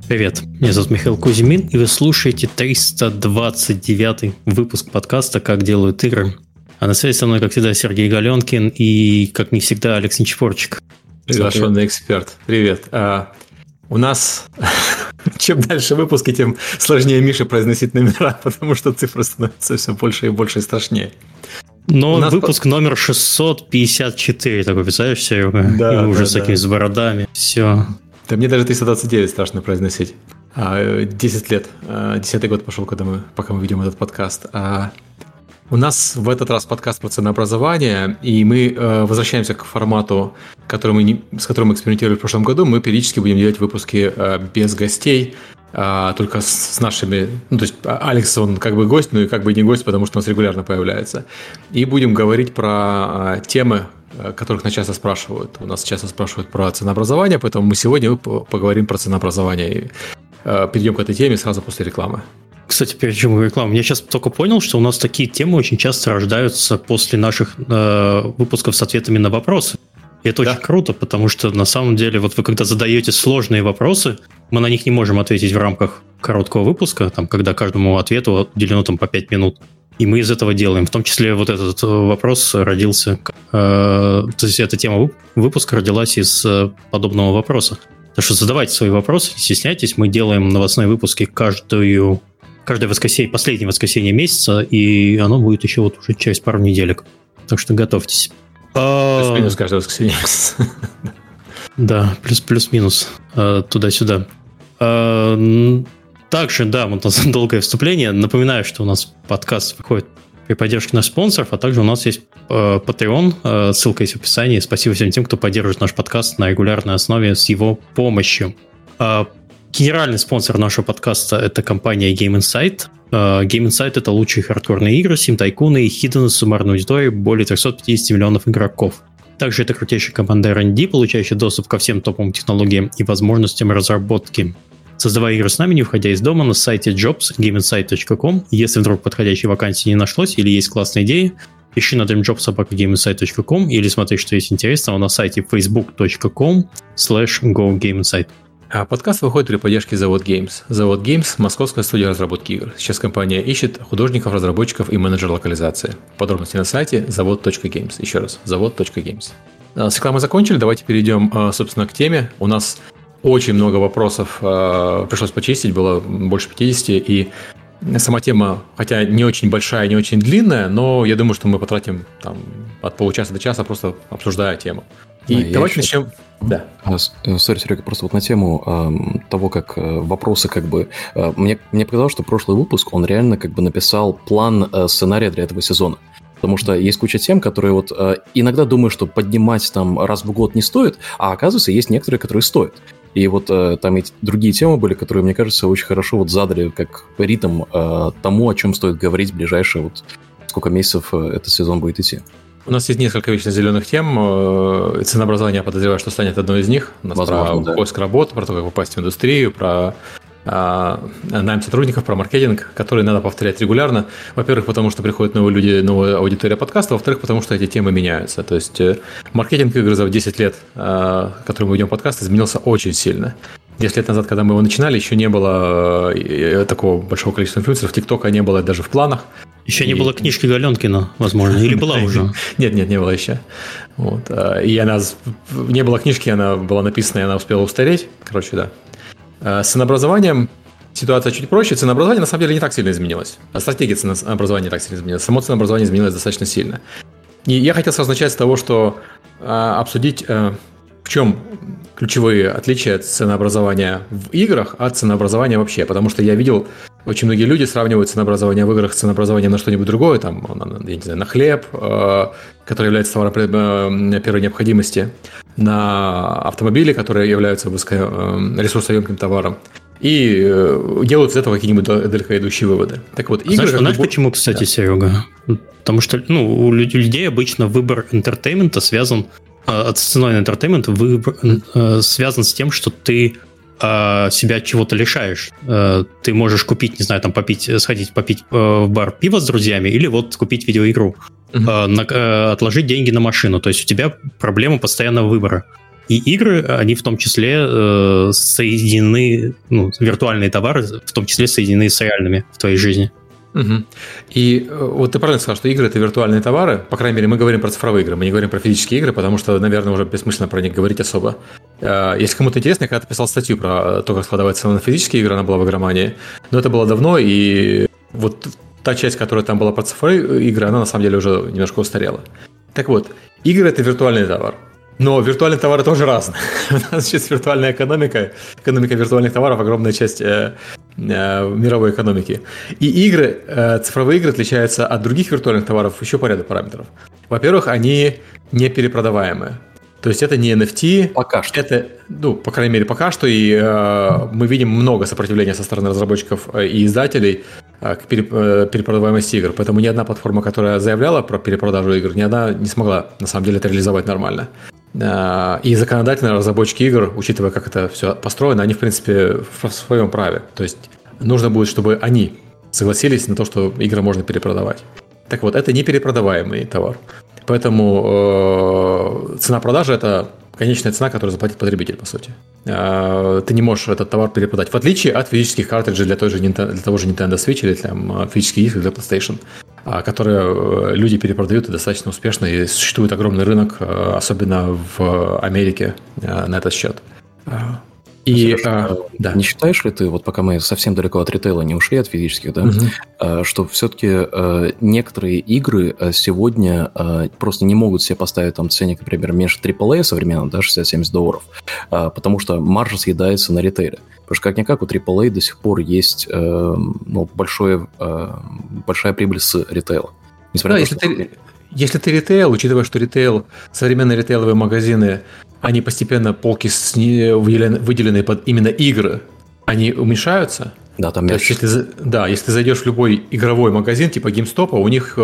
Привет, меня зовут Михаил Кузьмин, и вы слушаете 329-й выпуск подкаста «Как делают игры». А на связи со мной, как всегда, Сергей Галенкин и, как не всегда, Алекс Нечипорчик. Приглашенный эксперт. Привет. У нас чем дальше выпуски, тем сложнее Мише произносить номера, потому что цифры становятся все больше и больше и страшнее. Но выпуск номер 654, такой, представляешь, Серега? Да, и уже да, с такими с бородами. Все. Да мне даже 329 страшно произносить. 10 лет. 10-й год пошел, пока мы ведем этот подкаст. У нас в этот раз подкаст про ценообразование, и мы возвращаемся к формату, с которым мы экспериментировали в прошлом году. Мы периодически будем делать выпуски без гостей, только с нашими... Ну, то есть Алекс, он как бы гость, но и как бы не гость, потому что у нас регулярно появляется. И будем говорить про темы, которых нас часто спрашивают. У нас часто спрашивают про ценообразование, поэтому мы сегодня поговорим про ценообразование. И перейдем к этой теме сразу после рекламы. Кстати, перед чем рекламу, я сейчас только понял, что у нас такие темы очень часто рождаются после наших выпусков с ответами на вопросы. И это очень круто, потому что на самом деле, вот вы когда задаете сложные вопросы, мы на них не можем ответить в рамках короткого выпуска, там, когда каждому ответу уделено там, по 5 минут. И мы из этого делаем. В том числе вот этот вопрос родился, то есть эта тема выпуска родилась из подобного вопроса. Так что задавайте свои вопросы, не стесняйтесь, мы делаем новостные выпуски каждое воскресенье, последнее воскресенье месяца, и оно будет еще вот уже через пару неделек. Так что готовьтесь. Плюс-минус каждое воскресенье. Да, плюс-минус туда-сюда. Также, да, вот у нас долгое вступление. Напоминаю, что у нас подкаст выходит при поддержке наших спонсоров, а также у нас есть Patreon, ссылка есть в описании. Спасибо всем тем, кто поддерживает наш подкаст на регулярной основе с его помощью. Генеральный спонсор нашего подкаста – это компания Game Insight. Game Insight – это лучшие хардкорные игры, сим-тайкуны и хидены с суммарной аудиторией более 350 миллионов игроков. Также это крутейшая команда R&D, получающая доступ ко всем топовым технологиям и возможностям разработки. Создавая игры с нами, не выходя из дома, на сайте jobs.gameinsight.com. Если вдруг подходящей вакансии не нашлось или есть классная идея, пиши на dreamjobs@gameinsight.com или смотри, что есть интересного на сайте facebook.com/gogameinsight. Подкаст выходит при поддержке Завод Games. Завод Games – московская студия разработки игр. Сейчас компания ищет художников, разработчиков и менеджер локализации. Подробности на сайте завод.games. Еще раз, завод.games. С рекламой закончили, давайте перейдем, собственно, к теме. У нас очень много вопросов пришлось почистить, было больше 50, и сама тема, хотя не очень большая, не очень длинная, но я думаю, что мы потратим там, от получаса до часа, просто обсуждая тему. И давайте начнем. Да. Сори, Серега, просто вот на тему того, как вопросы как бы... Мне показалось, что прошлый выпуск, он реально как бы написал план сценария для этого сезона. Потому что есть куча тем, которые вот иногда думаю, что поднимать там раз в год не стоит, а оказывается, есть некоторые, которые стоят. И вот там эти другие темы были, которые, мне кажется, очень хорошо вот задали как ритм тому, о чем стоит говорить в ближайшие вот сколько месяцев этот сезон будет идти. У нас есть несколько вечно зеленых тем. Ценообразование, я подозреваю, что станет одной из них. У нас возможно, про поиск работы, про то, как попасть в индустрию, про найм сотрудников, про маркетинг, которые надо повторять регулярно. Во-первых, потому что приходят новые люди, новая аудитория подкаста. Во-вторых, потому что эти темы меняются. То есть маркетинг игр за 10 лет, который мы ведем подкаст, изменился очень сильно. 10 лет назад, когда мы его начинали, еще не было такого большого количества инфлюенсеров. ТикТока не было даже в планах. Еще не было книжки Галенкина, возможно, или была уже? Нет, не было еще. Вот. И она не было книжки, она была написана, и она успела устареть. Короче, да. С ценообразованием ситуация чуть проще. Ценообразование на самом деле не так сильно изменилось. А стратегия ценообразования не так сильно изменилась. Само ценообразование изменилось достаточно сильно. И я хотел сразу начать с того, что обсудить, в чем ключевые отличия ценообразования в играх от ценообразования вообще. Потому что я видел, очень многие люди сравнивают ценообразование в играх с ценообразованием на что-нибудь другое, там, я не знаю, на хлеб, который является товаром первой необходимости, на автомобили, которые являются ресурсоемким товаром, и делают из этого какие-нибудь далеко идущие выводы. Так вот, игры... Знаешь почему, кстати, да. Серега? Потому что у людей обычно выбор интертеймента связан от ценой на интертеймент связан с тем, что ты себя чего-то лишаешь. Ты можешь купить, не знаю, там сходить попить в бар пиво с друзьями или вот купить видеоигру, отложить деньги на машину. То есть у тебя проблема постоянного выбора. И игры, они в том числе соединены, виртуальные товары в том числе соединены с реальными в твоей жизни. Угу. И вот ты правильно сказал, что игры – это виртуальные товары. По крайней мере, мы говорим про цифровые игры, мы не говорим про физические игры, потому что, наверное, уже бессмысленно про них говорить особо. Если кому-то интересно, я когда-то писал статью про то, как складывается цена на физические игры, она была в Игромании, но это было давно, и вот та часть, которая там была про цифровые игры, она на самом деле уже немножко устарела. Так вот, игры – это виртуальный товар. Но виртуальные товары тоже разные. У нас сейчас виртуальная экономика виртуальных товаров – огромная часть мировой экономики. И игры, цифровые игры отличаются от других виртуальных товаров еще по ряду параметров. Во-первых, они не перепродаваемые. То есть это не NFT. Пока что. Это, по крайней мере, пока что. И мы видим много сопротивления со стороны разработчиков и издателей к перепродаваемости игр. Поэтому ни одна платформа, которая заявляла про перепродажу игр, ни одна не смогла, на самом деле, это реализовать нормально. И законодательно разработчики игр, учитывая, как это все построено, они, в принципе, в своем праве. То есть нужно будет, чтобы они согласились на то, что игры можно перепродавать. Так вот, это не перепродаваемый товар. Поэтому цена продажи – это конечная цена, которую заплатит потребитель, по сути. Ты не можешь этот товар перепродать. В отличие от физических картриджей для того же Nintendo Switch или там, физических игр для PlayStation, которые люди перепродают и достаточно успешно, и существует огромный рынок, особенно в Америке, на этот счет. И, не считаешь ли ты, вот пока мы совсем далеко от ритейла не ушли, от физических, да, что все-таки некоторые игры сегодня просто не могут себе поставить там ценник, например, меньше AAA современного, да, $60-70, потому что маржа съедается на ритейле. Потому что как-никак у AAA до сих пор есть большая прибыль с ритейла. Да, если ты ритейл, учитывая, что ритейл, современные ритейловые магазины, они постепенно, полки выделенные под именно игры, они уменьшаются. Да, там мерч. Если ты зайдешь в любой игровой магазин, типа GameStop, у них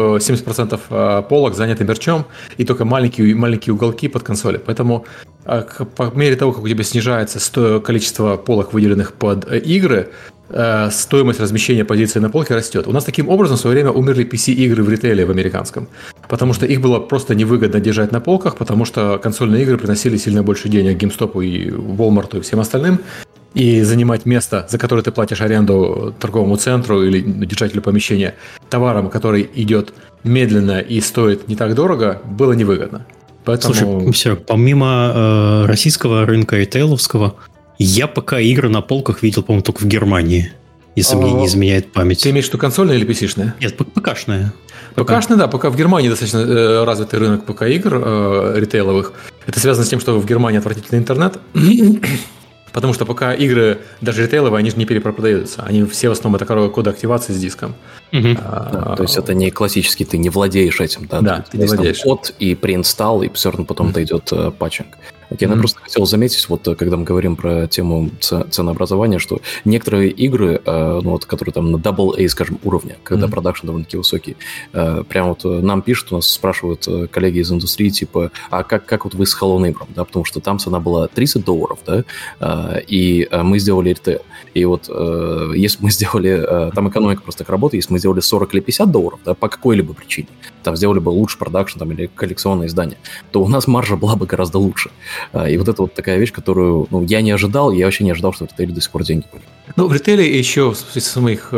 70% полок заняты мерчом, и только маленькие уголки под консоли. Поэтому по мере того, как у тебя снижается количество полок, выделенных под игры, стоимость размещения позиций на полке растет. У нас таким образом в свое время умерли PC-игры в ритейле в американском, потому что их было просто невыгодно держать на полках, потому что консольные игры приносили сильно больше денег GameStop и Walmart и всем остальным, и занимать место, за которое ты платишь аренду торговому центру или держателю помещения, товаром, который идет медленно и стоит не так дорого, было невыгодно. Поэтому... Слушай, все, помимо российского рынка ритейловского, я пока игры на полках видел, по-моему, только в Германии, если мне не изменяет память. Ты имеешь в виду консольные или PC-шные? Нет, ПК-шные. ПК-шные, да, пока в Германии достаточно развитый рынок ПК-игр ритейловых. Это связано с тем, что в Германии отвратительный интернет, потому что пока игры, даже ритейловые, они же не перепродаются. Они все в основном это коды активации с диском. То есть это не классический, ты не владеешь этим, да? Да, ты не владеешь. Код и преинсталл, и все равно потом дойдет патчинг. Я просто хотел заметить, вот когда мы говорим про тему ценообразования, что некоторые игры, которые там на AA, скажем, уровне, когда продакшн довольно-таки высокий, прям вот нам пишут, у нас спрашивают коллеги из индустрии, типа, а как вот вы с Hollow Knight, да, потому что там цена была $30, да, и мы сделали ритейл. И вот если мы сделали, там экономика просто так работает, если мы сделали $40 или $50, да, по какой-либо причине, там сделали бы лучше продакшн там, или коллекционное издание, то у нас маржа была бы гораздо лучше. И вот это вот такая вещь, которую я не ожидал, я вообще не ожидал, что в ритейле до сих пор деньги были. В ритейле еще, с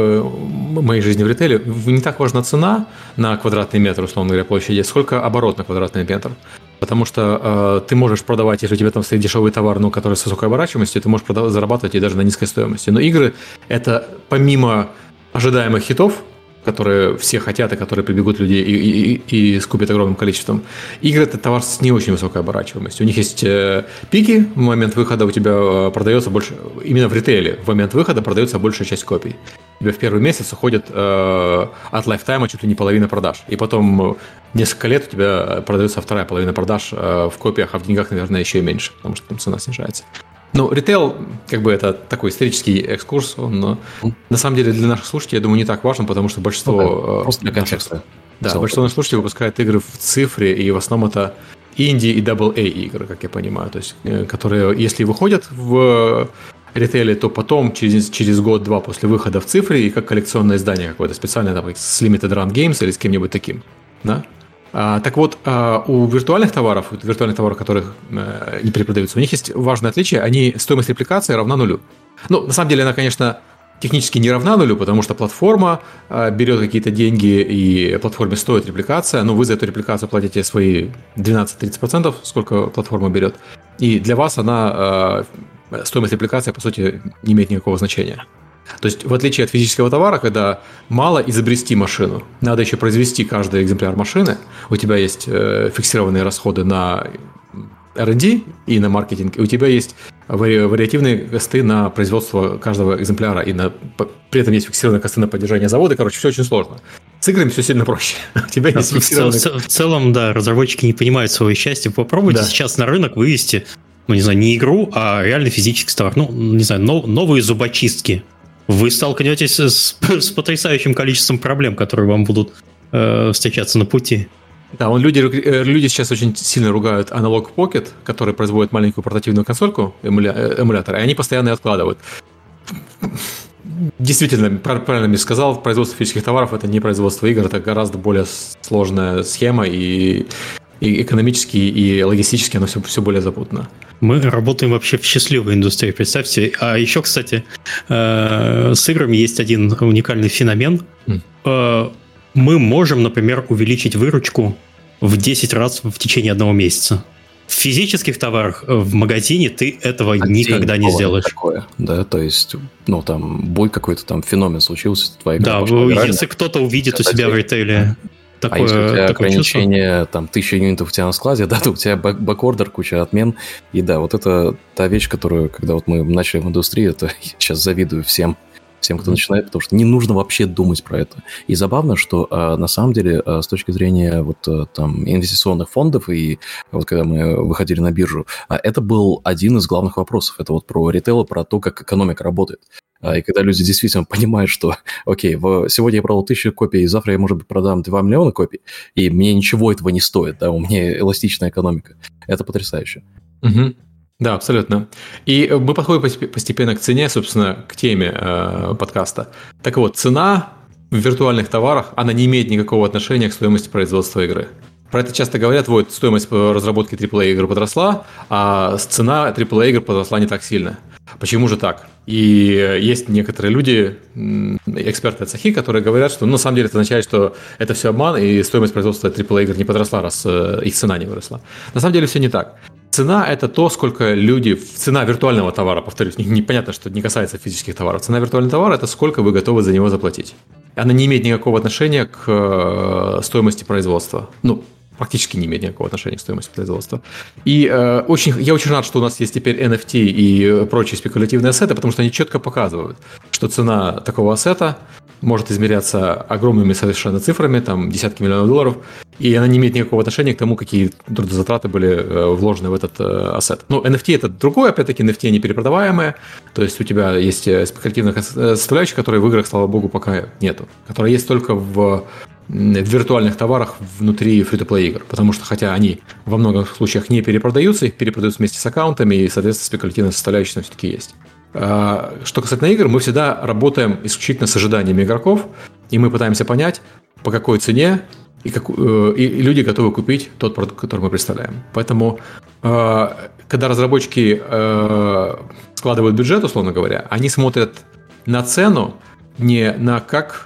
моей жизни в ритейле, не так важна цена на квадратный метр, условно говоря, площади, сколько оборот на квадратный метр. Потому что ты можешь продавать, если у тебя там стоит дешевый товар, который с высокой оборачиваемостью, ты можешь зарабатывать и даже на низкой стоимости. Но игры – это помимо ожидаемых хитов, которые все хотят и которые прибегут люди и скупят огромным количеством. Игры – это товар с не очень высокой оборачиваемостью. У них есть пики, в момент выхода у тебя продается больше, именно в ритейле, в момент выхода продается большая часть копий. У тебя в первый месяц уходит от лайфтайма чуть ли не половина продаж. И потом несколько лет у тебя продается вторая половина продаж в копиях, а в деньгах, наверное, еще и меньше, потому что там цена снижается. Ритейл, это такой исторический экскурс, он на самом деле для наших слушателей, я думаю, не так важен, потому что большинство... Просто для контекста. Да, большинство наших слушателей выпускают игры в цифре, и в основном это инди и AA игры, как я понимаю, то есть, которые, если выходят в ритейле, то потом, через год-два после выхода в цифре, и как коллекционное издание какое-то специальное, там, с Limited Run Games или с кем-нибудь таким, да? Так вот, у виртуальных товаров, которые не перепродаются, у них есть важное отличие. Стоимость репликации равна нулю. Ну, на самом деле, она, конечно, технически не равна нулю, потому что платформа берет какие-то деньги, и платформе стоит репликация, но вы за эту репликацию платите свои 12-30%, сколько платформа берет, и для вас стоимость репликации, по сути, не имеет никакого значения. То есть, в отличие от физического товара, когда мало изобрести машину, надо еще произвести каждый экземпляр машины, у тебя есть фиксированные расходы на R&D и на маркетинг, и у тебя есть вариативные косты на производство каждого экземпляра, и при этом есть фиксированные косты на поддержание завода. Короче, все очень сложно. С играми все сильно проще. У тебя есть фиксированные... В целом, да, разработчики не понимают своего счастья. Попробуйте сейчас на рынок вывести, не игру, а реально физический товар. Новые зубочистки. Вы столкнетесь с потрясающим количеством проблем, которые вам будут встречаться на пути. Да, люди сейчас очень сильно ругают Analog Pocket, который производит маленькую портативную консольку, эмулятор, и они постоянно ее откладывают. Действительно, правильно мне сказал, производство физических товаров – это не производство игр, это гораздо более сложная схема, и экономически, и логистически оно все более запутано. Мы работаем вообще в счастливой индустрии, представьте. А еще, кстати, с играми есть один уникальный феномен. Мы можем, например, увеличить выручку в 10 раз в течение одного месяца. В физических товарах в магазине ты этого никогда не сделаешь. Такое, да, то есть, бой какой-то там феномен случился, твоя игра пошла вирально. Если кто-то увидит у себя в ритейле такое, если у тебя ограничение, чувство? 1000 юнитов у тебя на складе, да, то у тебя бэкордер, куча отмен, и да, вот это та вещь, которую, когда мы начали в индустрии, это я сейчас завидую всем, кто начинает, потому что не нужно вообще думать про это. И забавно, что на самом деле с точки зрения инвестиционных фондов, и когда мы выходили на биржу, это был один из главных вопросов. Это про ритейл, про то, как экономика работает. И когда люди действительно понимают, что, окей, сегодня я продал 1000 копий, завтра я, может быть, продам 2 миллиона копий, и мне ничего этого не стоит, да, у меня эластичная экономика. Это потрясающе. Угу. Да, абсолютно. И мы подходим постепенно к цене, собственно, к теме подкаста. Так вот, цена в виртуальных товарах, она не имеет никакого отношения к стоимости производства игры. Про это часто говорят, стоимость разработки AAA игр подросла, а цена AAA игр подросла не так сильно. Почему же так? И есть некоторые люди, эксперты от Сахи, которые говорят, что на самом деле это означает, что это все обман, и стоимость производства AAA игр не подросла, раз их цена не выросла. На самом деле все не так. Цена – это то, сколько люди… Цена виртуального товара, повторюсь, непонятно, что не касается физических товаров. Цена виртуального товара – это сколько вы готовы за него заплатить. Она не имеет никакого отношения к стоимости производства. Практически не имеет никакого отношения к стоимости производства. И я очень рад, что у нас есть теперь NFT и прочие спекулятивные ассеты, потому что они четко показывают, что цена такого ассета может измеряться огромными совершенно цифрами, десятки миллионов долларов, и она не имеет никакого отношения к тому, какие трудозатраты были вложены в этот ассет. NFT – это другое, опять-таки, NFT не перепродаваемые, то есть у тебя есть спекулятивная составляющая, которой в играх, слава богу, пока нету, которая есть только в виртуальных товарах внутри free-to-play игр, потому что, хотя они во многих случаях не перепродаются, их перепродают вместе с аккаунтами, и, соответственно, спекулятивная составляющая все-таки есть. Что касательно игр, мы всегда работаем исключительно с ожиданиями игроков, и мы пытаемся понять, по какой цене и люди готовы купить тот продукт, который мы представляем. Поэтому, когда разработчики складывают бюджет, условно говоря, они смотрят на цену не на как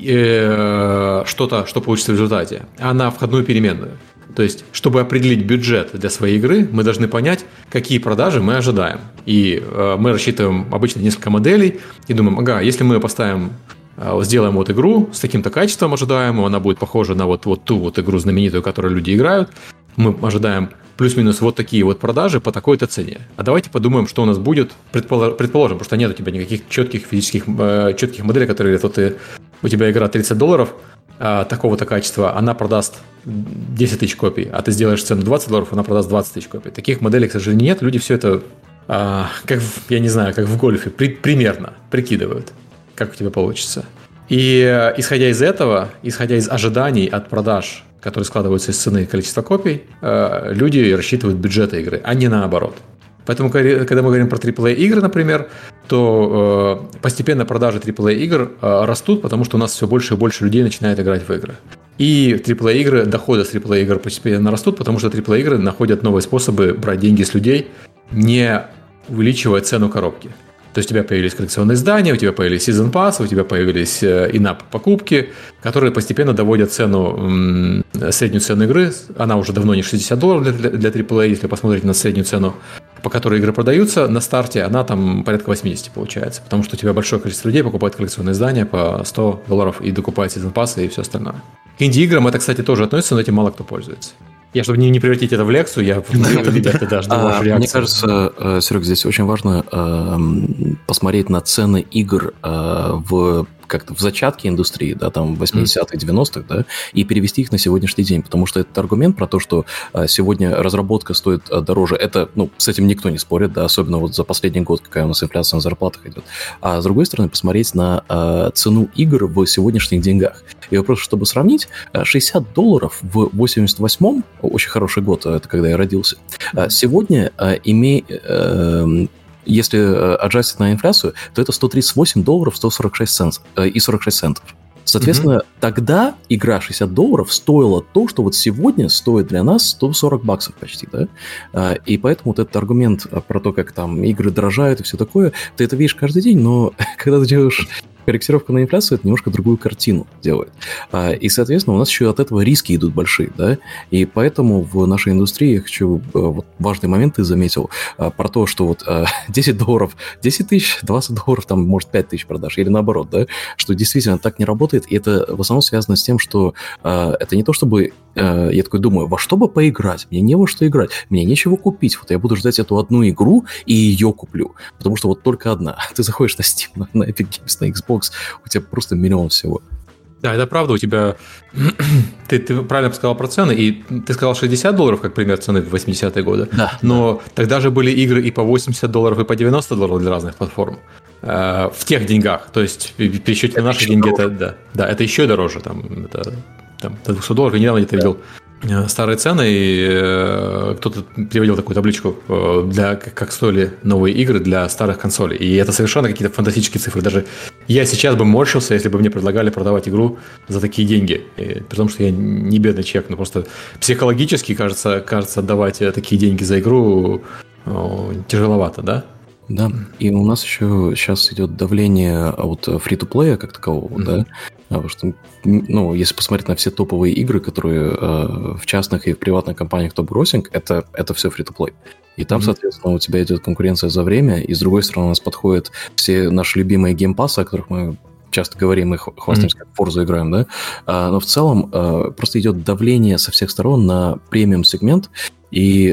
что-то, что получится в результате, а на входную переменную. То есть, чтобы определить бюджет для своей игры, мы должны понять, какие продажи мы ожидаем. И мы рассчитываем обычно несколько моделей и думаем, если мы сделаем игру с таким-то качеством ожидаемым, она будет похожа на ту игру знаменитую, которую люди играют, мы ожидаем плюс-минус такие продажи по такой-то цене. А давайте подумаем, что у нас будет, предположим, потому что нет у тебя никаких четких моделей, которые у тебя игра $30, такого-то качества, она продаст 10 тысяч копий, а ты сделаешь цену $20, она продаст 20 тысяч копий. Таких моделей, к сожалению, нет. Люди все это, как в гольфе, примерно прикидывают, как у тебя получится. И исходя из этого, исходя из ожиданий от продаж, которые складываются из цены и количества копий, люди рассчитывают бюджеты игры, а не наоборот. Поэтому, когда мы говорим про AAA-игры, например, то постепенно продажи AAA-игр растут, потому что у нас все больше и больше людей начинает играть в игры. И AAA-игры, доходы с AAA-игр постепенно растут, потому что AAA-игры находят новые способы брать деньги с людей, не увеличивая цену коробки. То есть у тебя появились коллекционные издания, у тебя появились Season Pass, у тебя появились in-app покупки, которые постепенно доводят цену, среднюю цену игры. Она уже давно не $60 для AAA, если посмотреть на среднюю цену, по которой игры продаются, на старте она там порядка 80 получается, потому что у тебя большое количество людей покупает коллекционные издания по $100 и докупает Season Pass и все остальное. К инди-играм это, кстати, тоже относится, но этим мало кто пользуется. Я, чтобы не превратить это в лекцию, я даже вашу реакцию. Мне кажется, Серег, здесь очень важно посмотреть на цены игр как-то в зачатке индустрии, да, там, в 80-х, 90-х, да, и перевести их на сегодняшний день, потому что этот аргумент про то, что сегодня разработка стоит дороже, это, с этим никто не спорит, да, особенно вот за последний год, какая у нас инфляция на зарплатах идет. А с другой стороны, посмотреть на цену игр в сегодняшних деньгах. И вопрос, чтобы сравнить, $60 в 88-м, очень хороший год, это когда я родился, сегодня если аджастить на инфляцию, то это $138 46 центов. Соответственно, тогда игра $60 стоила то, что вот сегодня стоит для нас $140 почти, да? И поэтому вот этот аргумент про то, как там игры дорожают и все такое, ты это видишь каждый день, но когда ты делаешь корректировку на инфляцию, это немножко другую картину делает. И, соответственно, у нас еще от этого риски идут большие, да, и поэтому в нашей индустрии я хочу, вот важный момент ты заметил, про то, что вот $10, 10 тысяч, $20, там, может, 5 тысяч продаж, или наоборот, да, что действительно так не работает, и это в основном связано с тем, что это не то, чтобы я такой думаю, во что бы поиграть, мне не во что играть, мне нечего купить, вот я буду ждать эту одну игру и ее куплю, потому что вот только одна, ты заходишь на Steam, на Epic Games, на Xbox, у тебя просто миллион всего. Да, это правда, у тебя... ты правильно сказал про цены, и ты сказал $60, как пример цены в 80-е годы, да, но тогда же были игры и по $80, и по $90 для разных платформ. В тех деньгах, то есть в пересчете на наши деньги это, да, это еще дороже, там, это до $200, я недавно где-то видел старые цены, и кто-то приводил такую табличку, как стоили новые игры для старых консолей. И это совершенно какие-то фантастические цифры. Даже я сейчас бы морщился, если бы мне предлагали продавать игру за такие деньги. При том, что я не бедный человек, но просто психологически, кажется, отдавать такие деньги за игру тяжеловато, да? Да, и у нас еще сейчас идет давление от фри-то-плея как такового, да, потому что, если посмотреть на все топовые игры, которые в частных и в приватных компаниях топ-гроссинг, это все фри-то-плей. И там, соответственно, у тебя идет конкуренция за время, и с другой стороны у нас подходят все наши любимые геймпассы, о которых мы часто говорим и хвастаемся, как в Forza играем, да, но в целом просто идет давление со всех сторон на премиум-сегмент, и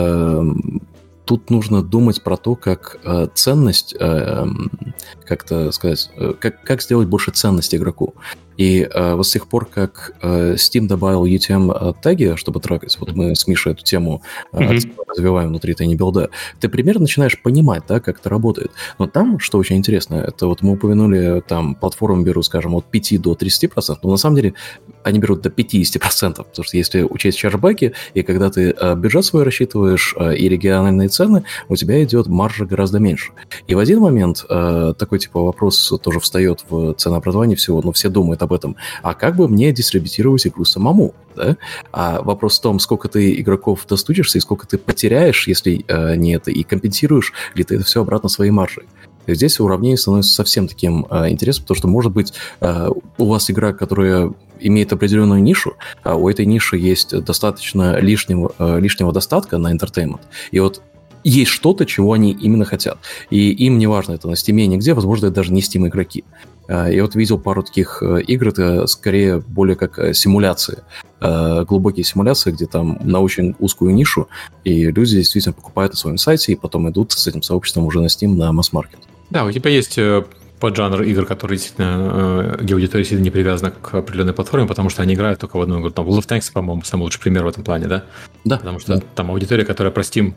тут нужно думать про то, как ценность, как-то сказать, как сделать больше ценности игроку. И вот с тех пор, как Steam добавил UTM-теги, чтобы трекать, вот мы с Мишей эту тему развиваем внутри TinyBuild, ты примерно начинаешь понимать, да, как это работает. Но там, что очень интересно, это вот мы упомянули, там платформы берут, скажем, от 5 до 30%, но на самом деле они берут до 50%, потому что если учесть чарджбеки, и когда ты бюджет свой рассчитываешь и региональные цены, у тебя идет маржа гораздо меньше. И в один момент такой типа вопрос тоже встает в ценообразовании всего, но все думают об этом. А как бы мне дистрибутировать игру самому? Да? А вопрос в том, сколько ты игроков достучишься и сколько ты потеряешь, если не это, и компенсируешь ли ты это все обратно своей маржей. И здесь уравнение становится совсем таким интересным, потому что, может быть, у вас игра, которая имеет определенную нишу, а у этой ниши есть достаточно лишнего достатка на entertainment. И вот есть что-то, чего они именно хотят. И им не важно, это на Steam нигде, возможно, это даже не Steam игроки. Я вот видел пару таких игр, это скорее более как симуляции, глубокие симуляции, где там на очень узкую нишу, и люди действительно покупают на своем сайте, и потом идут с этим сообществом уже на Steam, на масс-маркет. Да, у тебя есть поджанр игр, которые действительно, где аудитория сильно не привязана к определенной платформе, потому что они играют только в одну игру. Там World of Tanks, по-моему, самый лучший пример в этом плане, да? Да. Потому что там аудитория, которая про Steam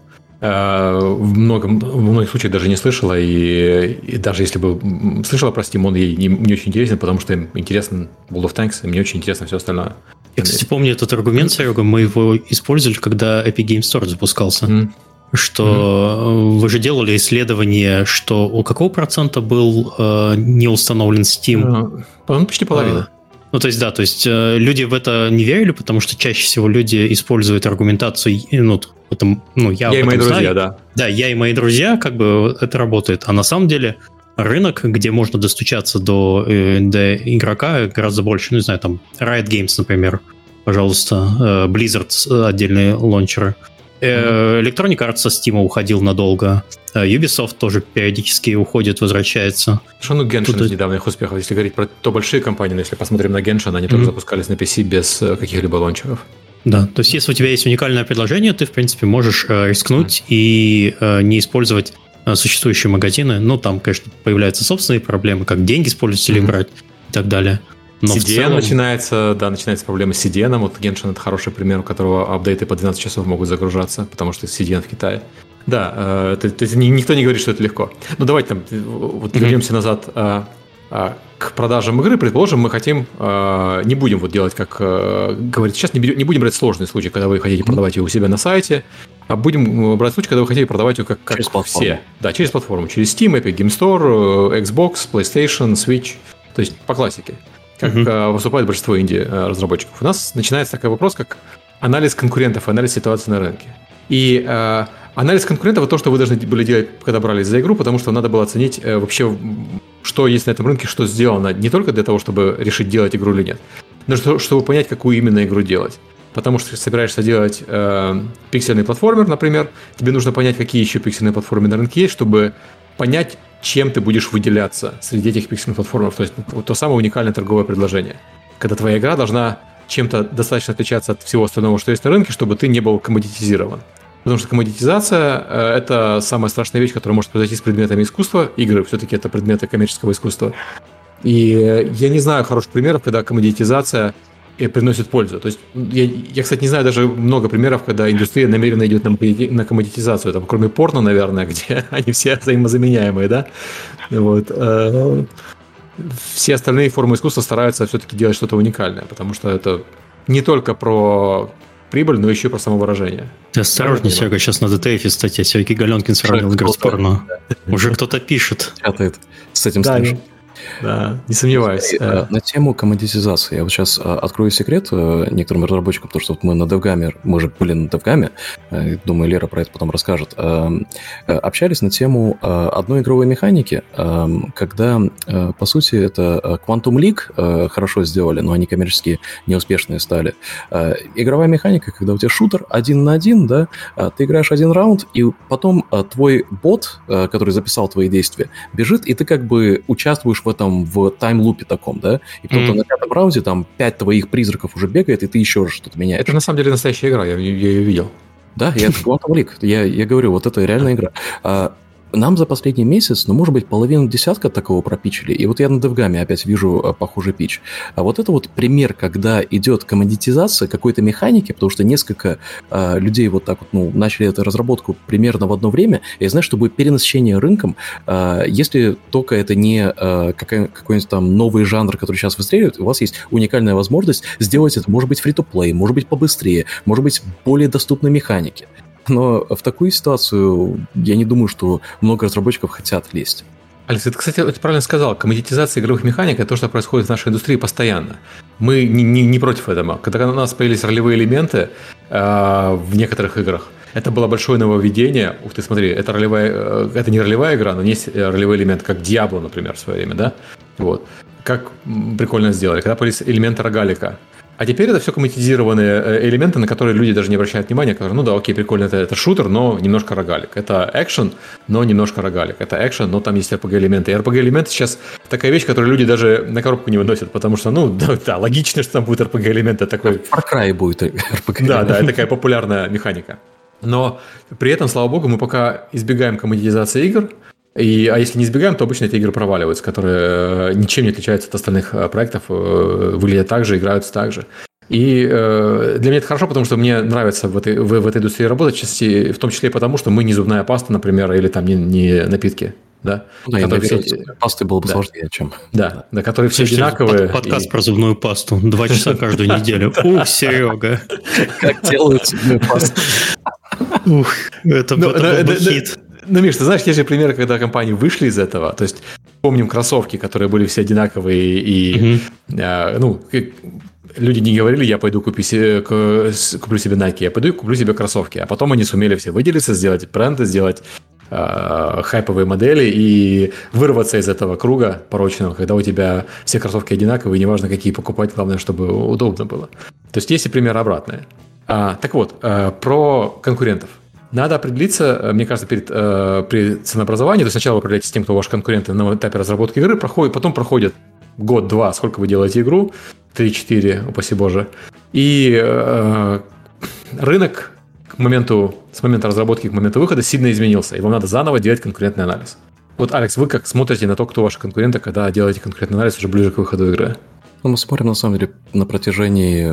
в многих случаях даже не слышала, и даже если бы слышала про Steam, он ей не очень интересен, потому что им интересен World of Tanks, и мне очень интересно все остальное. Я, кстати, помню этот аргумент, Серега, мы его использовали, когда Epic Games Store запускался. что вы же делали исследование, что у какого процента был не установлен Steam? По-моему, почти половина. Ну, то есть, да, то есть люди в это не верили, потому что чаще всего люди используют аргументацию, я и мои друзья, да. Да, я и мои друзья, как бы это работает. А на самом деле рынок, где можно достучаться до игрока, гораздо больше. Не знаю, там Riot Games, например, пожалуйста, Blizzard отдельные лончеры. Electronic Arts со Steam уходил надолго. Ubisoft тоже периодически уходит, возвращается. Genshin из недавних успехов. Если говорить про то большие компании, но если посмотрим на Genshin, они тоже запускались на PC без каких-либо лончеров. Да, то есть если у тебя есть уникальное предложение, ты, в принципе, можешь рискнуть и не использовать существующие магазины. Ну, там, конечно, появляются собственные проблемы, как деньги с пользователей брать и так далее. Но CDN начинается проблема с CDN. Вот Genshin — это хороший пример, у которого апдейты по 12 часов могут загружаться, потому что CDN в Китае. Да, никто не говорит, что это легко. Но давайте вернемся назад к продажам игры. Предположим, мы хотим, не будем делать, как говорит сейчас, не будем брать сложный случай, когда вы хотите продавать ее у себя на сайте, а будем брать случай, когда вы хотите продавать ее как все. Да, через платформу. Через Steam, Epic Game Store, Xbox, PlayStation, Switch. То есть по классике. Как выступает большинство инди-разработчиков. У нас начинается такой вопрос, как анализ конкурентов, анализ ситуации на рынке. И анализ конкурентов — это то, что вы должны были делать, когда брались за игру, потому что надо было оценить вообще, что есть на этом рынке, что сделано, не только для того, чтобы решить, делать игру или нет, но чтобы понять, какую именно игру делать. Потому что ты собираешься делать пиксельный платформер, например, тебе нужно понять, какие еще пиксельные платформы на рынке есть, чтобы понять, чем ты будешь выделяться среди этих пиксельных платформов. То есть то самое уникальное торговое предложение. Когда твоя игра должна чем-то достаточно отличаться от всего остального, что есть на рынке, чтобы ты не был коммодитизирован. Потому что коммодитизация – это самая страшная вещь, которая может произойти с предметами искусства. Игры все-таки это предметы коммерческого искусства. И я не знаю хороших примеров, когда коммодитизация приносит пользу. То есть я, кстати, не знаю даже много примеров, когда индустрия намеренно идет на коммодитизацию. Там, кроме порно, наверное, где они все взаимозаменяемые, да? Вот. Все остальные формы искусства стараются все-таки делать что-то уникальное, потому что это не только про прибыль, но еще и про самовыражение. Ты осторожней, Серега, сейчас на ДТФ статья. Сергей Галенкин сравнил игру с порно. Уже кто-то пишет. С этим слышу. Да, не сомневаюсь. На тему коммодитизации. Я вот сейчас открою секрет некоторым разработчикам, потому что вот мы на DevGAM, мы же были на DevGAM, думаю, Лера про это потом расскажет, общались на тему одной игровой механики, когда, по сути, это Quantum League хорошо сделали, но они коммерчески неуспешные стали. Игровая механика, когда у тебя шутер 1 на 1, да, ты играешь один раунд, и потом твой бот, который записал твои действия, бежит, и ты как бы участвуешь в таймлупе таком, да, и кто-то на 5-м раунде, там 5 твоих призраков уже бегает, и ты еще что-то меняешь. Это на самом деле настоящая игра, я ее видел. Да, это Quantum League, я говорю, вот это реальная игра. Нам за последний месяц, может быть, половину десятка такого пропичили, и вот я на DevGAM опять вижу похожий пич. А вот это вот пример, когда идет коммодитизация какой-то механики, потому что несколько людей вот так вот, начали эту разработку примерно в одно время, и я знаю, что будет перенасыщение рынком, если только это не какой-нибудь там новый жанр, который сейчас выстреливает, у вас есть уникальная возможность сделать это, может быть, фри-то-плей, может быть, побыстрее, может быть, более доступной механики. Но в такую ситуацию я не думаю, что много разработчиков хотят лезть. Алекс, ты, кстати, это правильно сказал. Коммодитизация игровых механик – это то, что происходит в нашей индустрии постоянно. Мы не против этого. Когда у нас появились ролевые элементы в некоторых играх, это было большое нововведение. Ух ты, смотри, это не ролевая игра, но есть ролевой элемент, как Diablo, например, в свое время, да? Вот. Как прикольно сделали. Когда появились элементы рогалика. А теперь это все коммодитизированные элементы, на которые люди даже не обращают внимания, которые, окей, прикольно, это шутер, но немножко рогалик. Это экшен, но немножко рогалик. Это экшен, но там есть RPG-элементы. И RPG-элементы сейчас такая вещь, которую люди даже на коробку не выносят, потому что, логично, что там будет RPG-элемент. Такой... В Far Cry будет RPG-элемент. Да, это такая популярная механика. Но при этом, слава богу, мы пока избегаем коммодитизации игр. А если не избегаем, то обычно эти игры проваливаются, которые ничем не отличаются от остальных проектов, выглядят так же, играются так же. И для меня это хорошо, потому что мне нравится в этой индустрии работать, в том числе и потому, что мы не зубная паста, например, или там не напитки. Да, пасты было бы сложнее, чем... Да, которые все одинаковые. Подкаст про зубную пасту. 2 часа каждую неделю. Серега. Как делают зубную пасту. Ух, это был бы хит. Ну, Миш, ты знаешь, есть же примеры, когда компании вышли из этого. То есть, помним кроссовки, которые были все одинаковые, и люди не говорили, я пойду куплю себе Nike, я пойду и куплю себе кроссовки. А потом они сумели все выделиться, сделать бренды, сделать хайповые модели и вырваться из этого круга порочного, когда у тебя все кроссовки одинаковые, неважно, какие покупать, главное, чтобы удобно было. То есть, есть и примеры обратные. Так вот, про конкурентов. Надо определиться, мне кажется, при ценообразовании, то есть сначала вы определяетесь с тем, кто ваши конкуренты на этапе разработки игры, потом проходит год-два, сколько вы делаете игру, 3-4, упаси боже, и рынок с момента разработки к моменту выхода сильно изменился, и вам надо заново делать конкурентный анализ. Вот, Алекс, вы как смотрите на то, кто ваши конкуренты, когда делаете конкурентный анализ уже ближе к выходу игры? Мы смотрим, на самом деле, на протяжении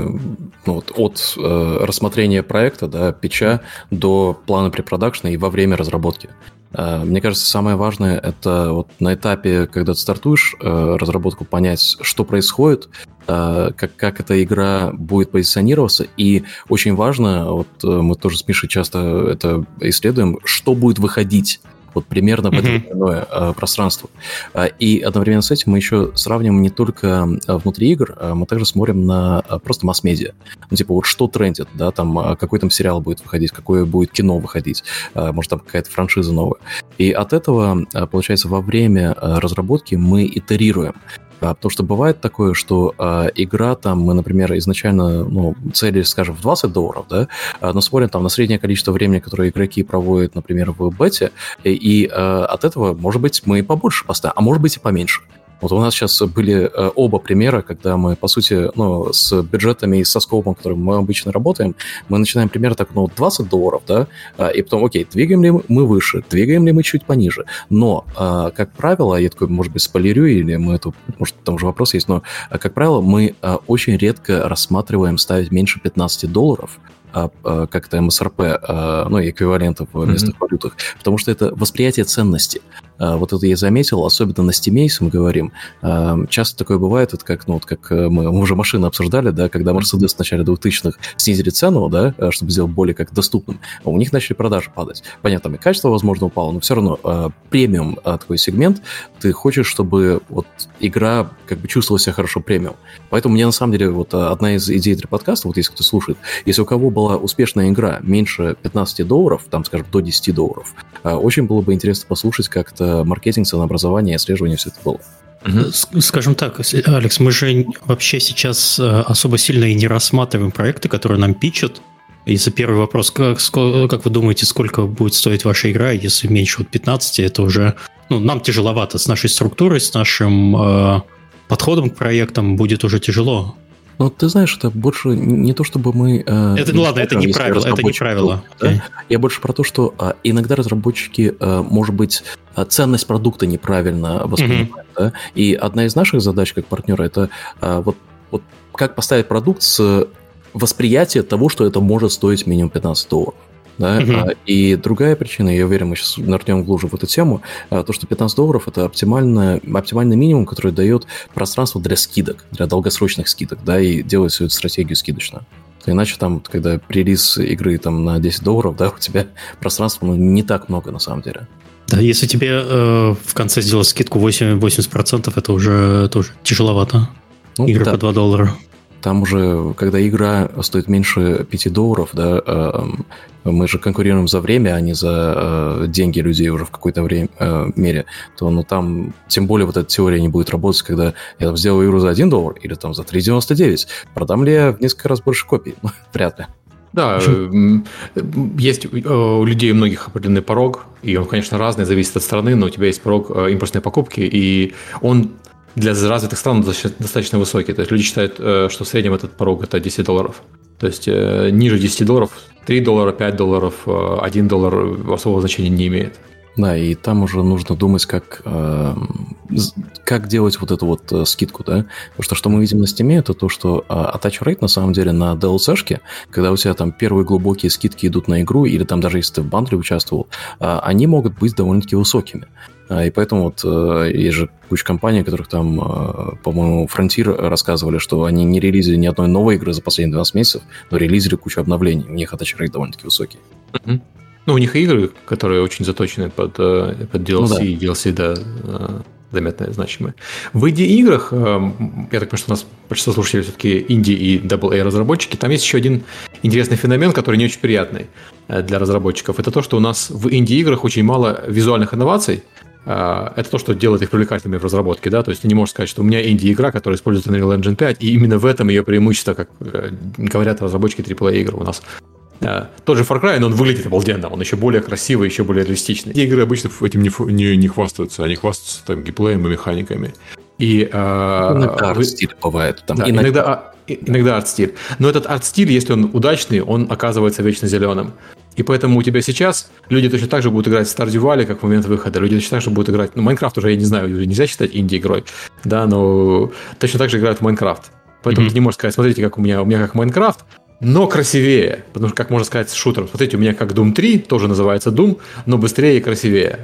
от рассмотрения проекта, да, питча до плана препродакшна и во время разработки. Мне кажется, самое важное – это вот на этапе, когда ты стартуешь разработку, понять, что происходит, как эта игра будет позиционироваться. И очень важно, вот мы тоже с Мишей часто это исследуем, что будет выходить вот примерно в это временное пространство. И одновременно с этим мы еще сравниваем не только внутри игр, мы также смотрим на просто масс-медиа. Ну, типа, вот что трендит, да, там, какой там сериал будет выходить, какое будет кино выходить, может, там какая-то франшиза новая. И от этого, получается, во время разработки мы итерируем. Потому что бывает такое, что игра, там, мы, например, изначально целились, скажем, в $20, да, но смотрим там на среднее количество времени, которое игроки проводят, например, в бете, и от этого, может быть, мы побольше поставим, а может быть и поменьше. Вот у нас сейчас были оба примера, когда мы, по сути, с бюджетами и со скопом, которым мы обычно работаем, мы начинаем примерно так, $20, да, и потом, окей, двигаем ли мы выше, двигаем ли мы чуть пониже. Но, как правило, я такой, может быть, спойлерю, или мы это, может, там уже вопрос есть, но, как правило, мы очень редко рассматриваем ставить меньше $15, как это МСРП, эквивалентов в местных валютах, потому что это восприятие ценности. Вот это я заметил, особенно на Steam, если мы говорим. Часто такое бывает, это как мы уже машины обсуждали, да, когда Mercedes в начале 2000-х снизили цену, да, чтобы сделать более как доступным, а у них начали продажи падать. Понятно, там и качество, возможно, упало, но все равно премиум такой сегмент, ты хочешь, чтобы вот игра как бы чувствовала себя хорошо премиум. Поэтому мне на самом деле вот одна из идей для подкаста, вот если кто слушает, если у кого была успешная игра меньше $15, там, скажем, до $10, очень было бы интересно послушать, как это маркетинг, ценообразование, отслеживание, все это было. Скажем так, Алекс, мы же вообще сейчас особо сильно и не рассматриваем проекты, которые нам питчат. И за первый вопрос, как вы думаете, сколько будет стоить ваша игра, если меньше 15, это уже нам тяжеловато. С нашей структурой, с нашим подходом к проектам будет уже тяжело. Ну, ты знаешь, это больше не то, чтобы мы... это не правило. Да? Я больше про то, что иногда разработчики, может быть, ценность продукта неправильно воспринимают. Да? И одна из наших задач как партнера – это вот как поставить продукт с восприятия того, что это может стоить минимум $15. Да? И другая причина, я уверен, мы сейчас нырнем глубже в эту тему, то, что $15 – это оптимальный минимум, который дает пространство для скидок, для долгосрочных скидок, да, и делает всю эту стратегию скидочно. Иначе там, когда релиз игры там, на $10, да, у тебя пространства не так много на самом деле. Да, если тебе в конце сделать скидку 80%, это уже тяжеловато. Игры по $2. Там уже, когда игра стоит меньше $5, да, мы же конкурируем за время, а не за деньги людей уже в какой-то мере, то там, тем более, вот эта теория не будет работать, когда я там сделаю игру за $1 или там за $3.99. Продам ли я в несколько раз больше копий? Вряд ли. Да, есть у людей многих определенный порог, и он, конечно, разный, зависит от страны, но у тебя есть порог импульсной покупки, и он для развитых стран достаточно высокий. То есть люди считают, что в среднем этот порог это $10. То есть ниже $10, $3, $5, $1 особого значения не имеет. Да, и там уже нужно думать, как делать вот эту вот скидку, да? Потому что мы видим на Steam, это то, что attach rate на самом деле на DLC-шке, когда у тебя там первые глубокие скидки идут на игру, или там даже если ты в бандле участвовал, они могут быть довольно-таки высокими. И поэтому вот есть же куча компаний, которых там, по-моему, Frontier рассказывали, что они не релизили ни одной новой игры за последние 12 месяцев, но релизили кучу обновлений. У них attach rate довольно-таки высокий. Ну, у них игры, которые очень заточены под DLC, и DLC, да, заметно значимые. В инди-играх, я так понимаю, что у нас большинство слушателей все-таки инди и AA разработчики, там есть еще один интересный феномен, который не очень приятный для разработчиков. Это то, что у нас в инди-играх очень мало визуальных инноваций. Это то, что делает их привлекательными в разработке, да, то есть ты не можешь сказать, что у меня инди-игра, которая использует Unreal Engine 5, и именно в этом ее преимущество, как говорят разработчики AAA-игр у нас. Тот же Far Cry, но он выглядит обалденно, он еще более красивый, еще более реалистичный. Игры обычно этим не хвастаются, они хвастаются там геймплеем и механиками. И, иногда арт-стиль бывает. Там, да, иногда арт-стиль. Но этот арт-стиль, если он удачный, он оказывается вечно зеленым. И поэтому у тебя сейчас люди точно так же будут играть в Stardew Valley, как в момент выхода. Люди точно так же будут играть... Ну, Майнкрафт уже, я не знаю, уже нельзя считать инди-игрой, да, но точно так же играют в Майнкрафт. Поэтому ты не можешь сказать, смотрите, как у меня как Майнкрафт, но красивее. Потому что, как можно сказать, с шутером. Смотрите, у меня как Doom 3, тоже называется Doom, но быстрее и красивее.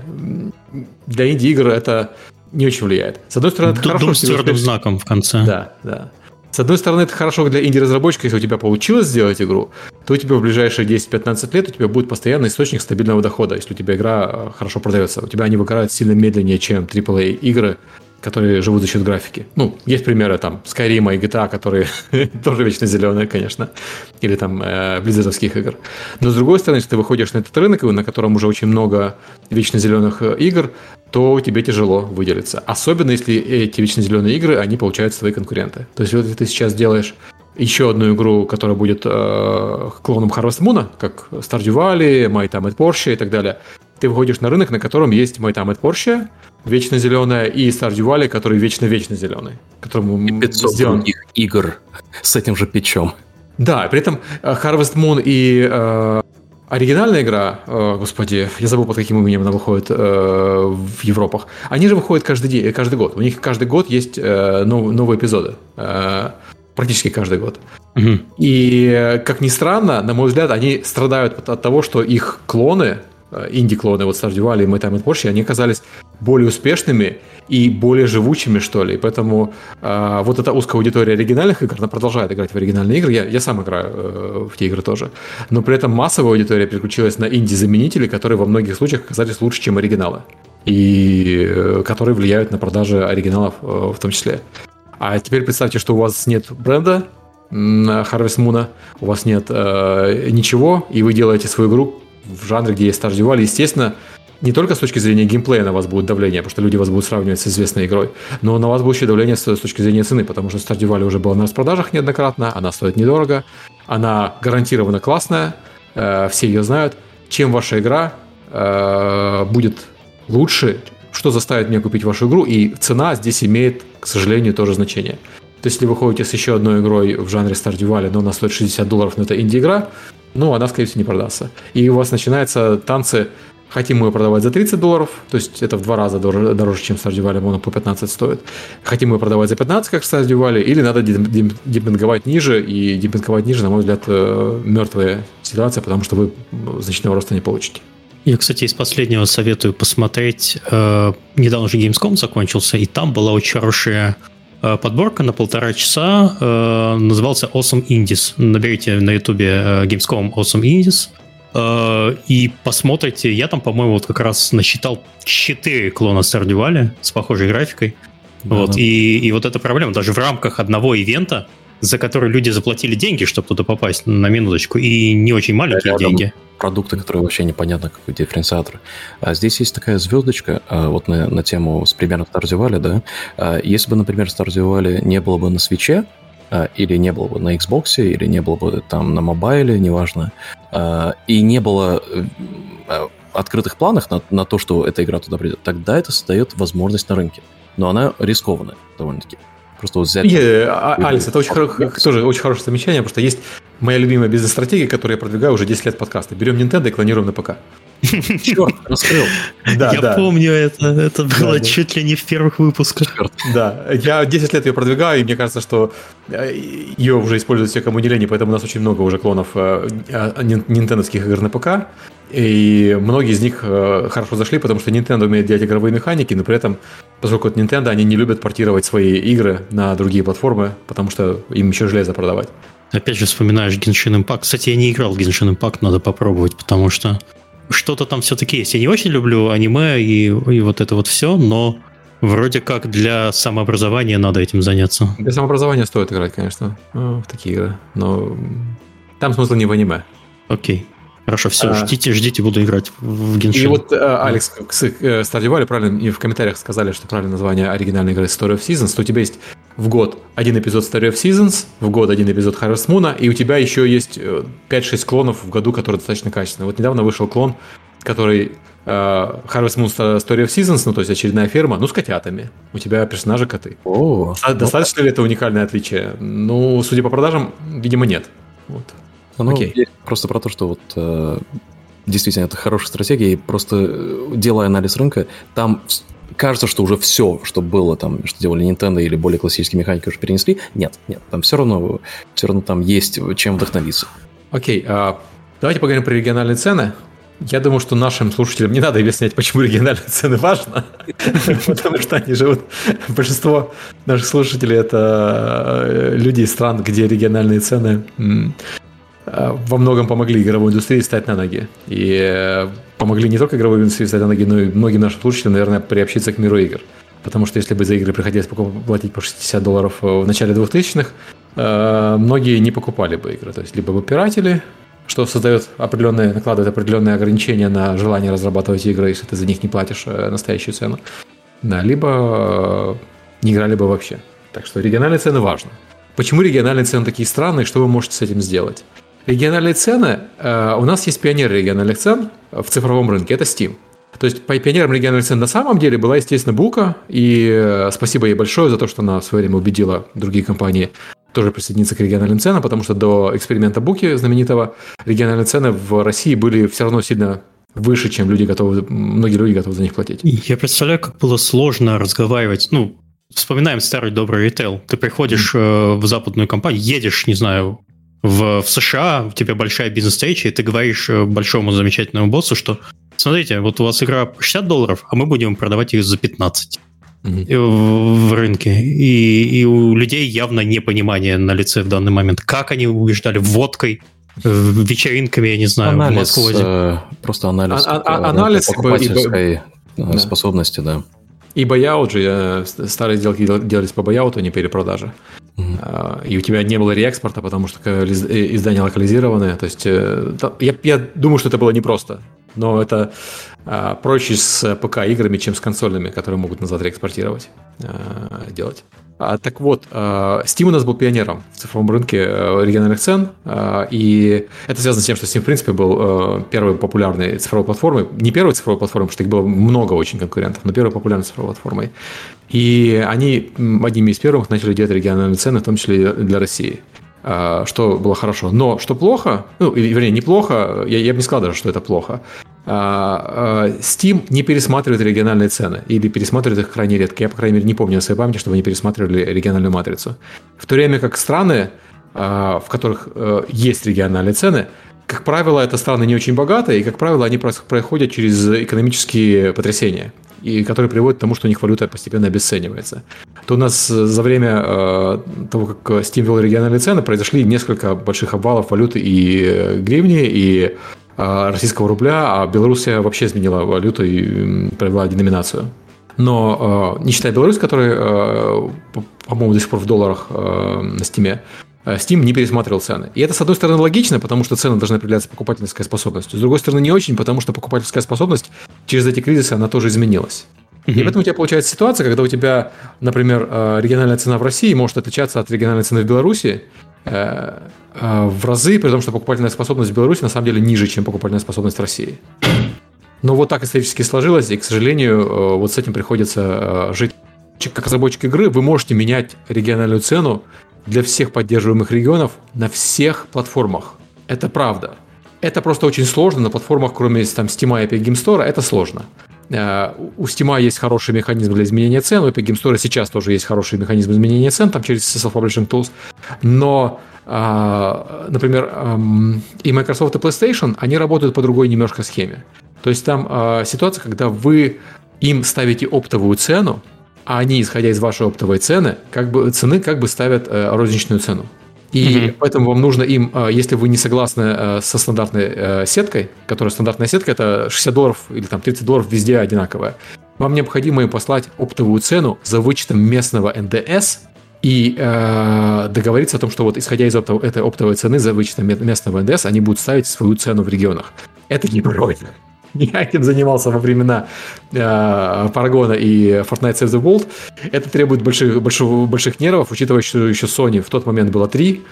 Для инди-игр это не очень влияет. С одной стороны, это хорошо... Doom с твердым знаком в конце. Да. С одной стороны, это хорошо для инди-разработчика, если у тебя получилось сделать игру, то у тебя в ближайшие 10-15 лет у тебя будет постоянный источник стабильного дохода, если у тебя игра хорошо продается. У тебя они выгорают сильно медленнее, чем AAA-игры, которые живут за счет графики. Ну, есть примеры там Skyrim и GTA, которые тоже вечно зеленые, конечно, или там близзардовских игр. Но с другой стороны, если ты выходишь на этот рынок, на котором уже очень много вечно зеленых игр, то тебе тяжело выделиться. Особенно, если эти вечно зеленые игры, они получаются твои конкуренты. То есть, вот если ты сейчас делаешь еще одну игру, которая будет клоном Harvest Moon, как Stardew Valley, My Time at Porsche и так далее, ты выходишь на рынок, на котором есть My Time at Porsche, вечно зеленая, и Stardew Valley, который вечно-вечно зеленый. И 500 других игр с этим же питчом. Да, при этом Harvest Moon и оригинальная игра, господи, я забыл, под каким именем она выходит в Европах, они же выходят каждый год. У них каждый год есть новые эпизоды. Практически каждый год. Угу. И, как ни странно, на мой взгляд, они страдают от того, что их клоны, инди-клоны, вот Stardew Valley и My Time at Porsche, они оказались более успешными и более живучими, что ли. И поэтому вот эта узкая аудитория оригинальных игр, она продолжает играть в оригинальные игры. Я сам играю в те игры тоже. Но при этом массовая аудитория переключилась на инди-заменители, которые во многих случаях оказались лучше, чем оригиналы. И которые влияют на продажи оригиналов в том числе. А теперь представьте, что у вас нет бренда Harvest Moon, у вас нет ничего, и вы делаете свою игру в жанре, где есть Stardew Valley. Естественно, не только с точки зрения геймплея на вас будет давление, потому что люди вас будут сравнивать с известной игрой, но на вас будет еще давление с точки зрения цены, потому что Stardew Valley уже была на распродажах неоднократно, она стоит недорого, она гарантированно классная, все ее знают. Чем ваша игра будет лучше, что заставит меня купить вашу игру, и цена здесь имеет, к сожалению, тоже значение. То есть, если вы ходите с еще одной игрой в жанре Stardew Valley, но она стоит $60, но это инди-игра, ну, она, скорее всего, не продастся. И у вас начинаются танцы, хотим мы ее продавать за $30, то есть это в 2 раза дороже, чем Stardew Valley, она по 15 стоит. Хотим мы ее продавать за 15, как Stardew Valley, или надо демпинговать ниже, и демпинговать ниже, на мой взгляд, мертвая ситуация, потому что вы значительного роста не получите. Я, кстати, из последнего советую посмотреть. Недавно же Gamescom закончился, и там была очень хорошая подборка на 1,5 часа. Назывался Awesome Indies. Наберите на ютубе Gamescom Awesome Indies и посмотрите. Я там, по-моему, вот как раз насчитал 4 клона Stardew Valley с похожей графикой. Да, вот. Да. И вот эта проблема. Даже в рамках одного ивента, за который люди заплатили деньги, чтобы туда попасть, на минуточку, и не очень маленькие деньги. Продукты, которые вообще непонятно, какой дифференциатор. Здесь есть такая звездочка вот на тему с примером Stardew Valley, да. Если бы, например, Stardew Valley не было бы на Switch'е, или не было бы на Xbox, или не было бы там на мобайле, неважно, и не было открытых планов на то, что эта игра туда придет, тогда это создает возможность на рынке. Но она рискованная довольно-таки. Просто вот взять... Алекс, это тоже очень хорошее замечание, потому что есть моя любимая бизнес-стратегия, которую я продвигаю уже 10 лет подкаста. Берем Nintendo и клонируем на ПК. Черт, раскрыл. Я помню это. Это было чуть ли не в первых выпусках. Да, я 10 лет ее продвигаю, и мне кажется, что ее уже используют все, кому не лень, поэтому у нас очень много уже клонов нинтендовских игр на ПК. И многие из них хорошо зашли, потому что Nintendo умеет делать игровые механики, но при этом, поскольку это Nintendo, они не любят портировать свои игры на другие платформы, потому что им еще железо продавать. Опять же вспоминаешь Genshin Impact. Кстати, я не играл в Genshin Impact, надо попробовать, потому что что-то там все-таки есть. Я не очень люблю аниме и вот это вот все, но вроде как для самообразования надо этим заняться. Для самообразования стоит играть, конечно, в такие игры, но там смысл не в аниме. Окей. Хорошо, все, ждите, буду играть в Genshin. И вот Алекс с Stardew Valley правильно и в комментариях сказали, что правильное название оригинальной игры Story of Seasons, то у тебя есть в год один эпизод Story of Seasons, в год один эпизод Harvest Moon, и у тебя еще есть 5-6 клонов в году, которые достаточно качественные. Вот недавно вышел клон, который Harvest Moon Story of Seasons, ну то есть очередная ферма, ну с котятами. У тебя персонажи коты. Достаточно ли это уникальное отличие? Ну, судя по продажам, видимо, нет. Вот. Ну, просто про то, что вот действительно это хорошая стратегия, и просто делая анализ рынка, там кажется, что уже все, что было там, что делали Nintendo или более классические механики уже перенесли. Нет, там все равно там есть чем вдохновиться. Окей, давайте поговорим про региональные цены. Я думаю, что нашим слушателям не надо объяснять, почему региональные цены важны, потому что они живут... Большинство наших слушателей – это люди из стран, где региональные цены во многом помогли игровой индустрии встать на ноги. И помогли не только игровой индустрии встать на ноги, но и многим нашим слушателям, наверное, приобщиться к миру игр. Потому что если бы за игры приходилось платить по $60 в начале 2000-х, многие не покупали бы игры. То есть, либо бы пиратели, что накладывает определенные ограничения на желание разрабатывать игры, если ты за них не платишь настоящую цену. Да, либо не играли бы вообще. Так что региональные цены важны. Почему региональные цены такие странные, что вы можете с этим сделать? Региональные цены, у нас есть пионер региональных цен в цифровом рынке, это Steam. То есть по пионерам региональных цен на самом деле была, естественно, Бука, и спасибо ей большое за то, что она в свое время убедила другие компании тоже присоединиться к региональным ценам, потому что до эксперимента Буки знаменитого региональные цены в России были все равно сильно выше, чем многие люди готовы за них платить. Я представляю, как было сложно разговаривать, вспоминаем старый добрый ритейл. Ты приходишь в западную компанию, едешь, не знаю, в США, у тебя большая бизнес-встреча, и ты говоришь большому замечательному боссу, что смотрите, вот у вас игра по $60, а мы будем продавать ее за 15 в рынке. И у людей явно непонимание на лице в данный момент. Как они убеждали водкой, вечеринками, я не знаю, анализ, в Москве. Просто анализ. Анализ покупательской способности, да. И buyout же, старые сделки делались по buyout, а не перепродаже. И у тебя не было реэкспорта, потому что издания локализированные. То есть я думаю, что это было непросто. Но это проще с ПК-играми, чем с консольными, которые могут назад реэкспортировать, делать. Так вот, Steam у нас был пионером в цифровом рынке региональных цен, и это связано с тем, что Steam, в принципе, был первой популярной цифровой платформой. Не первой цифровой платформой, потому что их было много очень конкурентов, но первой популярной цифровой платформой. И они одними из первых начали делать региональные цены, в том числе и для России. Что было хорошо. Но что плохо, вернее, неплохо, я бы не сказал даже, что это плохо. Steam не пересматривает региональные цены или пересматривает их крайне редко. Я, по крайней мере, не помню на своей памяти, чтобы они пересматривали региональную матрицу. В то время как страны, в которых есть региональные цены, как правило, это страны не очень богатые, и, как правило, они проходят через экономические потрясения, и которые приводят к тому, что у них валюта постепенно обесценивается. То у нас за время того, как Steam ввел региональные цены, произошли несколько больших обвалов валюты и гривни, и российского рубля, а Белоруссия вообще изменила валюту и провела деноминацию. Но не считая Беларусь, которая, по-моему, до сих пор в долларах на Steam, Steam не пересматривал цены. И это, с одной стороны, логично, потому что цены должны определяться покупательской способностью. С другой стороны, не очень, потому что покупательская способность через эти кризисы, она тоже изменилась. И поэтому у тебя получается ситуация, когда у тебя, например, региональная цена в России может отличаться от региональной цены в Беларуси в разы, при том, что покупательная способность в Беларуси на самом деле ниже, чем покупательная способность в России. Но вот так исторически сложилось, и, к сожалению, вот с этим приходится жить. Как разработчик игры вы можете менять региональную цену для всех поддерживаемых регионов на всех платформах. Это правда. Это просто очень сложно на платформах, кроме там Steam и Epic Game Store, это сложно. У Steam есть хороший механизм для изменения цен, у Epic Game Store сейчас тоже есть хороший механизм изменения цен, там через Self-Publishing Tools, но, например, и Microsoft, и PlayStation, они работают по другой немножко схеме. То есть там ситуация, когда вы им ставите оптовую цену, а они, исходя из вашей оптовой цены, как бы ставят розничную цену. И поэтому вам нужно им, если вы не согласны со стандартной сеткой, которая стандартная сетка, это $60 или там $30 везде одинаковая, вам необходимо им послать оптовую цену за вычетом местного НДС и договориться о том, что вот исходя из этой оптовой цены за вычетом местного НДС, они будут ставить свою цену в регионах. Это не происходит. Я этим занимался во времена Парагона и Fortnite Save the World. Это требует больших нервов, учитывая, что еще Sony в тот момент было 3.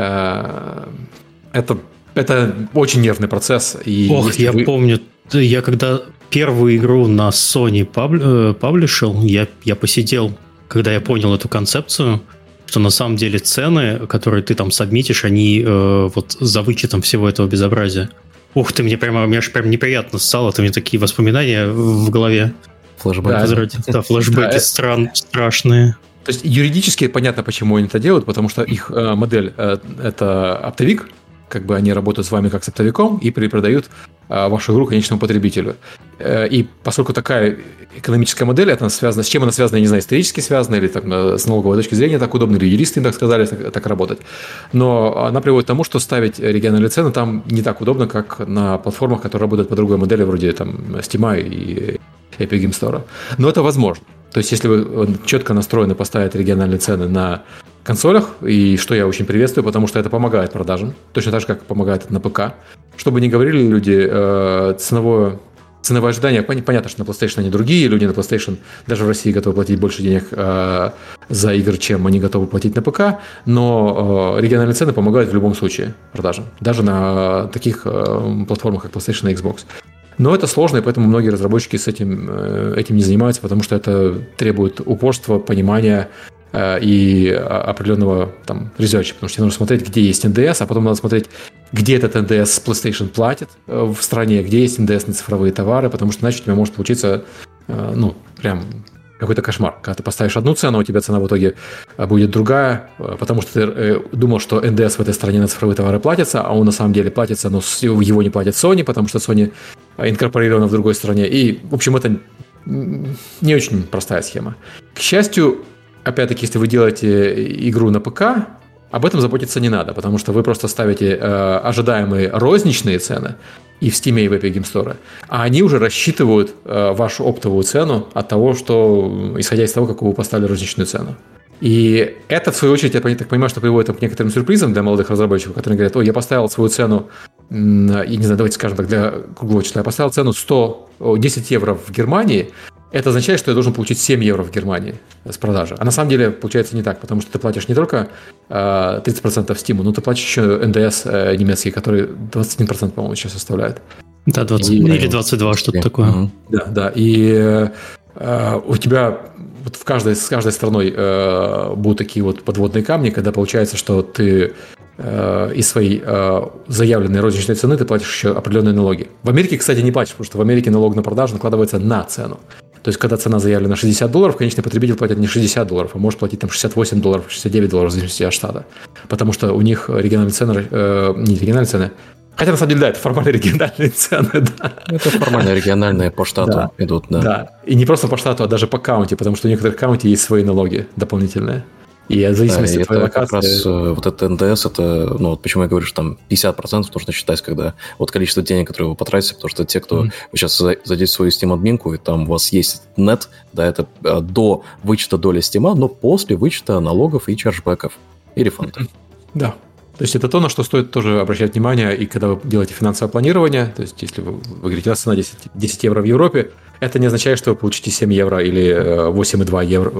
Это очень нервный процесс. И я помню, я когда первую игру на Sony паблишил, я посидел, когда я понял эту концепцию, что на самом деле цены, которые ты там сабмитишь, они вот за вычетом всего этого безобразия. Ух ты, мне аж прям неприятно стало, это мне такие воспоминания в голове. Флэшбэки. Да, флэшбэки страшные. То есть юридически понятно, почему они это делают, потому что их модель это оптовик, как бы они работают с вами как с оптовиком и перепродают вашу игру конечному потребителю. И поскольку такая экономическая модель, это связано, с чем она связана, я не знаю, исторически связана или так, с налоговой точки зрения так удобно, или юристы им так сказали, так работать. Но она приводит к тому, что ставить региональные цены там не так удобно, как на платформах, которые работают по другой модели, вроде там Steam и Epic Game Store. Но это возможно. То есть, если вы четко настроены поставить региональные цены на консолях, и что я очень приветствую, потому что это помогает продажам, точно так же, как помогает это на ПК. Чтобы не говорили люди, ценовое ожидание, понятно, что на PlayStation они другие, люди на PlayStation даже в России готовы платить больше денег за игры, чем они готовы платить на ПК, но региональные цены помогают в любом случае продажам, даже на таких платформах, как PlayStation и Xbox. Но это сложно, и поэтому многие разработчики этим не занимаются, потому что это требует упорства, понимания и определенного там research, потому что тебе нужно смотреть, где есть НДС, а потом надо смотреть, где этот НДС PlayStation платит в стране, где есть НДС на цифровые товары, потому что иначе у тебя может получиться, прям какой-то кошмар. Когда ты поставишь одну цену, у тебя цена в итоге будет другая, потому что ты думал, что НДС в этой стране на цифровые товары платится, а он на самом деле платится, но его не платит Sony, потому что Sony инкорпорирована в другой стране. И, в общем, это не очень простая схема. К счастью, опять-таки, если вы делаете игру на ПК, об этом заботиться не надо, потому что вы просто ставите ожидаемые розничные цены и в Steam, и в Epic Game Store, а они уже рассчитывают вашу оптовую цену от того, что, исходя из того, какую вы поставили розничную цену. И это, в свою очередь, я так понимаю, что приводит к некоторым сюрпризам для молодых разработчиков, которые говорят: я поставил свою цену, и не знаю, давайте скажем так, для круглого числа, я поставил цену 10 евро в Германии. Это означает, что я должен получить 7 евро в Германии с продажи. А на самом деле получается не так, потому что ты платишь не только 30% Steam, но ты платишь еще НДС немецкий, который 21%, по-моему, сейчас составляет. Да, 20 или 22, что-то такое. Да. И у тебя вот с каждой страной будут такие вот подводные камни, когда получается, что ты из своей заявленной розничной цены ты платишь еще определенные налоги. В Америке, кстати, не платишь, потому что в Америке налог на продажу накладывается на цену. То есть, когда цена заявлена $60, конечный потребитель платит не $60, а может платить там $68, $69 в зависимости от штата. Потому что у них региональные цены, не региональные цены, хотя на самом деле, да, это формально региональные цены, да. Это формально региональные по штату идут, да. Да, и не просто по штату, а даже по каунти, потому что у некоторых каунти есть свои налоги дополнительные. И в зависимости от твоей локации... как раз вот этот НДС, это, вот почему я говорю, что там 50% нужно считать, когда вот количество денег, которые вы потратите, потому что те, кто вы сейчас зайдете в свою Steam-админку, и там у вас есть нет, да, это до вычета доли Steam, но после вычета налогов и чарджбеков, и рефандов. Да. То есть это то, на что стоит тоже обращать внимание, и когда вы делаете финансовое планирование, то есть если вы говорите, у нас цена 10 евро в Европе, это не означает, что вы получите 7 евро или 8,2 евро,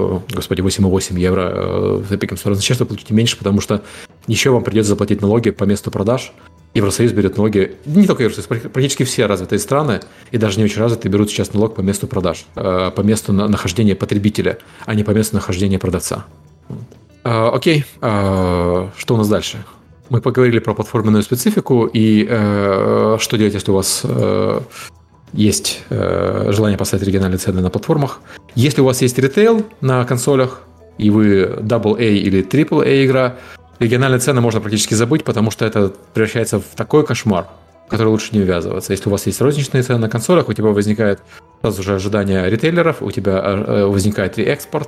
8,8 евро в Epic Game Store. Означает, что вы получите меньше, потому что еще вам придется заплатить налоги по месту продаж. Евросоюз берет налоги, не только Евросоюз, практически все развитые страны, и даже не очень развитые, берут сейчас налог по месту продаж, по месту нахождения потребителя, а не по месту нахождения продавца. Окей, что у нас дальше? Мы поговорили про платформенную специфику и что делать, если у вас есть желание поставить региональные цены на платформах. Если у вас есть ритейл на консолях, и вы AA или AAA игра, региональные цены можно практически забыть, потому что это превращается в такой кошмар, в который лучше не ввязываться. Если у вас есть розничные цены на консолях, у тебя возникает сразу же ожидание ритейлеров, у тебя возникает реэкспорт,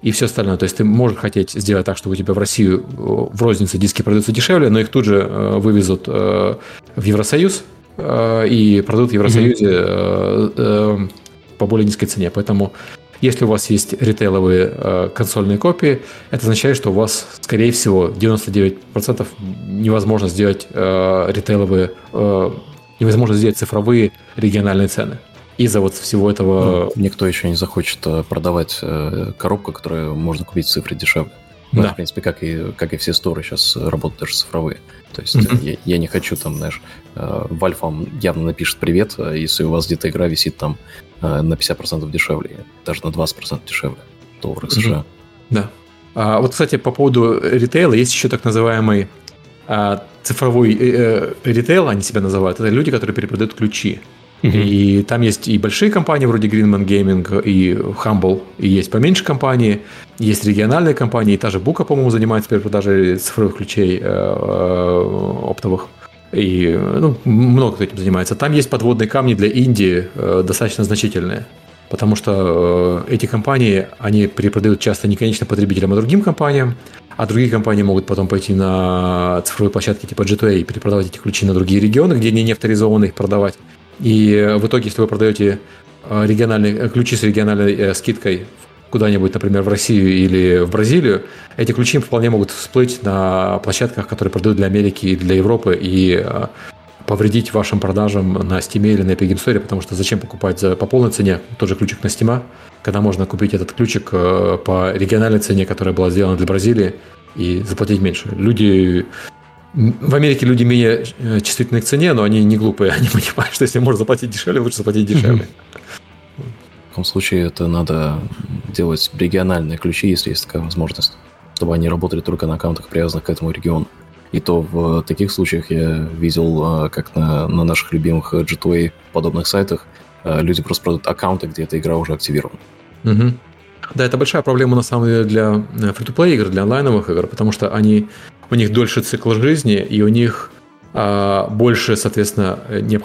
и все остальное. То есть ты можешь хотеть сделать так, чтобы у тебя в Россию в рознице диски продаются дешевле, но их тут же вывезут в Евросоюз и продадут в Евросоюзе по более низкой цене. Поэтому если у вас есть ритейловые консольные копии, это означает, что у вас, скорее всего, 99% невозможно сделать ритейловые, невозможно сделать цифровые региональные цены. Из-за вот всего этого... Никто еще не захочет продавать коробку, которую можно купить в цифре дешевле. Да. В принципе, как и все сторы сейчас работают даже цифровые. То есть я не хочу там, знаешь, Valve вам явно напишет привет, если у вас где-то игра висит там на 50% дешевле, даже на 20% дешевле в долларах США. Да. Вот, кстати, по поводу ритейла, есть еще так называемый цифровой ритейл, они себя называют. Это люди, которые перепродают ключи. И там есть и большие компании вроде Greenman Gaming, и Humble, и есть поменьше компании, есть региональные компании, и та же Бука, по-моему, занимается перепродажей цифровых ключей оптовых. И много кто этим занимается. Там есть подводные камни для Индии достаточно значительные, потому что эти компании, они перепродают часто не конечным потребителям, а другим компаниям, а другие компании могут потом пойти на цифровые площадки типа G2A и перепродавать эти ключи на другие регионы, где они не авторизованы их продавать. И в итоге, если вы продаете региональные ключи с региональной скидкой куда-нибудь, например, в Россию или в Бразилию, эти ключи вполне могут всплыть на площадках, которые продают для Америки и для Европы, и повредить вашим продажам на Steam или на Epic Games Store, потому что зачем покупать по полной цене тот же ключик на Steam, когда можно купить этот ключик по региональной цене, которая была сделана для Бразилии, и заплатить меньше. В Америке люди менее чувствительны к цене, но они не глупые, они понимают, что если можно заплатить дешевле, лучше заплатить дешевле. В таком случае это надо делать региональные ключи, если есть такая возможность, чтобы они работали только на аккаунтах, привязанных к этому региону. И то в таких случаях я видел, как на наших любимых G2A подобных сайтах люди просто продают аккаунты, где эта игра уже активирована. Да, это большая проблема на самом деле для free-to-play игр, для онлайновых игр, потому что у них дольше цикл жизни, и у них больше, соответственно,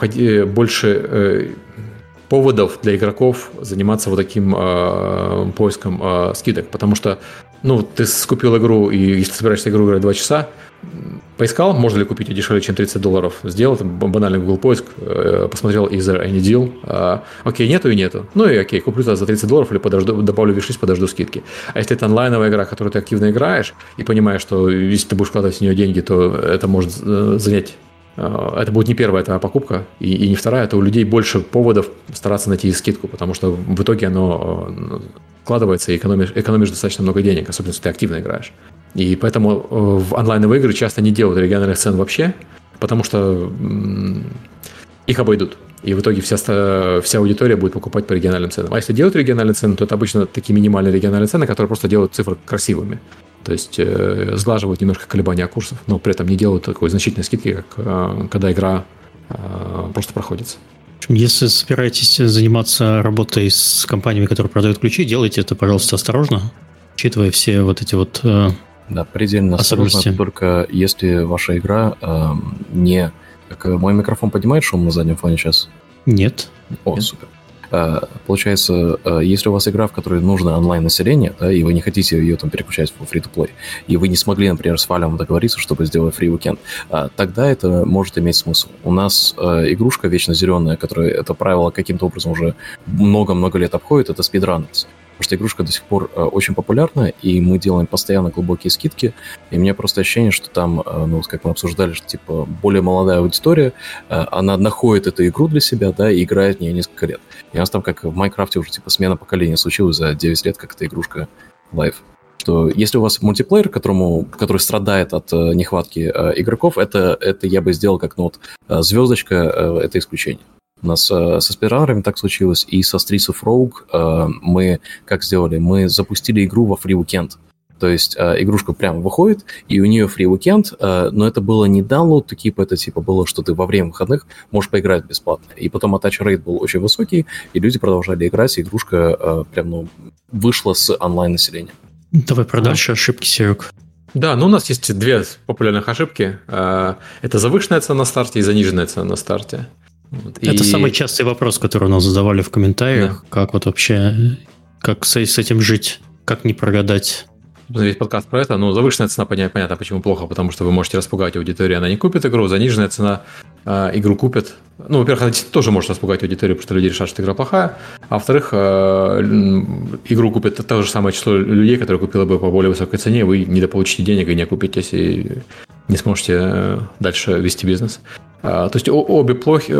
больше поводов для игроков заниматься вот таким поиском скидок, потому что ты скупил игру, и если ты собираешься игру играть 2 часа, поискал, можно ли купить ее дешевле, чем $30, сделал банальный Google поиск, посмотрел is there any deal, окей, нету и нету, и окей, куплю за $30 или добавлю wishlist, подожду скидки. А если это онлайновая игра, которую ты активно играешь, и понимаешь, что если ты будешь вкладывать в нее деньги, то это может занять, это будет не первая твоя покупка, и не вторая, то у людей больше поводов стараться найти скидку, потому что в итоге оно вкладывается и экономишь достаточно много денег, особенно если ты активно играешь. И поэтому в онлайновые игры часто не делают региональных цен вообще, потому что их обойдут. И в итоге вся аудитория будет покупать по региональным ценам. А если делают региональные цены, то это обычно такие минимальные региональные цены, которые просто делают цифры красивыми. То есть сглаживают немножко колебания курсов, но при этом не делают такой значительной скидки, как когда игра просто проходится. Если собираетесь заниматься работой с компаниями, которые продают ключи, делайте это, пожалуйста, осторожно, учитывая все вот эти вот да, предельно осторожно, только если ваша игра не... Как мой микрофон поднимает шум на заднем фоне сейчас? Нет. Нет. Супер. Получается, если у вас игра, в которой нужно онлайн-население, да, и вы не хотите ее там переключать в free-to-play, и вы не смогли, например, с Valve договориться, чтобы сделать free weekend, тогда это может иметь смысл. У нас игрушка вечно зеленая, которая это правило каким-то образом уже много-много лет обходит, это Speedrunners. Потому что игрушка до сих пор очень популярна, и мы делаем постоянно глубокие скидки, и у меня просто ощущение, что там, как мы обсуждали, что типа более молодая аудитория, она находит эту игру для себя, да, и играет в нее несколько лет. И у нас там, как в Майнкрафте, уже типа смена поколения случилась за 9 лет, как эта игрушка Live. Что если у вас мультиплеер, который страдает от нехватки игроков, это я бы сделал как звездочка, это исключение. У нас со спидранерами так случилось, и со Streets of Rogue мы как сделали? Мы запустили игру во free weekend. То есть игрушка прямо выходит, и у нее free weekend, но это было не download, это типа было, что ты во время выходных можешь поиграть бесплатно. И потом attach rate был очень высокий, и люди продолжали играть, и игрушка вышла с онлайн-населения. Давай про дальше ошибки, Серег. Да, у нас есть 2 популярных ошибки. Это завышенная цена на старте и заниженная цена на старте. Это самый частый вопрос, который у нас задавали в комментариях. Да. Как вот вообще, как с этим жить? как не прогадать? Весь подкаст про это. Ну, завышенная цена, понятно, почему плохо, потому что вы можете распугать аудиторию, она не купит игру. Заниженная цена игру купит. Ну, во-первых, она тоже может распугать аудиторию, потому что люди решат, что игра плохая. А во-вторых, игру купит то же самое число людей, которые купило бы по более высокой цене, вы недополучите денег и не окупитесь, и не сможете дальше вести бизнес. То есть обе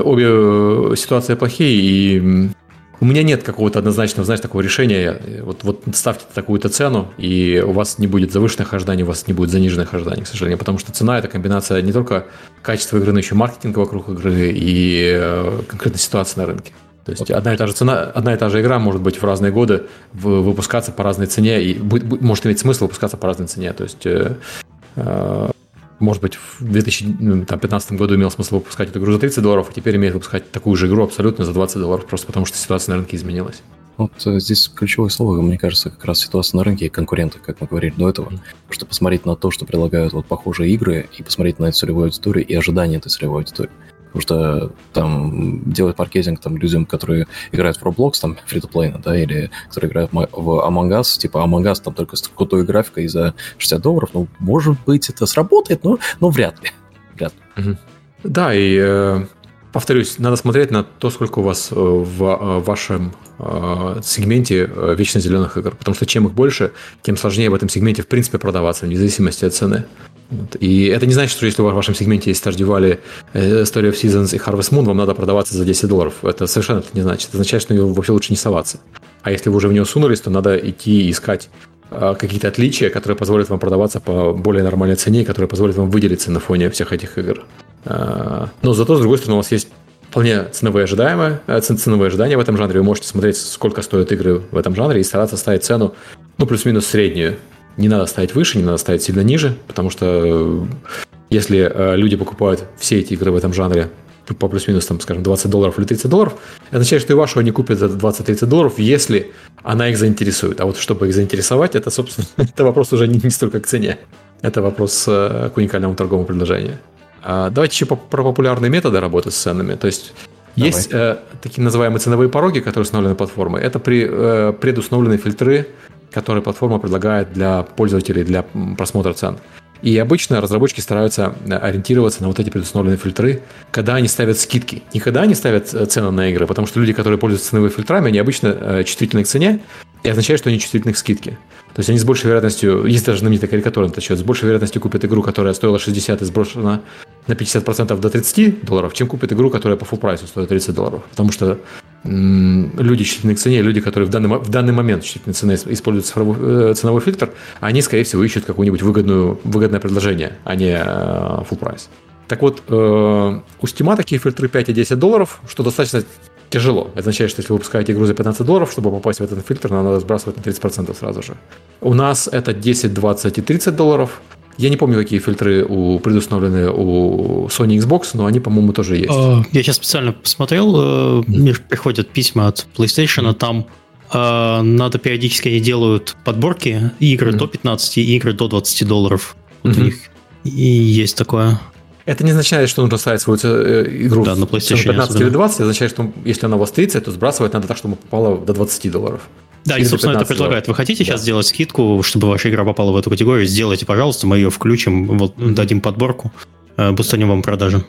ситуации плохие, и у меня нет какого-то однозначного, знаешь, такого решения. Вот ставьте такую-то цену, и у вас не будет завышенных ожиданий, у вас не будет заниженных ожиданий, к сожалению. Потому что цена – это комбинация не только качества игры, но еще маркетинга вокруг игры и конкретной ситуации на рынке. То есть одна и та же цена, одна и та же игра может быть в разные годы выпускаться по разной цене, и может иметь смысл выпускаться по разной цене. То есть может быть, в 2015 году имел смысл выпускать эту игру за $30, а теперь имеет выпускать такую же игру абсолютно за $20, просто потому что ситуация на рынке изменилась. Вот здесь ключевое слово, мне кажется, как раз ситуация на рынке и конкуренты, как мы говорили до этого. Потому что посмотреть на то, что предлагают вот похожие игры, и посмотреть на эту целевую аудиторию и ожидания этой целевой аудитории. Потому что там делать маркетинг там, людям, которые играют в Roblox, там, free-to-play, да, или которые играют в Among Us, типа Among Us там только с крутой графикой за $60, ну, может быть, это сработает, но вряд ли. Угу. Да, и повторюсь, надо смотреть на то, сколько у вас в вашем сегменте вечно зеленых игр, потому что чем их больше, тем сложнее в этом сегменте в принципе продаваться, вне зависимости от цены. Вот. И это не значит, что если в вашем сегменте есть Stardew Valley, Story of Seasons и Harvest Moon, вам надо продаваться за $10. Это совершенно это не значит. Это означает, что вообще лучше не соваться. А если вы уже в него сунулись, то надо идти и искать какие-то отличия, которые позволят вам продаваться по более нормальной цене, которые позволят вам выделиться на фоне всех этих игр. Но зато, с другой стороны, у вас есть вполне ценовые ожидания в этом жанре. Вы можете смотреть, сколько стоят игры в этом жанре, и стараться ставить цену, ну, плюс-минус среднюю. Не надо ставить выше, не надо ставить сильно ниже, потому что если люди покупают все эти игры в этом жанре по плюс-минус, там, скажем, $20 или $30, это означает, что и вашу они купят за $20-30, если она их заинтересует. А вот чтобы их заинтересовать, это, собственно, это вопрос уже не столько к цене, это вопрос к уникальному торговому предложению. Давайте еще про популярные методы работы с ценами. То есть есть такие называемые ценовые пороги, которые установлены платформой. Это предустановленные фильтры, которые платформа предлагает для пользователей для просмотра цен. И обычно разработчики стараются ориентироваться на вот эти предустановленные фильтры, когда они ставят скидки. Не когда они ставят цену на игры, потому что люди, которые пользуются ценовыми фильтрами, они обычно чувствительны к цене, и означает, что они чувствительны к скидке. То есть они с большей вероятностью, есть даже знаменитая карикатура на этот счет, с большей вероятностью купят игру, которая стоила 60 и сброшена на 50% до $30, чем купят игру, которая по full прайсу стоит $30. Потому что люди чувствительны к цене, люди, которые в данный момент чувствительны к цене используют ценовой фильтр, они, скорее всего, ищут какое-нибудь выгодное предложение, а не full прайс. Так вот, у Steam такие фильтры $5 и $10, что достаточно тяжело. Это означает, что если вы выпускаете игру за $15, чтобы попасть в этот фильтр, надо сбрасывать на 30% сразу же. У нас это 10, 20 и $30. Я не помню, какие фильтры предустановлены у Sony Xbox, но они, по-моему, тоже есть. Я сейчас специально посмотрел, мне приходят письма от PlayStation, там надо периодически они делают подборки игры до 15 и игры до $20. Вот у них и есть такое. Это не означает, что нужно ставить свою игру на PlayStation 15 или 20. Это означает, что если она у вас 30, то сбрасывать надо так, чтобы попала до $20. Да, и, собственно, это предлагает. Вы хотите сейчас сделать скидку, чтобы ваша игра попала в эту категорию? Сделайте, пожалуйста, мы ее включим, вот, дадим подборку, бустанем вам продажи.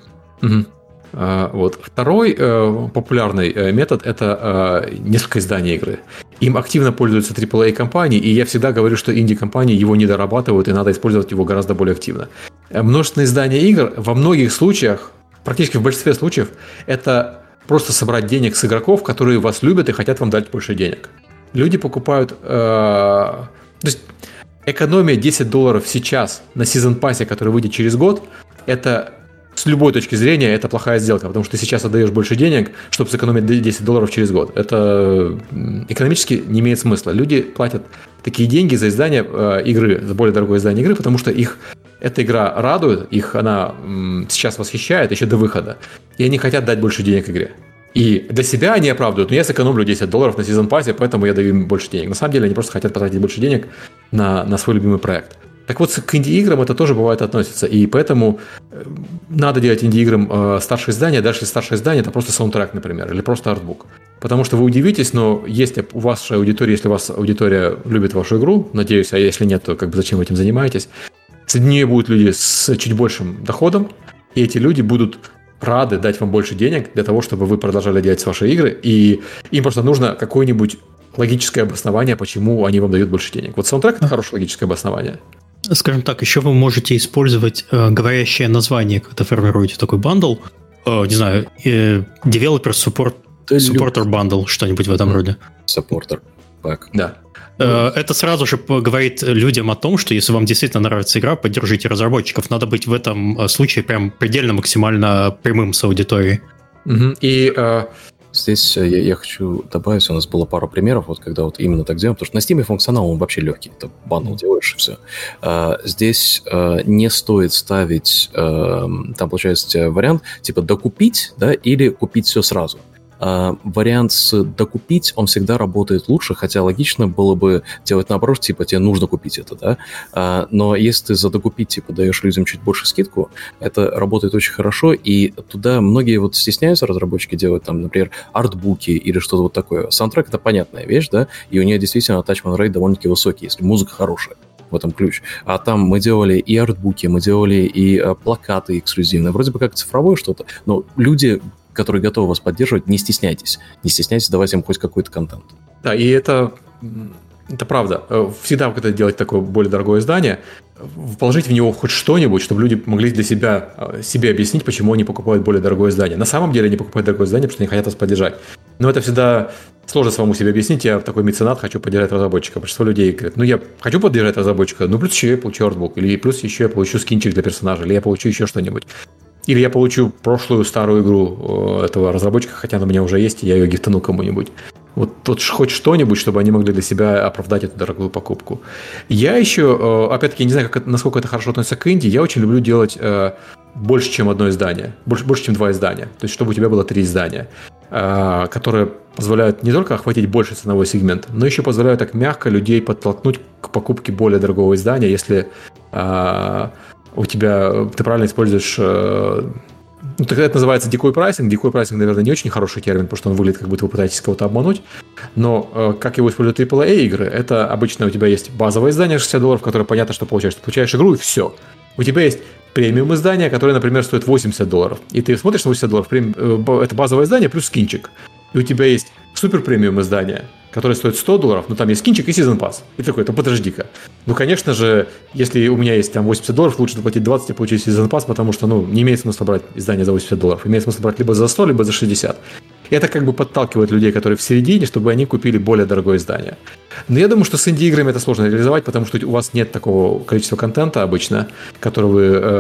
Вот. Второй популярный метод – это несколько изданий игры. Им активно пользуются AAA-компании, и я всегда говорю, что инди-компании его не дорабатывают, и надо использовать его гораздо более активно. Множественное издание игр во многих случаях, практически в большинстве случаев, это просто собрать денег с игроков, которые вас любят и хотят вам дать больше денег. Люди покупают... То есть экономия $10 сейчас на сезон-пассе, который выйдет через год, это... С любой точки зрения это плохая сделка, потому что ты сейчас отдаешь больше денег, чтобы сэкономить $10 через год. Это экономически не имеет смысла. Люди платят такие деньги за издание игры, за более дорогое издание игры, потому что их эта игра радует, их она сейчас восхищает еще до выхода, и они хотят дать больше денег игре. И для себя они оправдывают, но я сэкономлю $10 на сезон-пассе, поэтому я даю им больше денег. На самом деле они просто хотят потратить больше денег на свой любимый проект. Так вот, к инди-играм это тоже бывает относится. И поэтому надо делать инди-играм старшее издание. Дальше старшее издание – это просто саундтрек, например, или просто артбук. Потому что вы удивитесь, но если у вашей аудитории, если у вас аудитория любит вашу игру, надеюсь, а если нет, то как бы зачем вы этим занимаетесь, среди нее будут люди с чуть большим доходом, и эти люди будут рады дать вам больше денег для того, чтобы вы продолжали делать ваши игры, и им просто нужно какое-нибудь логическое обоснование, почему они вам дают больше денег. Вот саундтрек – это хорошее логическое обоснование. Скажем так, еще вы можете использовать говорящее название, когда формируете такой бандл. Не знаю, Developer Supporter Bundle, что-нибудь в этом роде. Supporter Pack. Да. Это сразу же говорит людям о том, что если вам действительно нравится игра, поддержите разработчиков. Надо быть в этом случае прям предельно максимально прямым с аудиторией. И здесь я хочу добавить, у нас было пару примеров, вот когда вот именно так делаем, потому что на Steam функционал он вообще легкий, ты бандл делаешь и все. Здесь не стоит ставить, там получается вариант типа докупить, да, или купить все сразу. Вариант с докупить, он всегда работает лучше, хотя логично было бы делать наоборот, типа тебе нужно купить это, да, но если ты за докупить, типа даешь людям чуть больше скидку, это работает очень хорошо, и туда многие вот стесняются разработчики делать, там, например, артбуки или что-то вот такое. Саундтрек — это понятная вещь, да, и у нее действительно attachment rate довольно-таки высокий, если музыка хорошая. В этом ключ. А там мы делали и артбуки, мы делали и плакаты эксклюзивные, вроде бы как цифровое что-то, но люди, которые готовы вас поддерживать, не стесняйтесь. Не стесняйтесь давать им хоть какой-то контент. Да, и это правда. Всегда, когда делать такое более дорогое издание, положить в него хоть что-нибудь, чтобы люди могли для себя объяснить, почему они покупают более дорогое издание. На самом деле они покупают дорогое издание, потому что они хотят вас поддержать. Но это всегда сложно самому себе объяснить. Я такой меценат, хочу поддержать разработчика. Большинство людей говорят, я хочу поддержать разработчика, плюс еще я получу артбук, или плюс еще я получу скинчик для персонажа, или я получу еще что-нибудь. Или я получу прошлую старую игру этого разработчика, хотя она у меня уже есть, и я ее гифтану кому-нибудь. Вот хоть что-нибудь, чтобы они могли для себя оправдать эту дорогую покупку. Я еще, опять-таки, не знаю, насколько это хорошо относится к инди, я очень люблю делать больше, чем одно издание, больше, чем 2 издания. То есть, чтобы у тебя было 3 издания, которые позволяют не только охватить больше ценовой сегмент, но еще позволяют так мягко людей подтолкнуть к покупке более дорогого издания, если у тебя, ты правильно используешь, тогда это называется decoy прайсинг. Decoy прайсинг, наверное, не очень хороший термин, потому что он выглядит, как будто вы пытаетесь кого-то обмануть. Но как его используют AAA игры, это обычно у тебя есть базовое издание $60, которое понятно, что получаешь. Ты получаешь игру и все. У тебя есть премиум издание, которое, например, стоит $80. И ты смотришь на $80, это базовое издание плюс скинчик. И у тебя есть супер премиум издание, которое стоит $100, но там есть скинчик и сезон пасс. И такой, подожди-ка. Конечно же, если у меня есть там $80, лучше заплатить 20 и получить сезон пасс, потому что, не имеет смысла брать издание за $80. Имеет смысл брать либо за 100, либо за 60. И это как бы подталкивает людей, которые в середине, чтобы они купили более дорогое издание. Но я думаю, что с инди-играми это сложно реализовать, потому что у вас нет такого количества контента обычно, который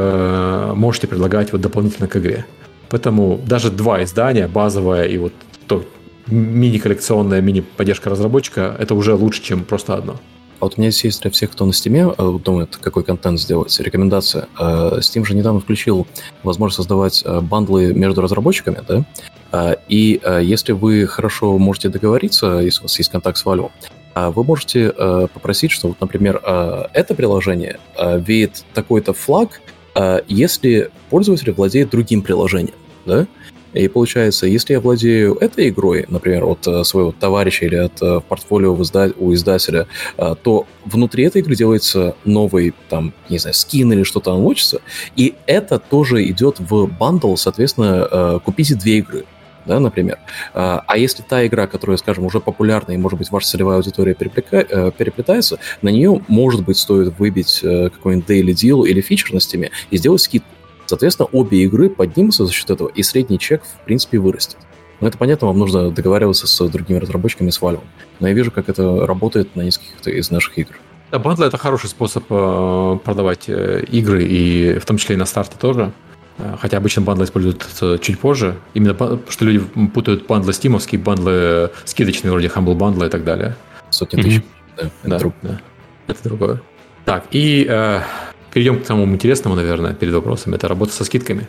вы можете предлагать дополнительно к игре. Поэтому даже 2 издания, базовое и вот то мини-коллекционная, мини-поддержка разработчика, это уже лучше, чем просто одно. А вот у меня здесь есть для всех, кто на Steam думает, какой контент сделать, рекомендация. Steam же недавно включил возможность создавать бандлы между разработчиками, да? И если вы хорошо можете договориться, если у вас есть контакт с Valve, вы можете попросить, что, вот, например, это приложение видит такой-то флаг, если пользователь владеет другим приложением, да? И получается, если я владею этой игрой, например, от своего товарища или от портфолио у издателя, то внутри этой игры делается новый, там, не знаю, скин или что-то анлочится, и это тоже идет в бандл, соответственно, купите 2 игры. Да, например. А если та игра, которая, скажем, уже популярна, и, может быть, ваша целевая аудитория переплетается, на нее, может быть, стоит выбить какой-нибудь daily deal или фичер на Steam и сделать скидку. Соответственно, обе игры поднимутся за счет этого, и средний чек, в принципе, вырастет. Но это понятно, вам нужно договариваться с другими разработчиками, с Valve. Но я вижу, как это работает на нескольких из наших игр. Да, бандлы — это хороший способ продавать игры, и в том числе и на старте тоже. Хотя обычно бандлы используют чуть позже. Именно потому, что люди путают бандлы стимовские, бандлы скидочные, вроде Humble Bundle и так далее. Сотни тысяч. Да, это другое. Так, и перейдем к самому интересному, наверное, перед вопросом. Это работа со скидками.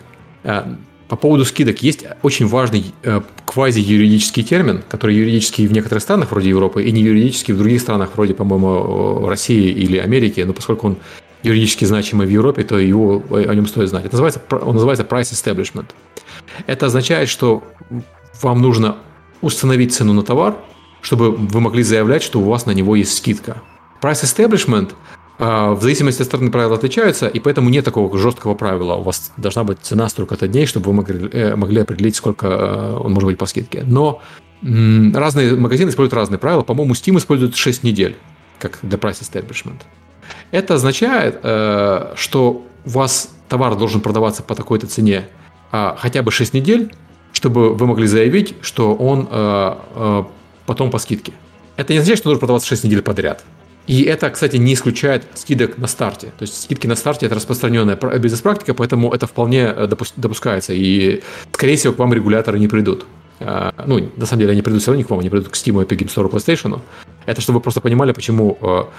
По поводу скидок есть очень важный квази-юридический термин, который юридический в некоторых странах, вроде Европы, и не юридический в других странах, вроде, по-моему, России или Америки, но поскольку он юридически значимый в Европе, то о нем стоит знать. Он называется price establishment. Это означает, что вам нужно установить цену на товар, чтобы вы могли заявлять, что у вас на него есть скидка. Price establishment в зависимости от страны правила отличаются, и поэтому нет такого жесткого правила. У вас должна быть цена столько-то дней, чтобы вы могли определить, сколько он может быть по скидке. Но разные магазины используют разные правила. По-моему, Steam использует 6 недель, как для price establishment. Это означает, что у вас товар должен продаваться по такой-то цене хотя бы 6 недель, чтобы вы могли заявить, что он потом по скидке. Это не означает, что он должен продаваться 6 недель подряд. И это, кстати, не исключает скидок на старте. То есть скидки на старте – это распространенная бизнес-практика, поэтому это вполне допускается. И, скорее всего, к вам регуляторы не придут. Ну, на самом деле, они придут все равно не к вам, они придут к Steam, Epic Games Store, PlayStation. Это чтобы вы просто понимали, почему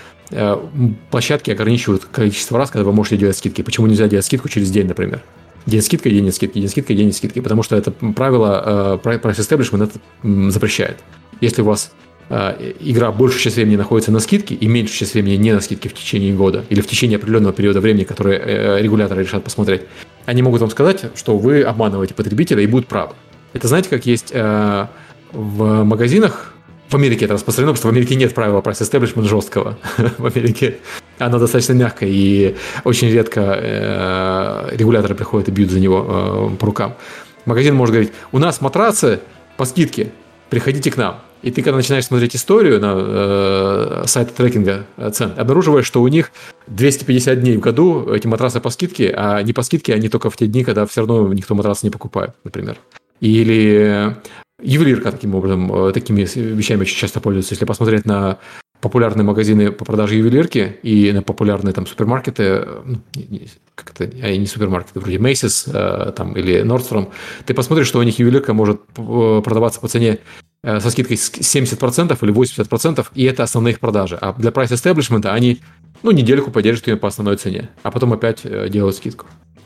площадки ограничивают количество раз, когда вы можете делать скидки. Почему нельзя делать скидку через день, например. День скидка, день нет скидки, день скидка, день нет скидки. Потому что это правило Price Establishment это запрещает. Если у вас игра большую часть времени находится на скидке и меньшую часть времени не на скидке в течение года или в течение определенного периода времени, который регуляторы решат посмотреть, они могут вам сказать, что вы обманываете потребителя и будут правы. Это знаете, как есть в магазинах, в Америке это распространено, потому что в Америке нет правила price establishment жесткого. В Америке оно достаточно мягкое, и очень редко регуляторы приходят и бьют за него по рукам. Магазин может говорить, у нас матрацы по скидке, приходите к нам. И ты, когда начинаешь смотреть историю на сайте трекинга цен, обнаруживаешь, что у них 250 дней в году эти матрасы по скидке, а не по скидке, они только в те дни, когда все равно никто матрас не покупает, например. Или ювелирка таким образом, такими вещами очень часто пользуются. Если посмотреть на популярные магазины по продаже ювелирки и на популярные там супермаркеты, как-то, не супермаркеты, вроде Macy's там, или Nordstrom, ты посмотришь, что у них ювелирка может продаваться по цене со скидкой 70% или 80%, и это основные их продажи. А для price establishment они недельку поддержат ее по основной цене, а потом опять делают скидку.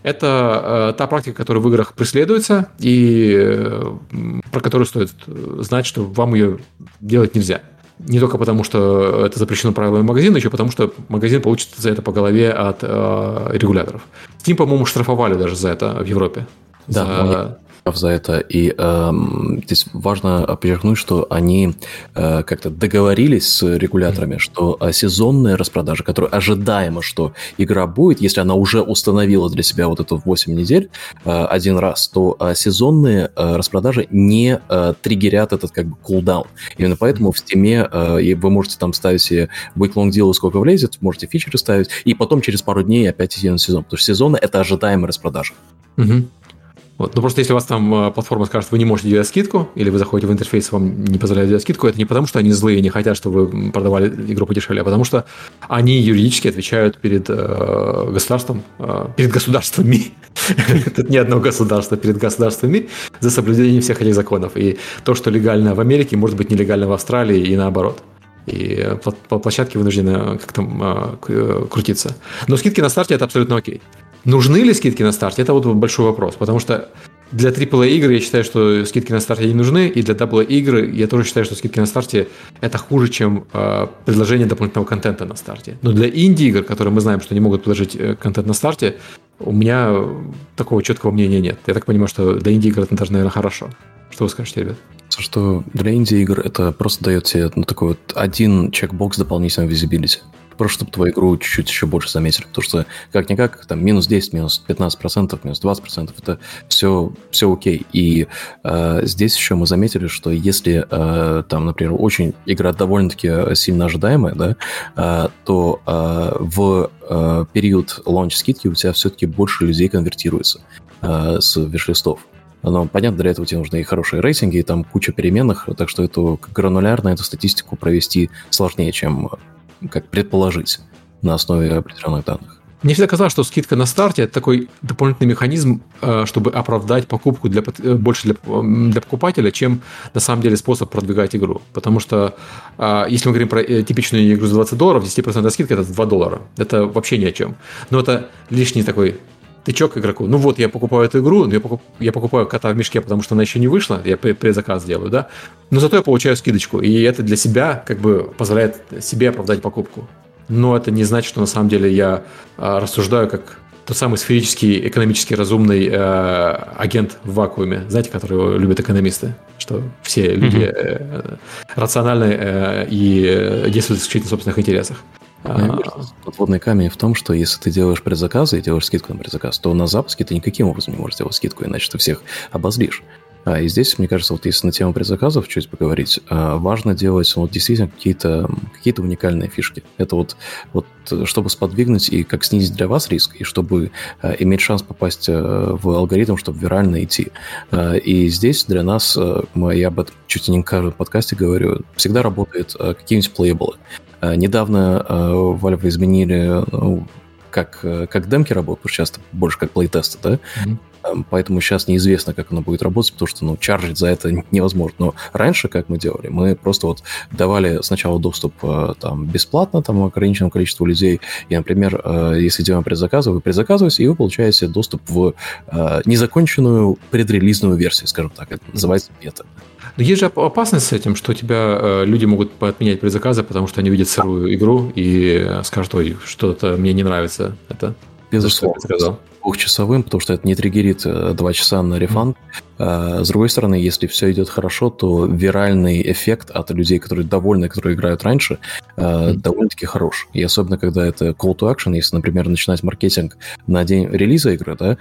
Это та практика, которая в играх преследуется, и про которую стоит знать, что вам ее делать нельзя. Не только потому, что это запрещено правилами магазина, еще потому, что магазин получит за это по голове от регуляторов. Steam, по-моему, штрафовали даже за это в Европе. Да, за это. И здесь важно подчеркнуть, что они как-то договорились с регуляторами, что сезонная распродажа, которая ожидаемо, что игра будет, если она уже установила для себя вот эту 8 недель один раз, то сезонные распродажи не триггерят этот как бы кулдаун. Именно поэтому в Steam вы можете там ставить себе week-long deal, сколько влезет, можете фичеры ставить, и потом через пару дней опять идти на сезон. Потому что сезонная – это ожидаемая распродажа. Угу. Вот. Но просто если у вас там платформа скажет, вы не можете делать скидку, или вы заходите в интерфейс, вам не позволяют делать скидку, это не потому, что они злые и не хотят, чтобы вы продавали игру подешевле, а потому что они юридически отвечают перед государством, перед государствами, тут не одно государство, перед государствами за соблюдение всех этих законов. И то, что легально в Америке, может быть нелегально в Австралии и наоборот. И площадки вынуждены как-то крутиться. Но скидки на старте – это абсолютно окей. Нужны ли скидки на старте? Это вот большой вопрос, потому что для AAA игр я считаю, что скидки на старте не нужны, и для AA игры я тоже считаю, что скидки на старте это хуже, чем предложение дополнительного контента на старте. Но для инди-игр, которые мы знаем, что не могут предложить контент на старте, у меня такого четкого мнения нет. Я так понимаю, что для инди-игр это даже, наверное, хорошо. Что вы скажете, ребят? Что для инди-игр это просто дает тебе такой вот один чекбокс дополнительного визибилити. Просто чтобы твою игру чуть-чуть еще больше заметили. Потому что, как-никак, там минус 10, минус 15%, минус 20%, это все окей. И здесь еще мы заметили, что если там, например, очень игра довольно-таки сильно ожидаемая, да, то в период лаунч-скидки у тебя все-таки больше людей конвертируется с виш-листов. Но, понятно, для этого тебе нужны и хорошие рейтинги, и там куча переменных, так что эту гранулярно эту статистику провести сложнее, чем как предположить на основе определенных данных. Мне всегда казалось, что скидка на старте – это такой дополнительный механизм, чтобы оправдать покупку больше для покупателя, чем на самом деле способ продвигать игру. Потому что если мы говорим про типичную игру за $20, 10% скидка – это $2. Это вообще ни о чем. Но это лишний такой тычок игроку. Ну вот, я покупаю эту игру, я покупаю кота в мешке, потому что она еще не вышла, я предзаказ делаю, да, но зато я получаю скидочку, и это для себя как бы позволяет себе оправдать покупку. но это не значит, что на самом деле я рассуждаю как тот самый сферический, экономически разумный агент в вакууме, знаете, которого любят экономисты, что все люди рациональны и действуют исключительно в собственных интересах. Подводный камень в том, что если ты делаешь предзаказы и делаешь скидку на предзаказ, то на запуске ты никаким образом не можешь делать скидку, иначе ты всех обозлишь. И здесь, мне кажется, вот если на тему предзаказов чуть поговорить, важно делать вот действительно какие-то уникальные фишки. Это вот чтобы сподвигнуть и как снизить для вас риск, и чтобы иметь шанс попасть в алгоритм, чтобы вирально идти. И здесь для нас, я об этом чуть ли не в каждом подкасте говорю, всегда работают какие-нибудь плейблы. Недавно Valve изменили, как демки работают, часто больше как плейтесты, да? Поэтому сейчас неизвестно, как оно будет работать, потому что, чаржить за это невозможно. Но раньше, как мы делали, мы просто вот давали сначала доступ там бесплатно, там ограниченному количеству людей. И, например, если делаем предзаказы, вы предзаказываете, и вы получаете доступ в незаконченную предрелизную версию, скажем так, это называется бета. Но есть же опасность с этим, что у тебя люди могут отменять предзаказы, потому что они видят сырую игру и скажут, ой, что-то мне не нравится. Это безусловно. Двухчасовым, потому что это не триггерит 2 часа на рефанд. С другой стороны, если все идет хорошо, то виральный эффект от людей, которые довольны, которые играют раньше, довольно-таки хорош. И особенно, когда это call to action, если, например, начинать маркетинг на день релиза игры, да,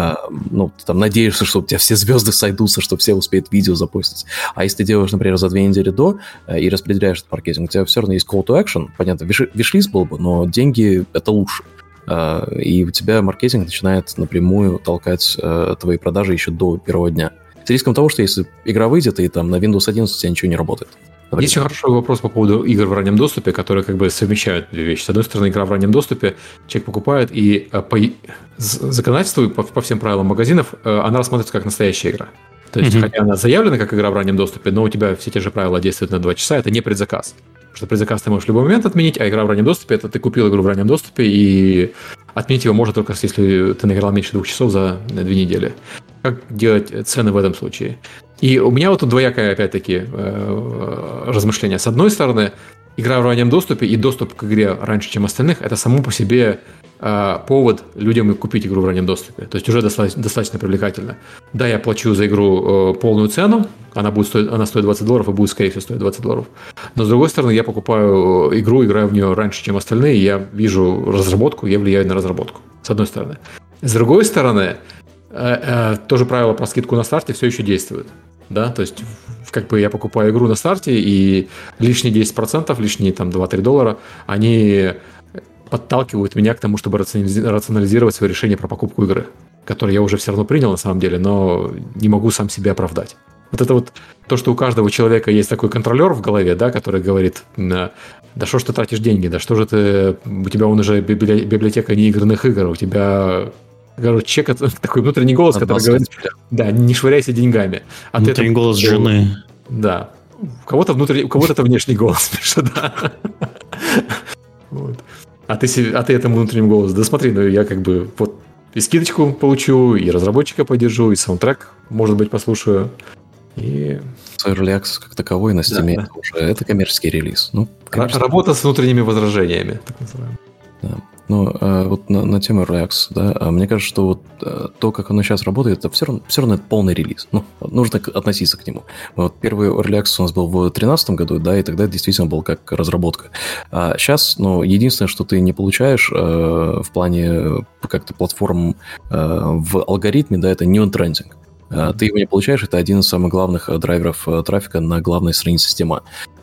ты там надеешься, что у тебя все звезды сойдутся, что все успеют видео запустить. А если ты делаешь, например, за 2 недели до и распределяешь этот маркетинг, у тебя все равно есть call to action, понятно, виш-лист был бы, но деньги — это лучше. И у тебя маркетинг начинает напрямую толкать твои продажи еще до первого дня. С риском того, что если игра выйдет, и там на Windows 11 у тебя ничего не работает. Есть хороший вопрос по поводу игр в раннем доступе, которые как бы совмещают две вещи. С одной стороны, игра в раннем доступе, человек покупает, и по законодательству, по всем правилам магазинов, она рассматривается как настоящая игра. То есть, хотя она заявлена как игра в раннем доступе, но у тебя все те же правила действуют на 2 часа, это не предзаказ. Потому что предзаказ ты можешь в любой момент отменить, а игра в раннем доступе — это ты купил игру в раннем доступе, и отменить его можно только если ты наиграл меньше 2 часов за 2 недели. Как делать цены в этом случае? И у меня вот тут двоякое, опять-таки, размышление. С одной стороны, игра в раннем доступе и доступ к игре раньше, чем остальных, это само по себе повод людям купить игру в раннем доступе. То есть уже достаточно привлекательно. Да, я плачу за игру полную цену, она стоит $20 и будет, скорее всего, стоить $20. Но, с другой стороны, я покупаю игру, играю в нее раньше, чем остальные, и я вижу разработку, я влияю на разработку. С одной стороны. С другой стороны, тоже правило про скидку на старте все еще действует. Да? То есть, как бы я покупаю игру на старте, и лишние 10%, лишние там $2-3, они подталкивают меня к тому, чтобы рационализировать свое решение про покупку игры, которое я уже все равно принял на самом деле, но не могу сам себя оправдать. Вот это вот то, что у каждого человека есть такой контролер в голове, да, который говорит, да что ж ты тратишь деньги, да что же ты, у тебя уже библиотека неигранных игр, у тебя, короче, такой внутренний голос, который говорит, да, не швыряйся деньгами. Внутренний голос жены. Да. У кого-то это внешний голос, пишет, да. Вот. А ты этому внутреннему голосу, да смотри, я как бы вот и скидочку получу, и разработчика поддержу, и саундтрек, может быть, послушаю. И... Early Access как таковой на Steam это коммерческий релиз. Работа с внутренними возражениями, так называемым. Да. Вот на тему Early Access, да, мне кажется, что вот то, как оно сейчас работает, это все равно это полный релиз. Нужно относиться к нему. Вот первый Early Access у нас был в 2013 году, да, и тогда это действительно был как разработка. А сейчас, единственное, что ты не получаешь в плане как-то платформ в алгоритме, да, это new trending. Ты его не получаешь, это один из самых главных драйверов трафика на главной странице Steam.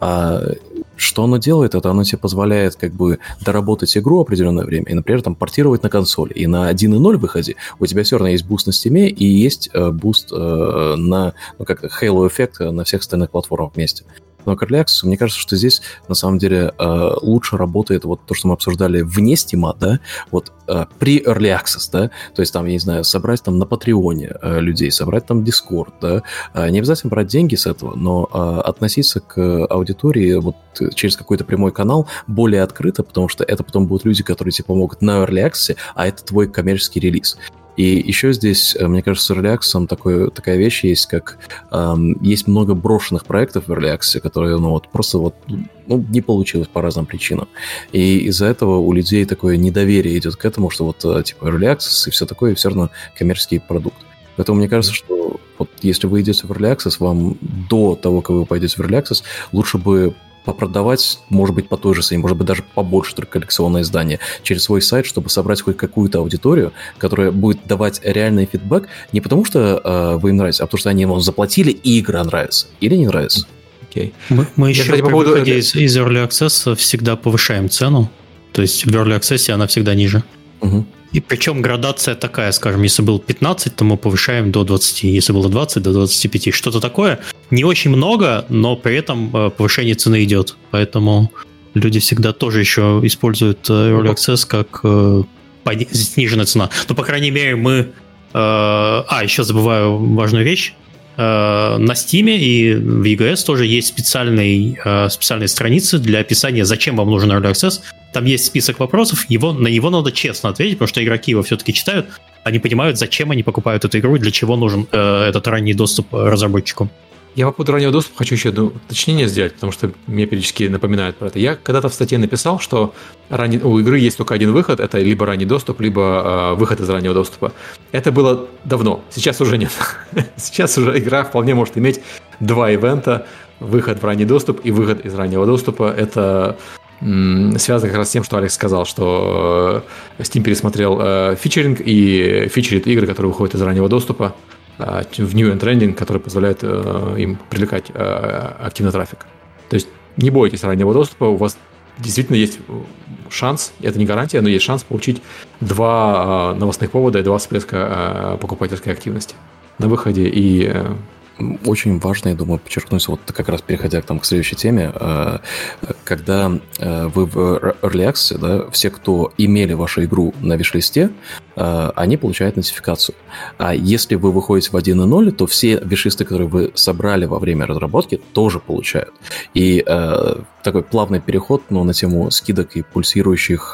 Что оно делает? Это оно тебе позволяет как бы доработать игру определенное время и, например, там портировать на консоли. И на 1.0 выходе у тебя все равно есть буст на Steam и есть буст на, Halo эффект на всех остальных платформах вместе. Но Early Access, мне кажется, что здесь на самом деле лучше работает вот то, что мы обсуждали вне Steam, да, вот при Early Access, да, то есть там, я не знаю, собрать там на Патреоне людей, собрать там Discord, да, не обязательно брать деньги с этого, но относиться к аудитории вот через какой-то прямой канал более открыто, потому что это потом будут люди, которые тебе помогут на Early Access, а это твой коммерческий релиз. И еще здесь, мне кажется, с Early Access такая вещь есть, как есть много брошенных проектов в Early Access, которые просто не получилось по разным причинам. И из-за этого у людей такое недоверие идет к этому, что типа Early Access и все такое, и все равно коммерческий продукт. Поэтому мне кажется, что если вы идете в Early Access, вам до того, как вы пойдете в Early Access, лучше бы попродавать, может быть, по той же цене, может быть, даже побольше коллекционное издание через свой сайт, чтобы собрать хоть какую-то аудиторию, которая будет давать реальный фидбэк не потому, что вы им нравитесь, а потому, что они вам заплатили, и игра нравится. Или не нравится. Okay. Мы еще при выходе из Early Access всегда повышаем цену. То есть в Early Access она всегда ниже. Угу. И причем градация такая, скажем, если было 15, то мы повышаем до 20, если было 20, до 25. Что-то такое. Не очень много, но при этом повышение цены идет. Поэтому люди всегда тоже еще используют Early Access как сниженная цена. Но, по крайней мере, мы... еще забываю важную вещь. На Steam и в EGS тоже есть специальные страницы для описания, зачем вам нужен Early Access. Там есть список вопросов, на него надо честно ответить, потому что игроки его все-таки читают, они понимают, зачем они покупают эту игру и для чего нужен этот ранний доступ разработчикам. Я по поводу раннего доступа хочу еще одно уточнение сделать, потому что мне периодически напоминают про это. Я когда-то в статье написал, что у игры есть только один выход, это либо ранний доступ, либо выход из раннего доступа. Это было давно, сейчас уже нет. Сейчас уже игра вполне может иметь два ивента, выход в ранний доступ и выход из раннего доступа. Это связано как раз с тем, что Алекс сказал, что Steam пересмотрел фичеринг и фичерит игры, которые выходят из раннего доступа в New and Trending, который позволяет им привлекать активный трафик. То есть не бойтесь раннего доступа, у вас действительно есть шанс, это не гарантия, но есть шанс получить два новостных повода и два всплеска покупательской активности на выходе. И очень важно, я думаю, подчеркнуть, как раз переходя к следующей теме, когда вы в Early Access, да, все, кто имели вашу игру на виш-листе, они получают нотификацию. А если вы выходите в 1.0, то все виш-листы, которые вы собрали во время разработки, тоже получают. И такой плавный переход, на тему скидок и пульсирующих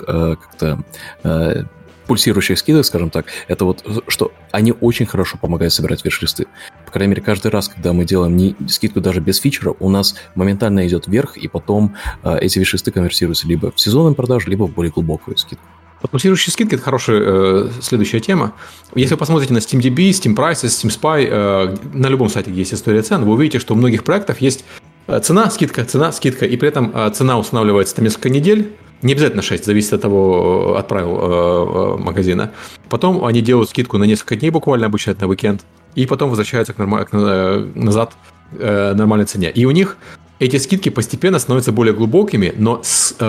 пульсирующих скидок, скажем так, это что они очень хорошо помогают собирать виш-листы. По крайней мере, каждый раз, когда мы делаем скидку даже без фичера, у нас моментально идет вверх, и потом эти виш-листы конвертируются либо в сезонную продажу, либо в более глубокую скидку. Пульсирующие скидки – это хорошая следующая тема. Если вы посмотрите на SteamDB, Steam Prices, Steam Spy, на любом сайте, где есть история цен, вы увидите, что у многих проектов есть цена, скидка, и при этом цена устанавливается несколько недель. Не обязательно 6, зависит от того, от правил магазина. Потом они делают скидку на несколько дней буквально, обычно это на уикенд, и потом возвращаются назад к нормальной цене. И у них эти скидки постепенно становятся более глубокими, но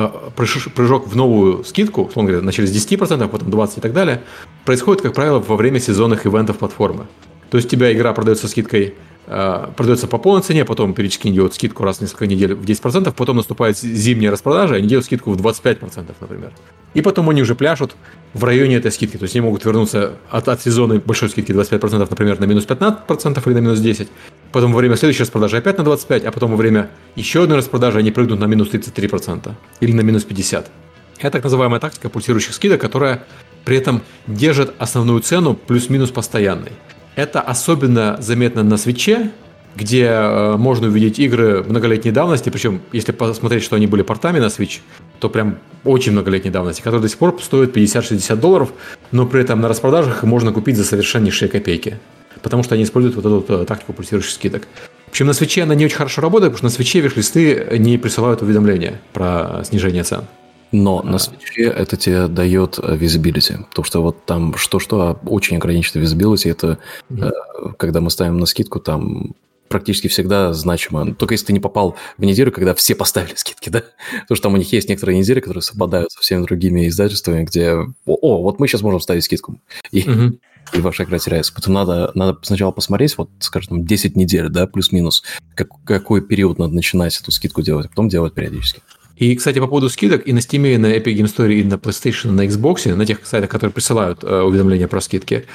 прыжок в новую скидку, условно говоря, начали с 10%, потом 20% и так далее, происходит, как правило, во время сезонных ивентов платформы. То есть у тебя игра продается скидкой, продается по полной цене, потом периодически делают скидку раз в несколько недель в 10%, потом наступает зимняя распродажа, и они делают скидку в 25%, например. И потом они уже пляшут в районе этой скидки, то есть они могут вернуться от сезона большой скидки 25%, например, на минус 15% или на минус 10%, потом во время следующей распродажи опять на 25%, а потом во время еще одной распродажи они прыгнут на минус 33% или на минус 50%. Это так называемая тактика пульсирующих скидок, которая при этом держит основную цену плюс-минус постоянной. Это особенно заметно на Switch, где можно увидеть игры многолетней давности, причем, если посмотреть, что они были портами на Switch, то прям очень многолетней давности, которые до сих пор стоят $50-60, но при этом на распродажах их можно купить за совершеннейшие копейки, потому что они используют эту тактику пульсирующих скидок. Причем на Switch она не очень хорошо работает, потому что на Switch виш-листы не присылают уведомления про снижение цен. Но на Switch это тебе дает visibility, потому что там что-что, очень ограниченный visibility, это когда мы ставим на скидку, там практически всегда значимо. Только если ты не попал в неделю, когда все поставили скидки, да? Потому что там у них есть некоторые недели, которые совпадают со всеми другими издательствами, где вот мы сейчас можем ставить скидку, и ваша игра теряется. Поэтому надо сначала посмотреть, скажем, 10 недель, да, плюс-минус, какой период надо начинать эту скидку делать, а потом делать периодически. И, кстати, по поводу скидок и на Steam, и на Epic Game Store, и на PlayStation, и на Xbox, на тех сайтах, которые присылают уведомления про скидки,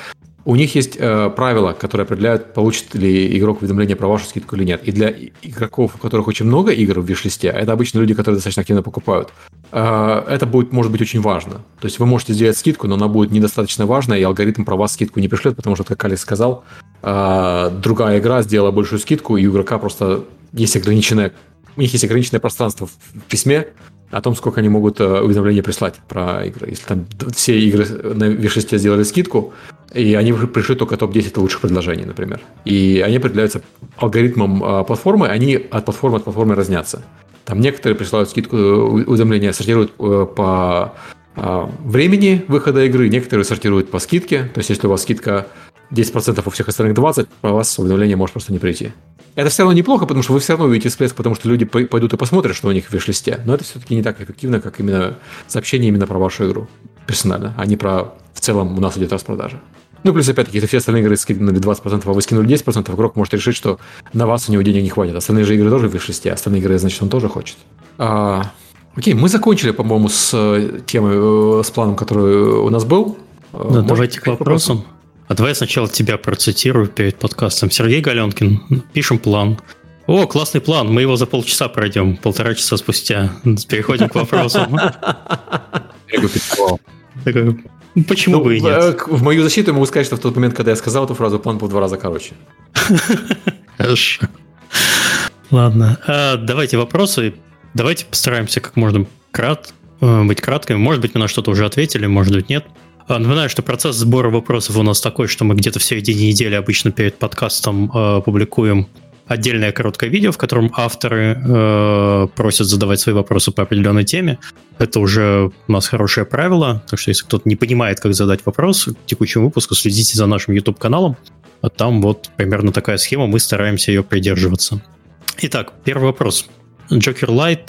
у них есть правила, которые определяют, получит ли игрок уведомление про вашу скидку или нет. И для игроков, у которых очень много игр в виш-листе, а это обычно люди, которые достаточно активно покупают, это может быть очень важно. То есть вы можете сделать скидку, но она будет недостаточно важная, и алгоритм про вас скидку не пришлет, потому что, как Алекс сказал, другая игра сделала большую скидку, и у игрока просто есть у них есть ограниченное пространство в письме о том, сколько они могут уведомления прислать про игры. Если там все игры на виш-листе сделали скидку, и они пришли только топ-10 лучших предложений, например. И они определяются алгоритмом платформы, они от платформы разнятся. Там некоторые присылают скидку, уведомления сортируют по времени выхода игры, некоторые сортируют по скидке. То есть, если у вас скидка 10%, у всех остальных 20%, по вас уведомление может просто не прийти. Это все равно неплохо, потому что вы все равно увидите всплеск, потому что люди пойдут и посмотрят, что у них в виш-листе. Но это все-таки не так эффективно, как именно сообщение именно про вашу игру персонально, а не про в целом у нас идет распродажа. Ну, плюс, опять-таки, если все остальные игры скинули 20%, а вы скинули 10%, игрок может решить, что на вас у него денег не хватит. Остальные же игры тоже в виш-листе, остальные игры, значит, он тоже хочет. Окей, мы закончили, по-моему, с темой, с планом, который у нас был. Да, давайте к вопросам. А давай я сначала тебя процитирую перед подкастом. Сергей Галенкин. Пишем план. О, классный план. Мы его за полчаса пройдем. 1,5 часа спустя. Переходим к вопросам. Почему бы и нет? В мою защиту я могу сказать, что в тот момент, когда я сказал эту фразу, план был в 2 раза короче. Хорошо. Ладно. Давайте вопросы. Давайте постараемся как можно быть краткими. Может быть, мы на что-то уже ответили, может быть, нет. Напоминаю, что процесс сбора вопросов у нас такой, что мы где-то в середине недели обычно перед подкастом публикуем отдельное короткое видео, в котором авторы просят задавать свои вопросы по определенной теме. Это уже у нас хорошее правило, так что если кто-то не понимает, как задать вопрос к текущему выпуску, следите за нашим YouTube-каналом. Там вот примерно такая схема, мы стараемся ее придерживаться. Итак, первый вопрос. Joker Light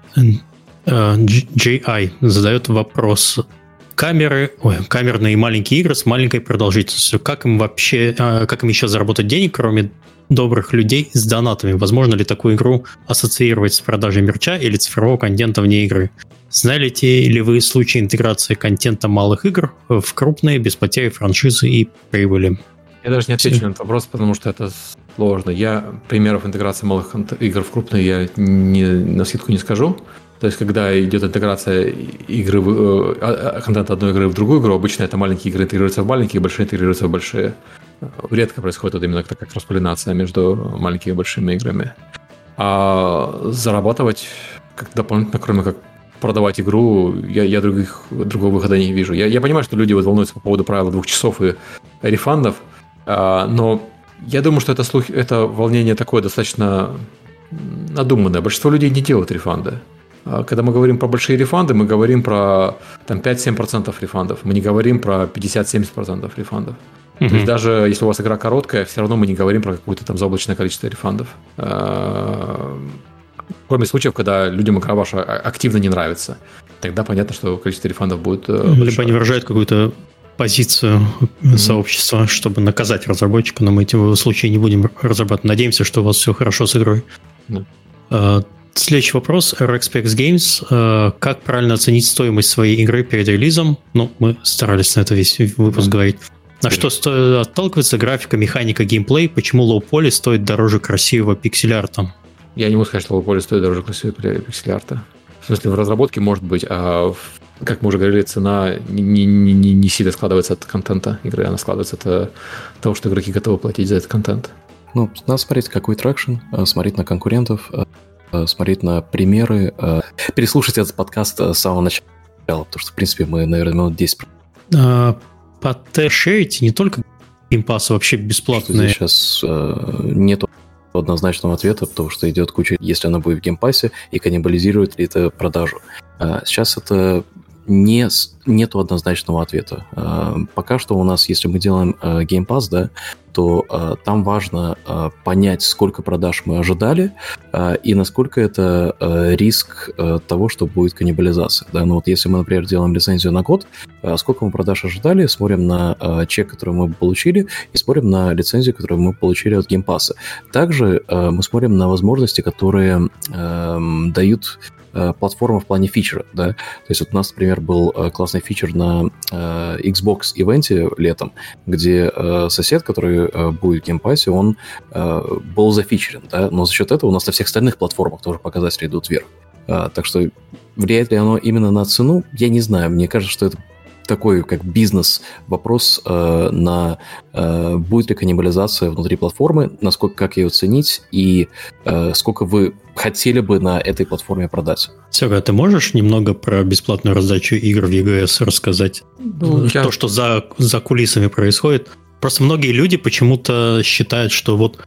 JI задает вопрос. Камерные маленькие игры с маленькой продолжительностью. Как им еще заработать денег, кроме добрых людей с донатами? Возможно ли такую игру ассоциировать с продажей мерча или цифрового контента вне игры? Знаете ли вы случаи интеграции контента малых игр в крупные, без потери франшизы и прибыли? Я даже не отвечу на этот вопрос, потому что это сложно. Примеров интеграции малых игр в крупные я навскидку не скажу. То есть, когда идет интеграция контента одной игры в другую игру, обычно это маленькие игры интегрируются в маленькие, большие интегрируются в большие. Редко происходит вот именно такая кросс-полинация между маленькими и большими играми. А зарабатывать как дополнительно, кроме как продавать игру, я другого выхода не вижу. Я понимаю, что люди волнуются по поводу правила 2 часов и рефандов, но я думаю, что это волнение такое достаточно надуманное. Большинство людей не делают рефанды. Когда мы говорим про большие рефанды, мы говорим про 5-7% рефандов. Мы не говорим про 50-70% рефандов. То есть даже если у вас игра короткая, все равно мы не говорим про какое-то там заоблачное количество рефандов. Кроме случаев, когда людям игра ваша активно не нравится. Тогда понятно, что количество рефандов будет большое. Либо они выражают какую-то позицию сообщества, чтобы наказать разработчика, но мы в случае не будем разрабатывать. Надеемся, что у вас все хорошо с игрой. Следующий вопрос. RxPX Games. Как правильно оценить стоимость своей игры перед релизом? Мы старались на это весь выпуск говорить. На что стоит отталкиваться? Графика, механика, геймплей? Почему лоу-поли стоит дороже красивого пиксель-арта? Я не могу сказать, что лоу-поли стоит дороже красивого пиксель-арта. В смысле, в разработке может быть, а как мы уже говорили, цена не сильно складывается от контента игры, она складывается от того, что игроки готовы платить за этот контент. Надо смотреть, какой трекшн, смотреть на конкурентов, смотреть на примеры, переслушать этот подкаст с самого начала, потому что, в принципе, мы, наверное, минут 10. Шерите не только Game Pass, а вообще бесплатные. Здесь сейчас нету однозначного ответа, потому что идет куча, если она будет в Game Pass, и каннибализирует ли это продажу. Сейчас это нету однозначного ответа. Пока что у нас, если мы делаем Game Pass, да, то там важно понять, сколько продаж мы ожидали и насколько это риск того, что будет каннибализация. Да? Если мы, например, делаем лицензию на год, сколько мы продаж ожидали, смотрим на чек, который мы получили, и смотрим на лицензию, которую мы получили от Game Pass. Также мы смотрим на возможности, которые дают платформа в плане фичера, да. То есть вот у нас, например, был классный фичер на Xbox ивенте летом, где сосед, который будет в геймпассе, он был зафичерен, да, но за счет этого у нас на всех остальных платформах тоже показатели идут вверх. Так что влияет ли оно именно на цену, я не знаю. Мне кажется, что это такой как бизнес-вопрос на будет ли каннибализация внутри платформы, насколько, как ее ценить и сколько вы хотели бы на этой платформе продать. Серега, ты можешь немного про бесплатную раздачу игр в EGS рассказать? То, что за кулисами происходит. Просто многие люди почему-то считают, что вот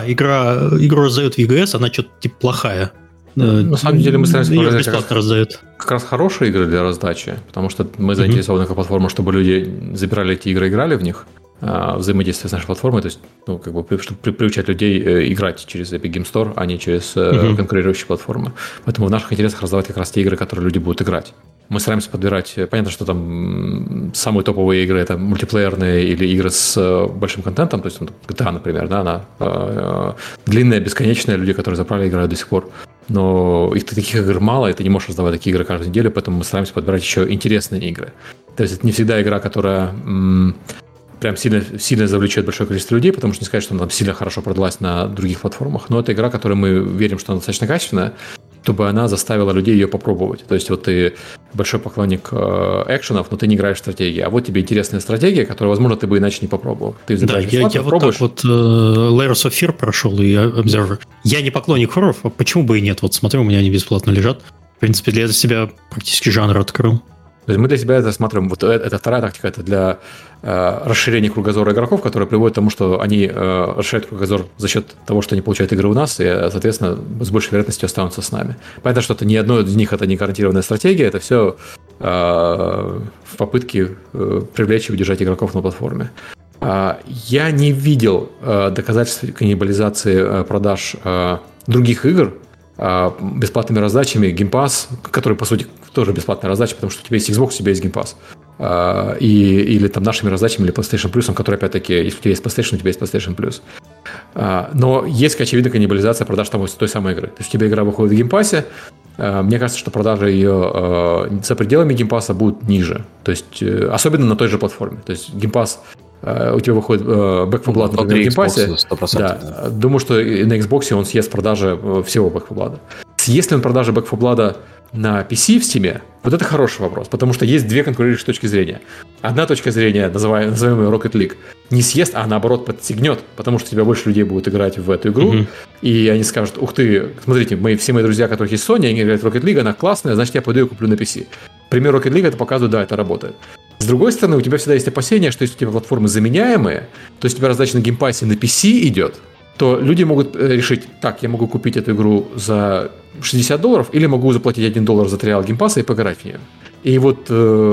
игру раздают в EGS, она что-то типа плохая. На самом деле мы стараемся бесплатно раздают. Как раз хорошие игры для раздачи, потому что мы заинтересованы как платформа, чтобы люди забирали эти игры, играли в них, взаимодействие с нашей платформой, то есть, чтобы приучать людей играть через Epic Game Store, а не через конкурирующие платформы. Поэтому в наших интересах раздавать как раз те игры, которые люди будут играть. Мы стараемся подбирать, понятно, что там самые топовые игры это мультиплеерные или игры с большим контентом, то есть GTA, например, да, она длинная, бесконечная, люди, которые заправили, играют до сих пор. Но таких игр мало, и ты не можешь раздавать такие игры каждую неделю, поэтому мы стараемся подбирать еще интересные игры. То есть это не всегда игра, которая прям сильно завлечет большое количество людей, потому что не сказать, что она там сильно хорошо продалась на других платформах, но это игра, которой мы верим, что она достаточно качественная, чтобы она заставила людей ее попробовать. То есть вот ты большой поклонник экшенов, но ты не играешь в стратегии, а вот тебе интересная стратегия, которую, возможно, ты бы иначе не попробовал. Ты да, я вот так вот Layers of Fear прошел и Observer. Я не поклонник хорроров, а почему бы и нет? Вот смотрю, у меня они бесплатно лежат. В принципе, для себя практически жанр открыл. То есть мы для себя это смотрим, вот это вторая тактика, это для расширения кругозора игроков, которые приводят к тому, что они расширяют кругозор за счет того, что они получают игры у нас, и, соответственно, с большей вероятностью останутся с нами. Понятно, что это ни одно из них это не гарантированная стратегия, это все в попытке привлечь и удержать игроков на платформе. Я не видел доказательств каннибализации продаж других игр бесплатными раздачами. Game Pass, который, по сути, тоже бесплатная раздача, потому что у тебя есть Xbox, у тебя есть Game Pass. Или там нашими раздачами, или PlayStation Plus, который, опять-таки, если у тебя есть PlayStation, у тебя есть PlayStation Plus. Но есть, очевидно, каннибализация продаж той самой игры. То есть у тебя игра выходит в Game Pass, мне кажется, что продажи ее за пределами Game Pass будут ниже. То есть, особенно на той же платформе. То есть Game Pass у тебя выходит Back 4 Blood, например, в Game Pass. Да. Думаю, что на Xbox он съест продажи всего Back 4 Blood. Съест ли он продажи Back 4 Blood на PC в Steam? Вот это хороший вопрос, потому что есть две конкурирующие точки зрения. Одна точка зрения, называемая Rocket League, не съест, а наоборот подстегнет, потому что у тебя больше людей будут играть в эту игру, и они скажут: ух ты, смотрите, все мои друзья, у которых есть Sony, они играют в Rocket League, она классная, значит, я пойду ее куплю на PC. Пример Rocket League это показывает, да, это работает. С другой стороны, у тебя всегда есть опасение, что если у тебя платформы заменяемые, то есть у тебя раздача на геймпассе на PC идет, то люди могут решить: так, я могу купить эту игру за $60 или могу заплатить $1 за триал геймпасса и поиграть в нее. И вот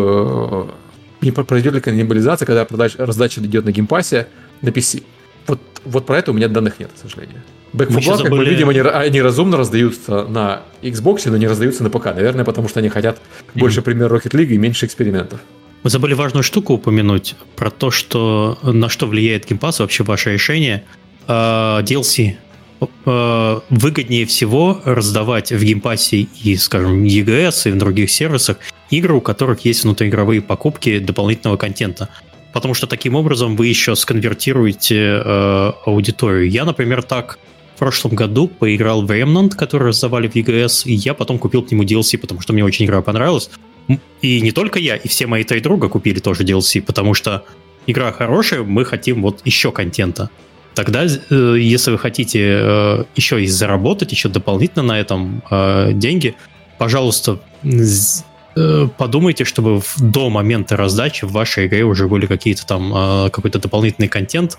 не произойдет ли каннибализация, когда раздача идет на геймпассе на PC. Вот про это у меня данных нет, к сожалению. Back 4 Blood, как мы видим, они разумно раздаются на Xbox, но не раздаются на ПК. Наверное, потому что они хотят больше пример Rocket League и меньше экспериментов. Мы забыли важную штуку упомянуть про то, что на что влияет Game Pass, вообще ваше решение. DLC. Выгоднее всего раздавать в Game Pass и, скажем, EGS и в других сервисах игры, у которых есть внутриигровые покупки дополнительного контента. Потому что таким образом вы еще сконвертируете аудиторию. Я, например, так в прошлом году поиграл в Remnant, который раздавали в EGS, и я потом купил к нему DLC, потому что мне очень игра понравилась. И не только я, и все мои 3 друга купили тоже DLC, потому что игра хорошая, мы хотим вот еще контента. Тогда, если вы хотите еще и заработать, еще дополнительно на этом деньги, пожалуйста, подумайте, чтобы до момента раздачи в вашей игре уже были какие-то там какой-то дополнительный контент,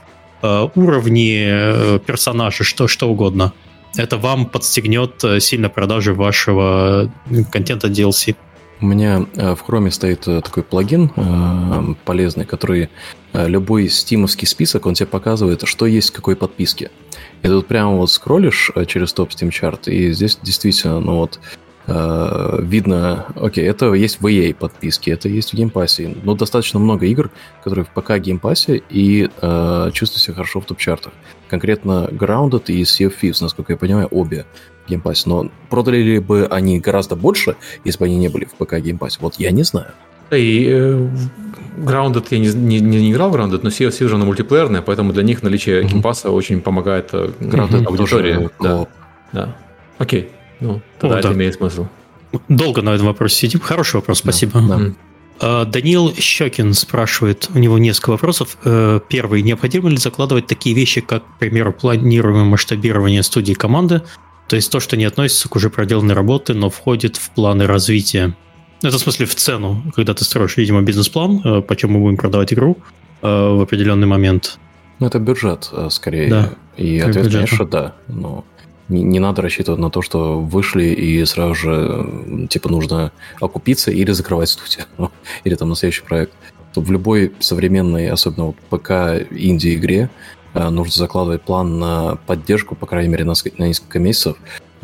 уровни, персонажи, что угодно. Это вам подстегнет сильно продажи вашего контента DLC. У меня в Chrome стоит такой плагин полезный, который любой стимовский список, он тебе показывает, что есть в какой подписке. И тут прямо вот скроллишь через топ Steam Chart, и здесь действительно, видно, окей, это есть в EA подписке, это есть в геймпассе, но достаточно много игр, которые в ПК геймпассе и чувствуют себя хорошо в топ-чартах. Конкретно Grounded и Sea of Thieves, насколько я понимаю, обе в геймпассе. Но продали ли бы они гораздо больше, если бы они не были в ПК геймпассе? Вот я не знаю. И Grounded я не играл в Grounded, но Sea of Thieves же она мультиплеерная, поэтому для них наличие геймпасса очень помогает аудитории. Да. Окей. Тогда это имеет смысл. Долго на этом вопросе сидим. Хороший вопрос, спасибо. Да. Даниил Щекин спрашивает, у него несколько вопросов. Первый. Необходимо ли закладывать такие вещи, как, к примеру, планируемое масштабирование студии команды, то есть то, что не относится к уже проделанной работе, но входит в планы развития? Это в смысле в цену, когда ты строишь, видимо, бизнес-план, почему мы будем продавать игру в определенный момент. Это бюджет, скорее. Да, и ответ, конечно, да. Но не надо рассчитывать на то, что вышли и сразу же нужно окупиться или закрывать студию, или там на следующий проект. В любой современной, особенно ПК инди-игре, нужно закладывать план на поддержку, по крайней мере, на несколько месяцев,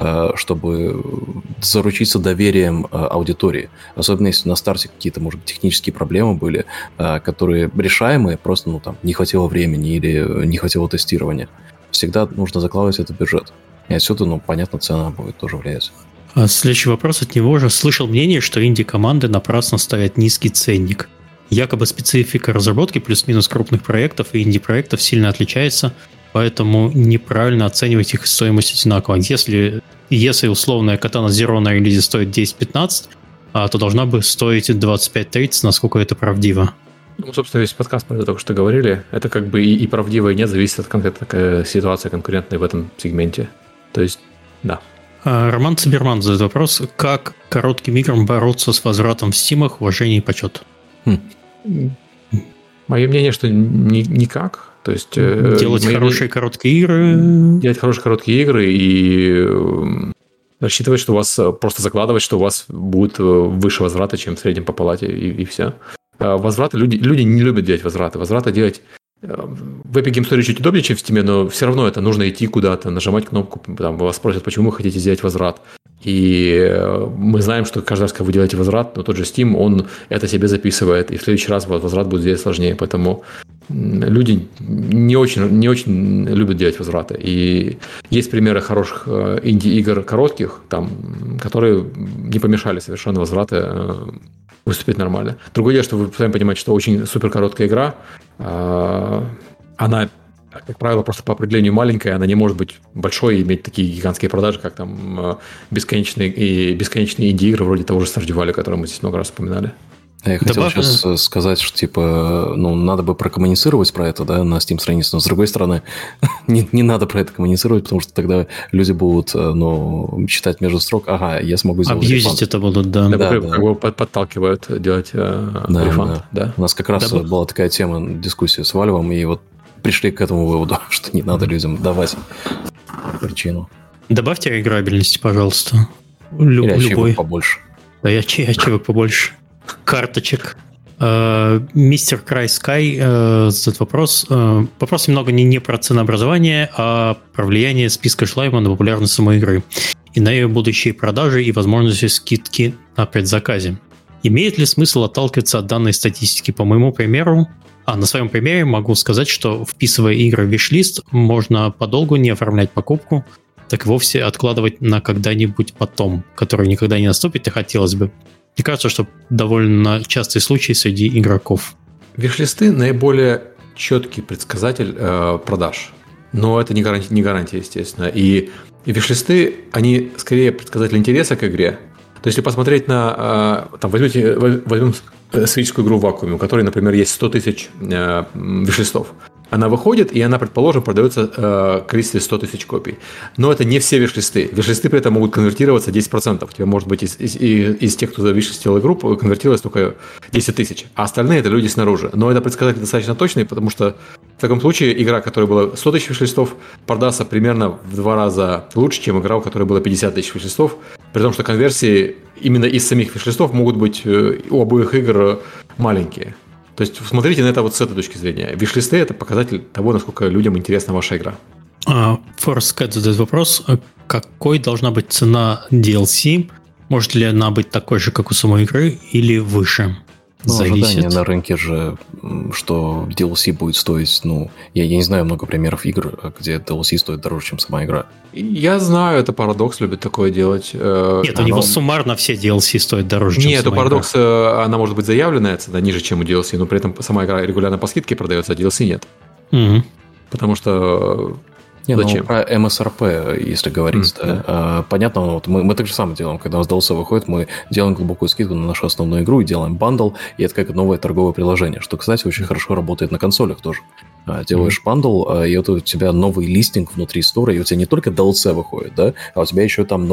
чтобы заручиться доверием аудитории. Особенно если на старте какие-то, может быть, технические проблемы были, которые решаемые, просто не хватило времени или не хватило тестирования. Всегда нужно закладывать этот бюджет. И отсюда, понятно, цена будет тоже влиять. Следующий вопрос от него же. Слышал мнение, что инди-команды напрасно ставят низкий ценник. Якобы специфика разработки плюс-минус крупных проектов и инди-проектов сильно отличается, поэтому неправильно оценивать их стоимость одинаково. Если условная Katana Zero на релизе стоит 10-15, то должна бы стоить 25-30, насколько это правдиво. Собственно, весь подкаст про это только что говорили. Это как бы и правдиво, и нет, зависит от конкретной ситуации конкурентной в этом сегменте. То есть, да. Роман Циберман задает вопрос, как коротким играм бороться с возвратом в стимах, уважение и почет? Мое мнение, что никак. То есть, делать хорошие короткие игры. Делать хорошие короткие игры и рассчитывать, что у вас просто закладывать, что у вас будет выше возврата, чем в среднем по палате, и все. Возвраты люди не любят делать возвраты. Возвраты делать в Epic Game Store чуть удобнее, чем в Steam, но все равно это нужно идти куда-то, нажимать кнопку, там вас спросят, почему вы хотите сделать возврат. И мы знаем, что каждый раз, когда вы делаете возврат, но тот же Steam, он это себе записывает, и в следующий раз возврат будет сделать сложнее. Поэтому люди не очень любят делать возвраты. И есть примеры хороших инди-игр коротких, которые не помешали совершенно возвраты выступить нормально. Другое дело, что вы сами понимаете, что очень супер короткая игра, она, как правило, просто по определению маленькая, она не может быть большой и иметь такие гигантские продажи, как там бесконечные инди-игры вроде того же Stardew Valley, который мы здесь много раз вспоминали. Я хотел сейчас сказать, что надо бы прокоммуницировать про это, да, на Steam странице, но с другой стороны, не надо про это коммуницировать, потому что тогда люди будут, читать между строк, я смогу сделать абьюзить рефанд. Это будут, да. Как бы подталкивают делать рефанд. Да. У нас как раз была такая тема, дискуссия с Valve, и вот пришли к этому выводу, что не надо людям давать причину. Добавьте играбельности, пожалуйста. Или ачивок побольше. Да, и ачивок побольше. Карточек. Мистер Край Скай задает вопрос. Вопрос немного не про ценообразование, а про влияние списка шлайма на популярность самой игры и на ее будущие продажи и возможности скидки на предзаказе. Имеет ли смысл отталкиваться от данной статистики? По моему примеру, на своем примере могу сказать, что вписывая игры в виш-лист, можно подолгу не оформлять покупку, так и вовсе откладывать на когда-нибудь потом, который никогда не наступит, и хотелось бы. Мне кажется, что довольно частый случай среди игроков. Виш-листы наиболее четкий предсказатель продаж. Но это не гарантия, естественно. И виш-листы, они скорее предсказатель интереса к игре. То есть, если посмотреть на... возьмем сферическую игру в вакууме, у которой, например, есть 100 тысяч виш-листов. Она выходит, и она, предположим, продается в количестве 100 тысяч копий. Но это не все виш-листы. Виш-листы при этом могут конвертироваться 10%. У тебя, может быть, из тех, кто завиш-листил игру, конвертировалось только 10 тысяч. А остальные – это люди снаружи. Но это предсказатель достаточно точный, потому что в таком случае игра, которая была 100 тысяч виш-листов, продастся примерно в 2 раза лучше, чем игра, у которой было 50 тысяч виш-листов. При том, что конверсии именно из самих виш-листов могут быть у обоих игр маленькие. То есть, смотрите на это вот с этой точки зрения. Виш-листы – это показатель того, насколько людям интересна ваша игра. Force Cat задает вопрос, какой должна быть цена DLC Может ли она быть такой же, как у самой игры, или выше? Ожидание на рынке же, что DLC будет стоить, я не знаю много примеров игр, где DLC стоит дороже, чем сама игра. Я знаю, это Paradox любит такое делать. Нет, у него суммарно все DLC стоят дороже, чем сама игра. Нет, у Paradox она может быть заявленная цена ниже, чем у DLC, но при этом сама игра регулярно по скидке продается, а DLC нет. Угу. Потому что... Зачем? Про MSRP, если говорить, понятно, мы так же самое делаем, когда у нас DLC выходит, мы делаем глубокую скидку на нашу основную игру и делаем бандл, и это как новое торговое приложение, что, кстати, очень хорошо работает на консолях тоже. Делаешь бандл, и вот у тебя новый листинг внутри стора, и у тебя не только DLC выходит, да, а у тебя еще там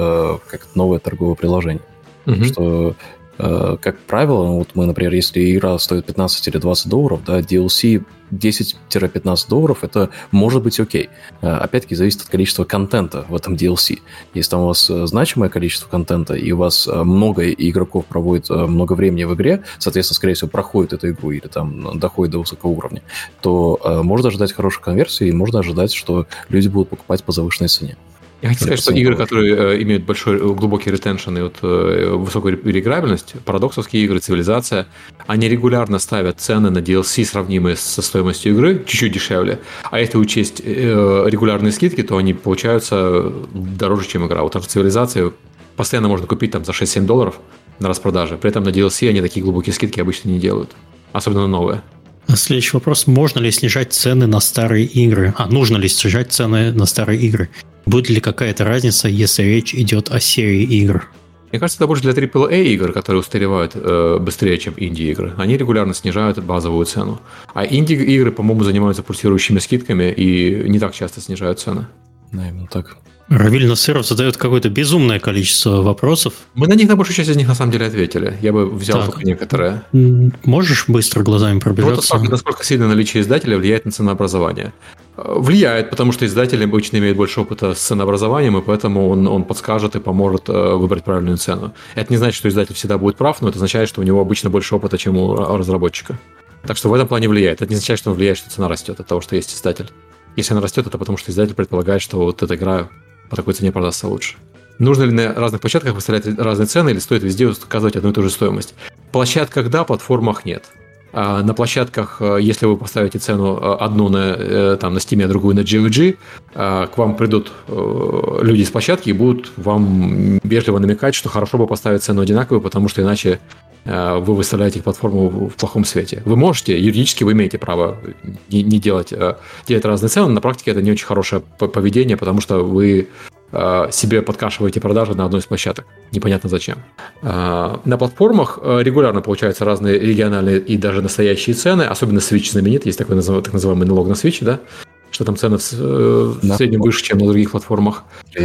новое торговое приложение. Что... Как правило, мы, например, если игра стоит 15 или 20 долларов, да, DLC 10-15 долларов, это может быть окей. Опять-таки, зависит от количества контента в этом DLC. Если там у вас значимое количество контента, и у вас много игроков проводит много времени в игре, соответственно, скорее всего, проходит эту игру или там доходит до высокого уровня, то можно ожидать хорошей конверсии, и можно ожидать, что люди будут покупать по завышенной цене. Я хочу сказать, что игры, которые имеют большой, глубокий ретеншн и высокую реиграбельность, парадоксовские игры, цивилизация, они регулярно ставят цены на DLC, сравнимые со стоимостью игры, чуть-чуть дешевле. А если учесть регулярные скидки, то они получаются дороже, чем игра. Вот цивилизации постоянно можно купить там за 6-7 долларов на распродаже. При этом на DLC они такие глубокие скидки обычно не делают. Особенно на новые. Следующий вопрос. Можно ли снижать цены на старые игры? Нужно ли снижать цены на старые игры? Будет ли какая-то разница, если речь идет о серии игр? Мне кажется, это больше для AAA игр, которые устаревают быстрее, чем инди-игры. Они регулярно снижают базовую цену. А инди-игры, по-моему, занимаются пульсирующими скидками и не так часто снижают цены. Да, именно так. Равиль Насыров задает какое-то безумное количество вопросов. Мы на большую часть из них на самом деле ответили. Я бы взял только некоторые. Можешь быстро глазами пробежаться? Вот насколько сильно наличие издателя влияет на ценообразование? Влияет, потому что издатель обычно имеет больше опыта с ценообразованием, и поэтому он подскажет и поможет выбрать правильную цену. Это не значит, что издатель всегда будет прав, но это означает, что у него обычно больше опыта, чем у разработчика. Так что в этом плане влияет. Это не означает, что он влияет, что цена растет от того, что есть издатель. Если она растет, это потому что издатель предполагает, что вот эта игра по такой цене продастся лучше. Нужно ли на разных площадках выставлять разные цены или стоит везде указывать одну и ту же стоимость? В площадках да, платформах нет. А на площадках, если вы поставите цену одну на Steam, а другую на GOG, к вам придут люди с площадки и будут вам вежливо намекать, что хорошо бы поставить цену одинаковую, потому что иначе вы выставляете их платформу в плохом свете. Вы можете, юридически вы имеете право не делать разные цены, но на практике это не очень хорошее поведение, потому что вы себе подкашиваете продажи на одной из площадок. Непонятно зачем. На платформах регулярно получаются разные региональные и даже настоящие цены, особенно Switch знаменит, есть такой так называемый налог на Switch, да? Что там цены в среднем выше, чем на других платформах.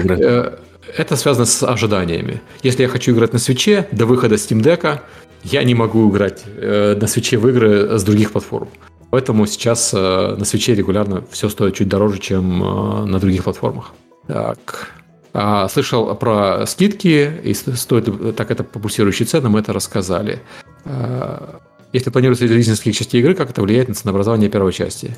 Это связано с ожиданиями. Если я хочу играть на Switch до выхода Steam Deck, я не могу играть на Switch в игры с других платформ. Поэтому сейчас на Switch регулярно все стоит чуть дороже, чем на других платформах. Так. Слышал про скидки, и так это по пульсирующей цене, мы это рассказали. Если планируется релиз нескольких частей игры, как это влияет на ценообразование первой части?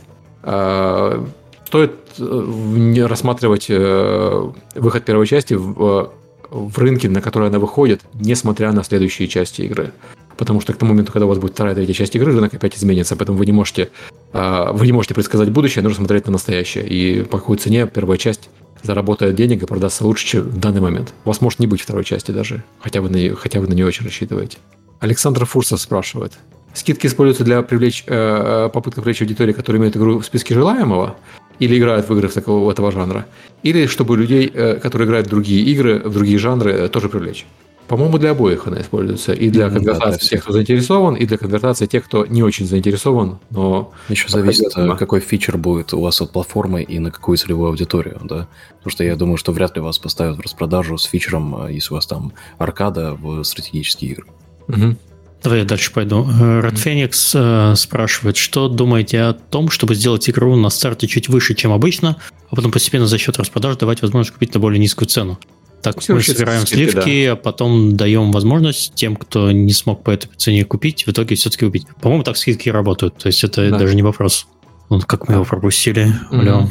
Стоит рассматривать выход первой части в рынке, на который она выходит, несмотря на следующие части игры. Потому что к тому моменту, когда у вас будет вторая, третья часть игры, рынок опять изменится. Поэтому вы не можете предсказать будущее, нужно смотреть на настоящее. И по какой цене первая часть заработает денег и продастся лучше, чем в данный момент. У вас может не быть второй части даже, хотя вы на нее очень рассчитываете. Александр Фурсов спрашивает. Скидки используются для попытки привлечь аудиторию, которая имеет игру в списке желаемого, или играют в игры этого жанра, или чтобы людей, которые играют в другие игры, в другие жанры, тоже привлечь. По-моему, для обоих она используется. И для конвертации тех, кто заинтересован, и для конвертации тех, кто не очень заинтересован, но... Еще зависит, какой фичер будет у вас от платформы и на какую целевую аудиторию, да? Потому что я думаю, что вряд ли вас поставят в распродажу с фичером, если у вас там аркада в стратегические игры. Угу. Давай я дальше пойду. Red Phoenix спрашивает, что думаете о том, чтобы сделать игру на старте чуть выше, чем обычно, а потом постепенно за счет распродаж давать возможность купить на более низкую цену? Так мы собираем сливки, да. А потом даем возможность тем, кто не смог по этой цене купить, в итоге все-таки купить. По-моему, так скидки работают. То есть это даже не вопрос. Вот как мы его пропустили.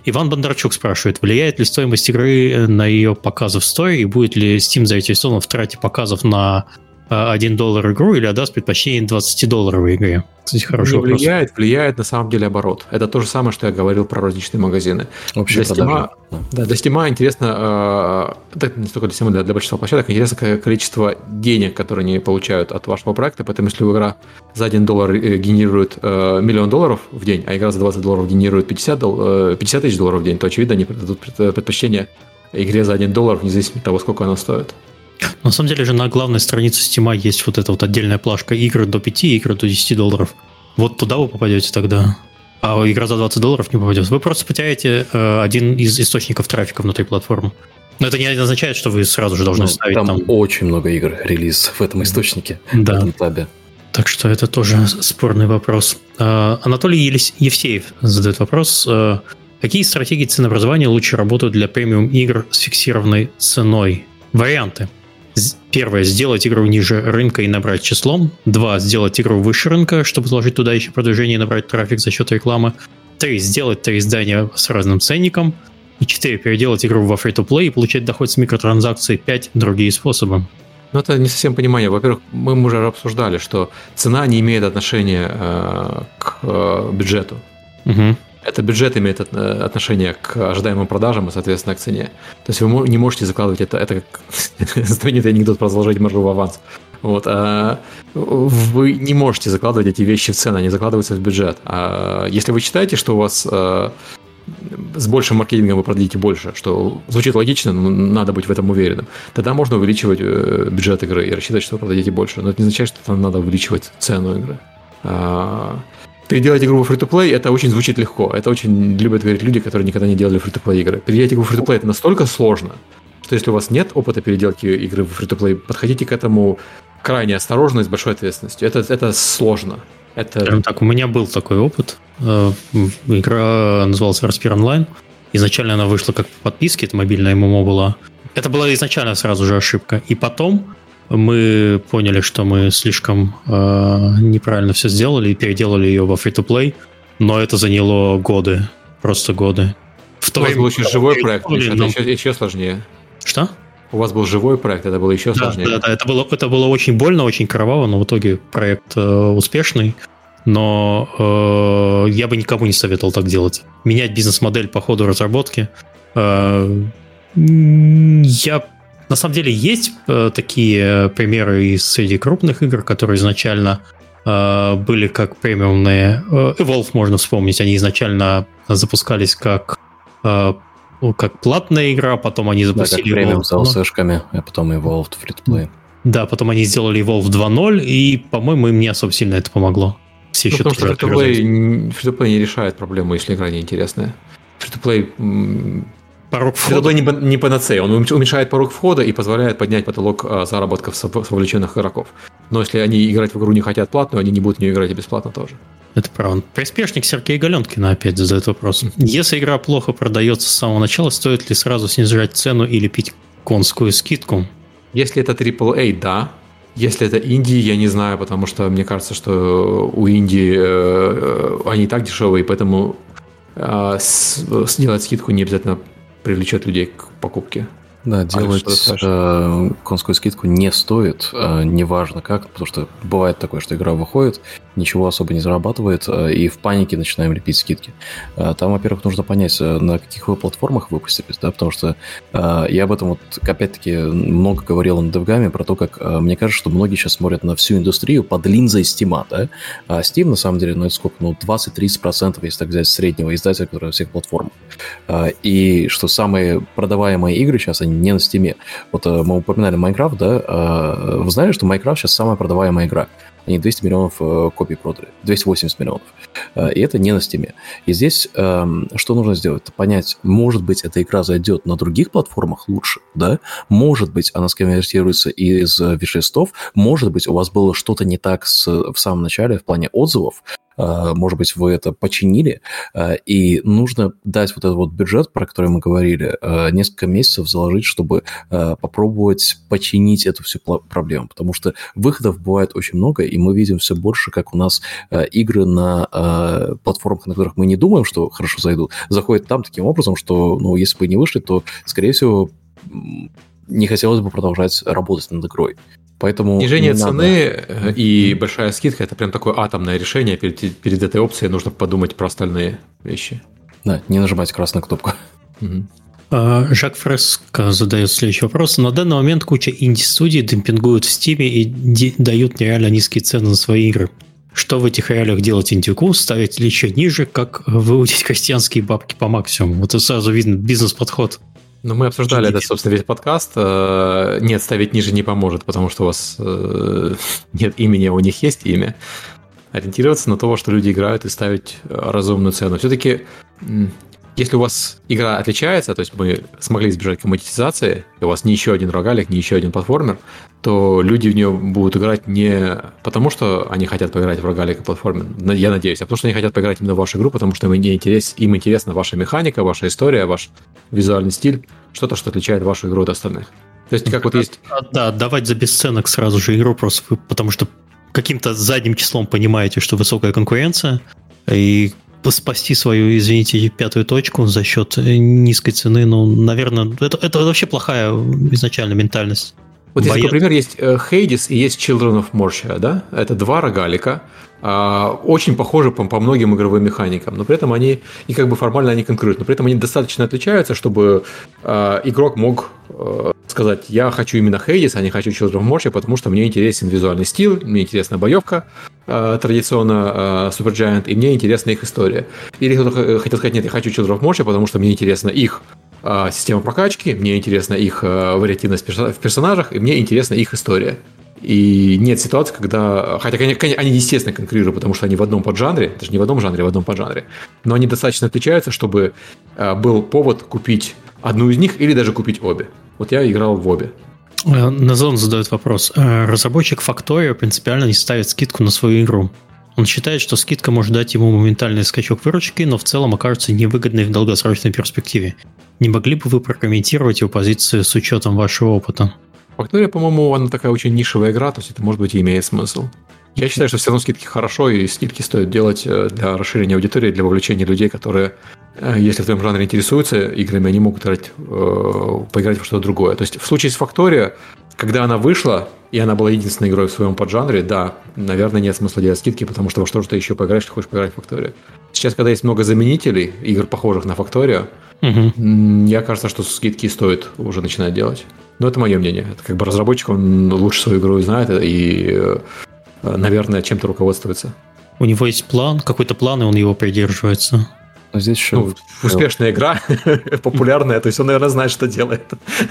Иван Бондарчук спрашивает, влияет ли стоимость игры на ее показы в Store, и будет ли Steam заинтересован в трате показов на $1 игру или отдаст предпочтение $20 игре? Кстати, хороший вопрос. Влияет на самом деле оборот. Это то же самое, что я говорил про розничные магазины. Вообще для Steam интересно, не столько для Steam, для большинства площадок, интересно количество денег, которые они получают от вашего проекта, поэтому если игра за $1 генерирует $1 миллион в день, а игра за $20 генерирует 50 тысяч долларов в день, то, очевидно, они дадут предпочтение игре за $1, независимо от того, сколько она стоит. На самом деле же на главной странице Steam есть вот эта вот отдельная плашка игры до 5, игры до $10. Вот туда вы попадете тогда. А игра за $20 не попадет. Вы просто потеряете один из источников трафика внутри платформы. Но это не означает, что вы сразу же должны ставить там очень много игр релиз в этом источнике. Да. В этом табе. Так что это тоже спорный вопрос. Анатолий Евсеев задает вопрос. Какие стратегии ценообразования лучше работают для премиум игр с фиксированной ценой? Варианты. Первое. Сделать игру ниже рынка и набрать числом. 2. Сделать игру выше рынка, чтобы заложить туда еще продвижение и набрать трафик за счет рекламы. 3. Сделать 3 издания с разным ценником. И 4. Переделать игру во free-to-play и получать доход с микротранзакций. 5. Другие способы. Ну, это не совсем понимание. Во-первых, мы уже обсуждали, что цена не имеет отношения к бюджету. Угу. Это бюджет имеет отношение к ожидаемым продажам и, соответственно, к цене. То есть вы не можете закладывать это как знаменитый анекдот про заложить маржу в аванс. Вот. Вы не можете закладывать эти вещи в цену, они закладываются в бюджет. Если вы считаете, что у вас с большим маркетингом вы продадите больше, что звучит логично, но надо быть в этом уверенным, тогда можно увеличивать бюджет игры и рассчитывать, что вы продадите больше. Но это не означает, что там надо увеличивать цену игры. Переделать игру во free-to-play, это очень звучит легко. Это очень любят говорить люди, которые никогда не делали free-to-play игры. Переделать игру в free-to-play это настолько сложно, что если у вас нет опыта переделки игры в free-to-play, подходите к этому крайне осторожно и с большой ответственностью. Это сложно. Так, у меня был такой опыт. Игра называлась Raspberry Online. Изначально она вышла как по подписке, это мобильная ММО была. Это была изначально сразу же ошибка. И потом мы поняли, что мы слишком неправильно все сделали и переделали ее во free-to-play, но это заняло годы, просто годы. У вас был еще живой проект, это еще сложнее. Что? У вас был живой проект, это было еще сложнее. Да, это было очень больно, очень кроваво, но в итоге проект успешный. Но я бы никому не советовал так делать. Менять бизнес-модель по ходу разработки. На самом деле есть такие примеры и среди крупных игр, которые изначально были как премиумные. Evolve можно вспомнить, они изначально запускались как платная игра, потом они запустили как премиум с DLC-шками, а потом Evolve free-to-play. Да, потом они сделали Evolve 2.0, и, по-моему, им не особо сильно это помогло. Все еще потому что free-to-play не решает проблему, если игра неинтересная. Free-to-play... Порог входа. Это не панацея. Он уменьшает порог входа и позволяет поднять потолок заработков с вовлеченных игроков. Но если они играть в игру не хотят платную, они не будут в нее играть и бесплатно тоже. Это правда. Приспешник Сергея Галенкина опять задает вопрос. Если игра плохо продается с самого начала, стоит ли сразу снижать цену или пить конскую скидку? Если это AAA, да. Если это инди, я не знаю, потому что мне кажется, что у инди они и так дешевые, поэтому сделать скидку не обязательно привлечет людей к покупке. Да, делать конскую скидку не стоит, неважно как, потому что бывает такое, что игра выходит, ничего особо не зарабатывает, и в панике начинаем лепить скидки. Там, во-первых, нужно понять, на каких вы платформах выпустились, да, потому что я об этом вот, опять-таки, много говорил на DevGAM про то, как мне кажется, что многие сейчас смотрят на всю индустрию под линзой Steam, да, а Steam, на самом деле, ну, это сколько, 20-30%, если так взять среднего издателя, который на всех платформах. И что самые продаваемые игры сейчас, они не на Steam. Вот мы упоминали Майнкрафт, да, вы знали, что Майнкрафт сейчас самая продаваемая игра? Они 200 миллионов копий продали, 280 миллионов. И это не на Steam. И здесь что нужно сделать? Понять, может быть, эта игра зайдет на других платформах лучше, да? Может быть, она сконвертируется из виш-листов, может быть, у вас было что-то не так в самом начале в плане отзывов, может быть, вы это починили, и нужно дать вот этот вот бюджет, про который мы говорили, несколько месяцев заложить, чтобы попробовать починить эту всю проблему, потому что выходов бывает очень много, и мы видим все больше, как у нас игры на платформах, на которых мы не думаем, что хорошо зайдут, заходят там таким образом, что, ну, если бы не вышли, то, скорее всего, не хотелось бы продолжать работать над игрой. Поэтому снижение цены и большая скидка – это прям такое атомное решение. Перед этой опцией нужно подумать про остальные вещи. Да, не нажимать красную кнопку. Жак Фреско задает следующий вопрос. На данный момент куча инди-студий демпингуют в Steam и дают нереально низкие цены на свои игры. Что в этих реалиях делать индюку? Ставить ли еще ниже? Как выудить крестьянские бабки по максимуму? Вот это сразу видно бизнес-подход. Ну, мы обсуждали это, собственно, весь подкаст. Нет, ставить ниже не поможет, потому что у вас нет имени, а у них есть имя. Ориентироваться на то, во что люди играют, и ставить разумную цену. Все-таки, если у вас игра отличается, то есть мы смогли избежать коммодитизации, и у вас не еще один рогалик, не еще один платформер, то люди в нее будут играть не потому, что они хотят поиграть в рогалик и платформер, я надеюсь, а потому что они хотят поиграть именно в вашу игру, потому что им интересна ваша механика, ваша история, ваш визуальный стиль, что-то, что отличает вашу игру от остальных. То есть как вот есть... Да, отдавать за бесценок сразу же игру, просто потому что каким-то задним числом понимаете, что высокая конкуренция, и спасти свою, извините, пятую точку за счет низкой цены, ну, наверное, это вообще плохая изначально ментальность. Вот есть такой пример, есть Hades и есть Children of Mortia, да? Это два рогалика, очень похожи по многим игровым механикам, но при этом они, и как бы формально они конкурируют, но при этом они достаточно отличаются, чтобы игрок мог сказать, я хочу именно Hades, а не хочу Children of Mortia, потому что мне интересен визуальный стиль, мне интересна боевка, традиционно Supergiant, и мне интересна их история. Или кто-то хотел сказать, нет, я хочу Children of Mortia, потому что мне интересна их система прокачки, мне интересна их вариативность в персонажах, и мне интересна их история. И нет ситуации, когда... Хотя они естественно конкурируют, потому что они в одном поджанре, даже не в одном жанре, а в одном поджанре, но они достаточно отличаются, чтобы был повод купить одну из них или даже купить обе. Вот я играл в обе. Назон задает вопрос. Разработчик Factorio принципиально не ставит скидку на свою игру. Он считает, что скидка может дать ему моментальный скачок выручки, но в целом окажется невыгодной в долгосрочной перспективе. Не могли бы вы прокомментировать его позицию с учетом вашего опыта? Factorio, по-моему, она такая очень нишевая игра, то есть это, может быть, и имеет смысл. Я считаю, что все равно скидки хорошо, и скидки стоит делать для расширения аудитории, для вовлечения людей, которые, если в твоем жанре интересуются играми, они могут поиграть во что-то другое. То есть в случае с Factorio, когда она вышла, и она была единственной игрой в своем поджанре, да, наверное, нет смысла делать скидки, потому что во что же ты еще поиграешь, если хочешь поиграть в Factorio. Сейчас, когда есть много заменителей, игр, похожих на Factorio, мне кажется, что скидки стоит уже начинать делать. Но это мое мнение. Это как бы разработчик, он лучше свою игру знает и, наверное, чем-то руководствуется. У него есть план, какой-то план, и он его придерживается. Но здесь еще... успешная игра, популярная, то есть он, наверное, знает, что делает.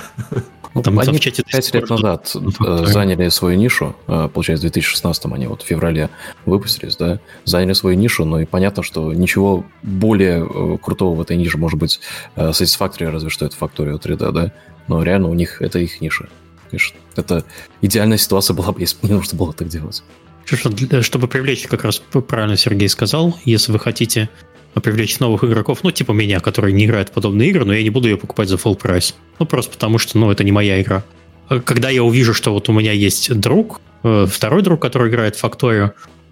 Там они в чате 5 лет назад заняли свою нишу, получается, в 2016-м они вот в феврале выпустились, да, заняли свою нишу, но и понятно, что ничего более крутого в этой нише, может быть, Satisfactory, разве что это Factorio 3D, да, но реально у них это их ниша. Конечно, это идеальная ситуация была бы, если бы не нужно было так делать. Чтобы привлечь, как раз правильно Сергей сказал, если вы хотите привлечь новых игроков, ну, типа меня, которые не играют в подобные игры, но я не буду ее покупать за full прайс. Ну, просто потому что, ну, это не моя игра. Когда я увижу, что вот у меня есть друг, второй друг, который играет в Factorio,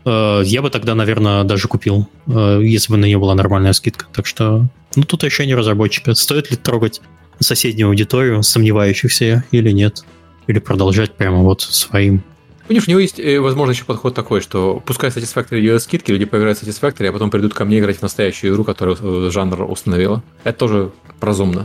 я бы тогда, наверное, даже купил, если бы на нее была нормальная скидка. Так что, ну, тут еще не разработчика. Стоит ли трогать соседнюю аудиторию, сомневающихся или нет? Или продолжать прямо вот своим? Понимаешь, у него есть, возможно, еще подход такой, что пускай Satisfactory делает скидки, люди поиграют в Satisfactory, а потом придут ко мне играть в настоящую игру, которую жанр установила. Это тоже разумно.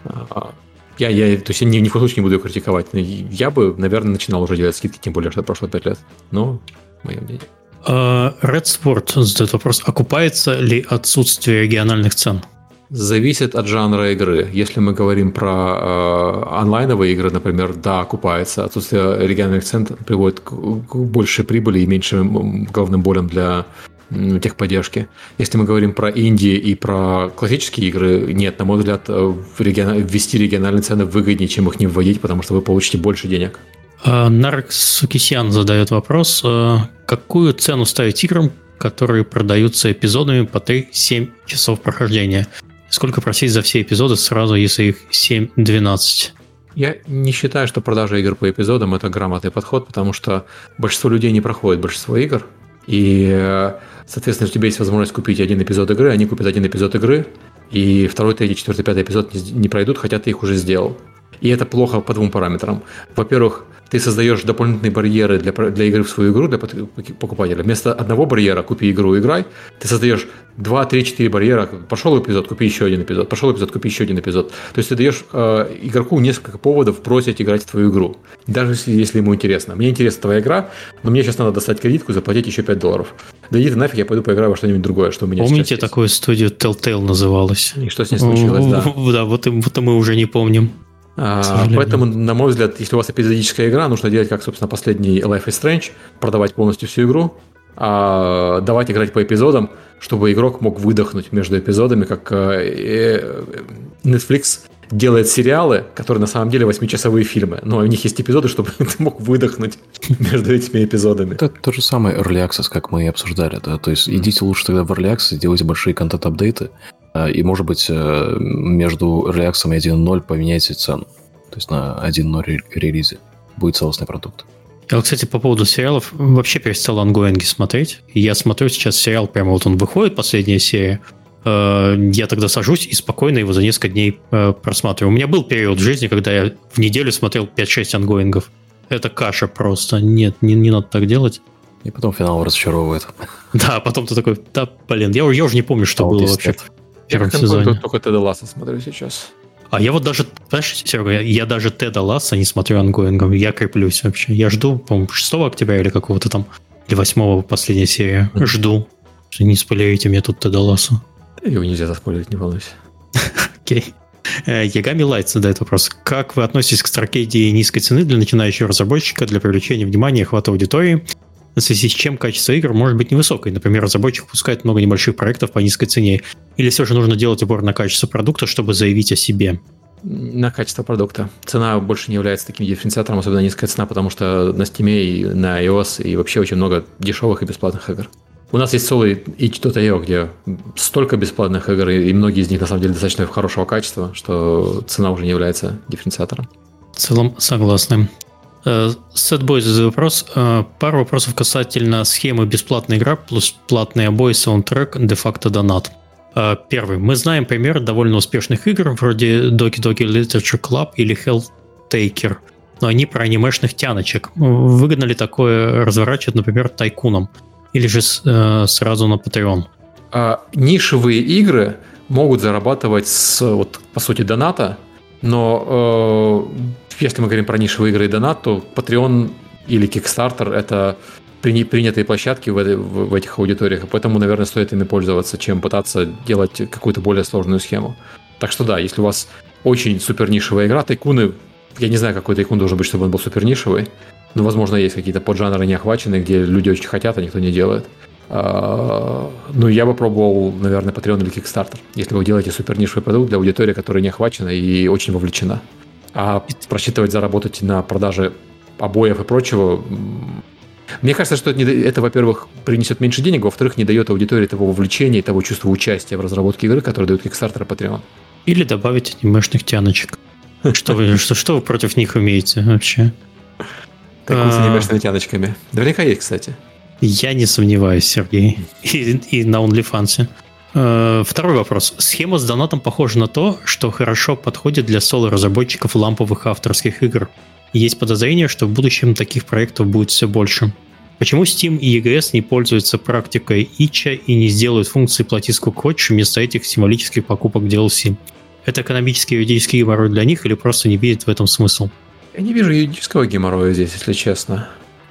То есть я ни в коем случае не буду ее критиковать. Но я бы, наверное, начинал уже делать скидки, тем более, что прошло 5 лет. Но, мое мнение. Red Sport задает вопрос. Окупается ли отсутствие региональных цен? Зависит от жанра игры. Если мы говорим про онлайновые игры, например, да, окупается. Отсутствие региональных цен приводит к большей прибыли и меньшим головным болям для техподдержки. Если мы говорим про инди и про классические игры, нет, на мой взгляд, ввести региональные цены выгоднее, чем их не вводить, потому что вы получите больше денег. Нарк Сукисян задает вопрос. Какую цену ставить играм, которые продаются эпизодами по 3-7 часов прохождения. Сколько просить за все эпизоды сразу, если их 7-12? Я не считаю, что продажа игр по эпизодам – это грамотный подход, потому что большинство людей не проходит большинство игр, и, соответственно, у тебя есть возможность купить один эпизод игры, они купят один эпизод игры, и второй, третий, четвертый, пятый эпизод не пройдут, хотя ты их уже сделал. И это плохо по двум параметрам. Во-первых, ты создаешь дополнительные барьеры для игры в свою игру для покупателя. Вместо одного барьера «купи игру, играй», ты создаешь 2, 3, 4 барьера. Пошел эпизод, купи еще один эпизод. Пошел эпизод, купи еще один эпизод. То есть ты даешь игроку несколько поводов бросить играть в твою игру. Даже если ему интересно. Мне интересна твоя игра, но мне сейчас надо достать кредитку и заплатить еще $5. Да иди ты нафиг, я пойду поиграю во что-нибудь другое, что у меня Помните, сейчас есть. такую студию Telltale называлась? И что с ней случилось, да. Да, вот мы уже не помним. Поэтому, на мой взгляд, если у вас эпизодическая игра, нужно делать, как, собственно, последний Life is Strange, продавать полностью всю игру, давать играть по эпизодам, чтобы игрок мог выдохнуть между эпизодами, как Netflix делает сериалы, которые на самом деле 8-часовые фильмы, но у них есть эпизоды, чтобы ты мог выдохнуть между этими эпизодами. Это то же самое Early Access, как мы и обсуждали. Да? То есть идите лучше тогда в Early Access, делайте большие контент-апдейты, и, может быть, между Early Access и 1.0 поменяйте цену. То есть на 1.0 релизе будет целостный продукт. Я, кстати, по поводу сериалов вообще перестал ангоинги смотреть. Я смотрю сейчас сериал, прямо вот он выходит, последняя серия. Я тогда сажусь и спокойно его за несколько дней просматриваю. У меня был период в жизни, когда я в неделю смотрел 5-6 ангоингов. Это каша просто. Нет, не надо так делать. И потом финал разочаровывает. Да, потом ты такой, да, блин, я уже не помню, что было вообще в первом сезоне. Я только Теда Ласса смотрю сейчас. А я вот даже, знаешь, Серега, я даже Теда Ласса не смотрю ангоингом, я креплюсь вообще. Я жду, по-моему, 6 октября или какого-то там, или 8 последняя серия. Жду. Не спойлерите мне тут Теда Лассу. Его нельзя заспойлерить, не волнуйся. Окей. Ягами Лайт задает вопрос. Как вы относитесь к строке идеи низкой цены для начинающего разработчика для привлечения внимания и охвата аудитории, в связи с чем качество игр может быть невысокой? Например, разработчик выпускает много небольших проектов по низкой цене. Или все же нужно делать упор на качество продукта, чтобы заявить о себе? На качество продукта. Цена больше не является таким дифференциатором, особенно низкая цена, потому что на Steam и на iOS и вообще очень много дешевых и бесплатных игр. У нас есть Solo и Itch.io, где столько бесплатных игр, и многие из них на самом деле достаточно хорошего качества, что цена уже не является дифференциатором. В целом согласны. Сетбой задает вопрос. Пару вопросов касательно схемы бесплатная игра плюс платные обои, саундтрек, де-факто донат. Первый. Мы знаем пример довольно успешных игр, вроде Doki Doki Literature Club или Helltaker, но они про анимешных тяночек. Выгодно ли такое разворачивать, например, тайкуном? Или же сразу на Patreon? Нишевые игры могут зарабатывать с, вот, по сути, доната, но если мы говорим про нишевые игры и донат, то Patreon или Kickstarter – это принятые площадки в этих аудиториях, и поэтому, наверное, стоит ими пользоваться, чем пытаться делать какую-то более сложную схему. Так что да, если у вас очень супер нишевая игра, тайкуны, я не знаю, какой тайкун должен быть, чтобы он был супер нишевый, но, возможно, есть какие-то поджанры не охваченные, где люди очень хотят, а никто не делает. Ну, я бы пробовал, наверное, Patreon или Kickstarter, если вы делаете супер нишевый продукт для аудитории, которая не охвачена и очень вовлечена. А просчитывать, заработать на продаже обоев и прочего... Мне кажется, что это, во-первых, принесет меньше денег, во-вторых, не дает аудитории того вовлечения, того чувства участия в разработке игры, которое дают Kickstarter и Patreon. Или добавить анимешных тяночек. Что вы против них имеете вообще? Тайкун с анимешными тяночками. Наверняка есть, кстати. Я не сомневаюсь, Сергей. И на OnlyFans. Второй вопрос. Схема с донатом похожа на то, что хорошо подходит для соло-разработчиков ламповых авторских игр. Есть подозрение, что в будущем таких проектов будет все больше. Почему Steam и EGS не пользуются практикой Itch и не сделают функции «плати сколько хочешь» вместо этих символических покупок DLC? Это экономический и юридический геморрой для них или просто не видят в этом смысл? Я не вижу юридического геморроя здесь, если честно.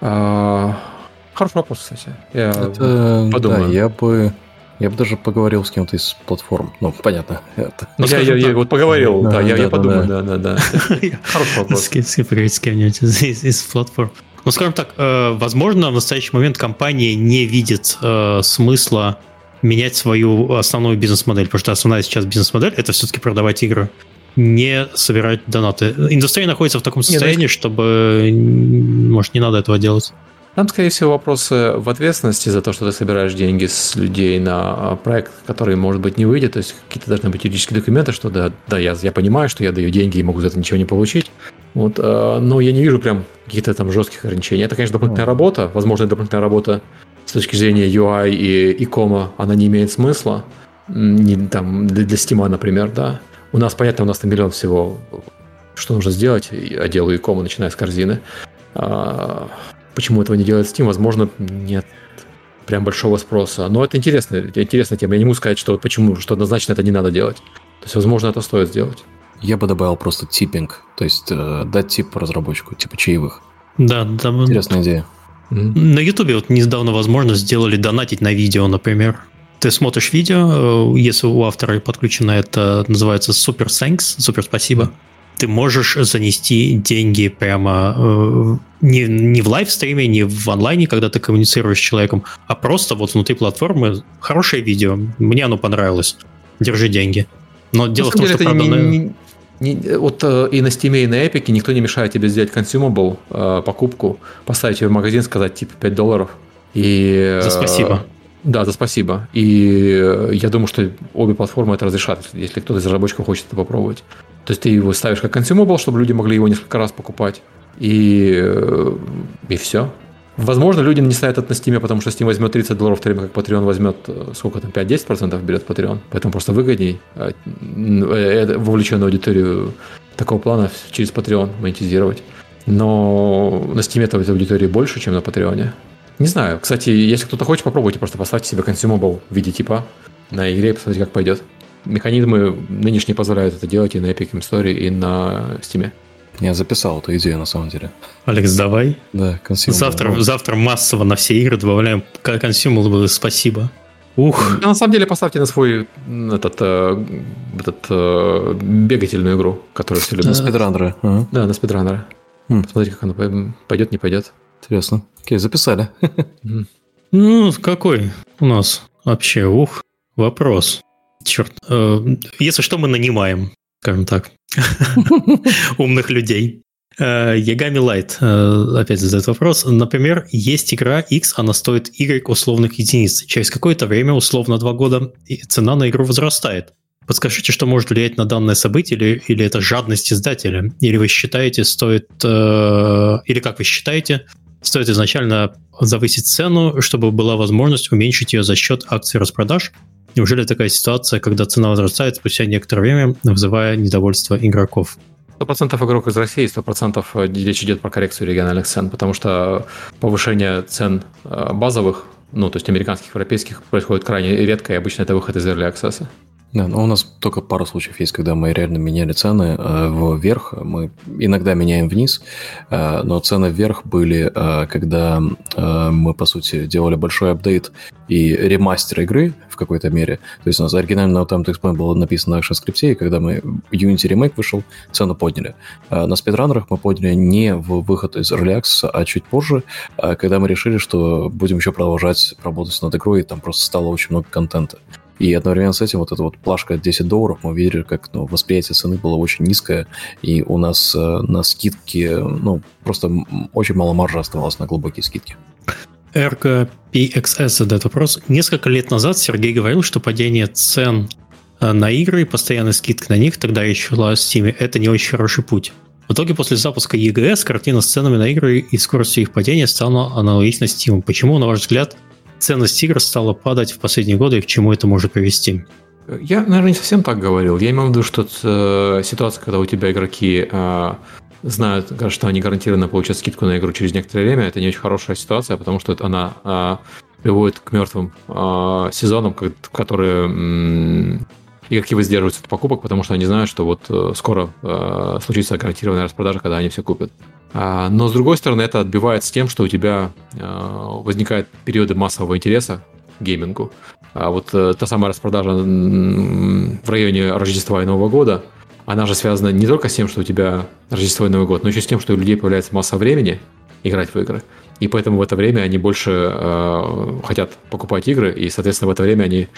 Хороший вопрос, кстати. Я подумаю. Да, я бы даже поговорил с кем-то из платформ. Ну, понятно. Я вот поговорил, да, я подумаю, да. Хороший вопрос. С кем-нибудь из платформ. Ну, скажем так, возможно, в настоящий момент компания не видит смысла менять свою основную бизнес-модель, потому что основная сейчас бизнес-модель – это все-таки продавать игры, не собирать донаты. Индустрия находится в таком состоянии, чтобы, может, не надо этого делать. Там, скорее всего, вопросы в ответственности за то, что ты собираешь деньги с людей на проект, который, может быть, не выйдет. То есть какие-то должны быть юридические документы, что да, я понимаю, что я даю деньги и могу за это ничего не получить. Вот, но я не вижу прям каких-то там жестких ограничений. Это, конечно, дополнительная работа. Возможно, дополнительная работа с точки зрения UI и кома, она не имеет смысла. Там, для Steam, например, да. У нас, понятно, у нас там миллион всего, что нужно сделать, отделу икома, начиная с корзины. Почему этого не делает Steam? Возможно, нет прям большого спроса. Но это интересная тема. Я не могу сказать, что почему, что однозначно это не надо делать. То есть, возможно, это стоит сделать. Я бы добавил просто типпинг, то есть дать тип разработчику, типа чаевых. Да. Интересная идея. На Ютубе вот недавно возможно сделали донатить на видео, например. Ты смотришь видео, если у автора подключено, это называется Super Thanks, супер спасибо. Ты можешь занести деньги прямо не в лайвстриме, не в онлайне, когда ты коммуницируешь с человеком, а просто вот внутри платформы. Хорошее видео, мне оно понравилось. Держи деньги. Но дело в том, что правда... Вот и на Steam, и на Epic никто не мешает тебе сделать consumable покупку, поставить ее в магазин, сказать типа $5. И, за спасибо. Да, за спасибо. И я думаю, что обе платформы это разрешат, если кто-то из разработчиков хочет это попробовать. То есть ты его ставишь как consumable, чтобы люди могли его несколько раз покупать. И все. Возможно, люди не ставят это на Steam, потому что Steam возьмет $30, в то время как Patreon возьмет, сколько там, 5-10% берет Patreon. Поэтому просто выгодней вовлеченную аудиторию такого плана через Patreon монетизировать. Но на Steam этой аудитории больше, чем на Patreon. Не знаю. Кстати, если кто-то хочет, попробуйте, просто поставьте себе consumable в виде типа на игре и посмотрите, как пойдет. Механизмы нынешние позволяют это делать и на Epic Store, и на Steam. Я записал эту идею, на самом деле. Алекс, давай. Да, consumable. Завтра массово на все игры добавляем consumable, спасибо. Ух. На самом деле поставьте на свой бегательную игру, которую все любят. На спидраннера. Да, на спидранера. Посмотрите, как оно пойдет, не пойдет. Интересно. Окей, записали. Ну, какой у нас вообще, вопрос. Черт. Если что, мы нанимаем, скажем так, умных людей. Ягами Light опять задает вопрос. Например, есть игра X, она стоит Y условных единиц. Через какое-то время, условно 2 года, цена на игру возрастает. Подскажите, что может влиять на данное событие, или это жадность издателя? Или вы считаете, или как вы считаете, стоит изначально завысить цену, чтобы была возможность уменьшить ее за счет акций распродаж? Неужели такая ситуация, когда цена возрастает спустя некоторое время, вызывая недовольство игроков? 100% игрок из России, 100% речь идет про коррекцию региональных цен, потому что повышение цен базовых, то есть американских, европейских, происходит крайне редко, и обычно это выход из Early Access. Да, но у нас только пару случаев есть, когда мы реально меняли цены вверх. Мы иногда меняем вниз, но цены вверх были, когда мы, по сути, делали большой апдейт и ремастер игры в какой-то мере. То есть у нас оригинально там Textpoint было написано на Action-скрипте, и когда мы Unity Remake вышел, цену подняли. На спидранерах мы подняли не в выход из Early Access, а чуть позже, когда мы решили, что будем еще продолжать работать над игрой, и там просто стало очень много контента. И одновременно с этим вот эта вот плашка $10, мы видели, как восприятие цены было очень низкое, и у нас на скидки, просто очень мало маржи оставалось на глубокие скидки. RKPXS задает вопрос. Несколько лет назад Сергей говорил, что падение цен на игры и постоянная скидка на них, тогда еще была в Steam, это не очень хороший путь. В итоге после запуска EGS картина с ценами на игры и скоростью их падения стала аналогична Steam. Почему, на ваш взгляд, ценность игр стала падать в последние годы, и к чему это может привести? Я, наверное, не совсем так говорил. Я имею в виду, что ситуация, когда у тебя игроки знают, что они гарантированно получат скидку на игру через некоторое время, это не очень хорошая ситуация, потому что она приводит к мертвым сезонам, в которые игроки воздерживаются от покупок, потому что они знают, что вот скоро случится гарантированная распродажа, когда они все купят. Но, с другой стороны, это отбивает с тем, что у тебя возникают периоды массового интереса к геймингу. А вот та самая распродажа в районе Рождества и Нового года, она же связана не только с тем, что у тебя Рождество и Новый год, но еще с тем, что у людей появляется масса времени играть в игры. И поэтому в это время они больше хотят покупать игры, и, соответственно, в это время они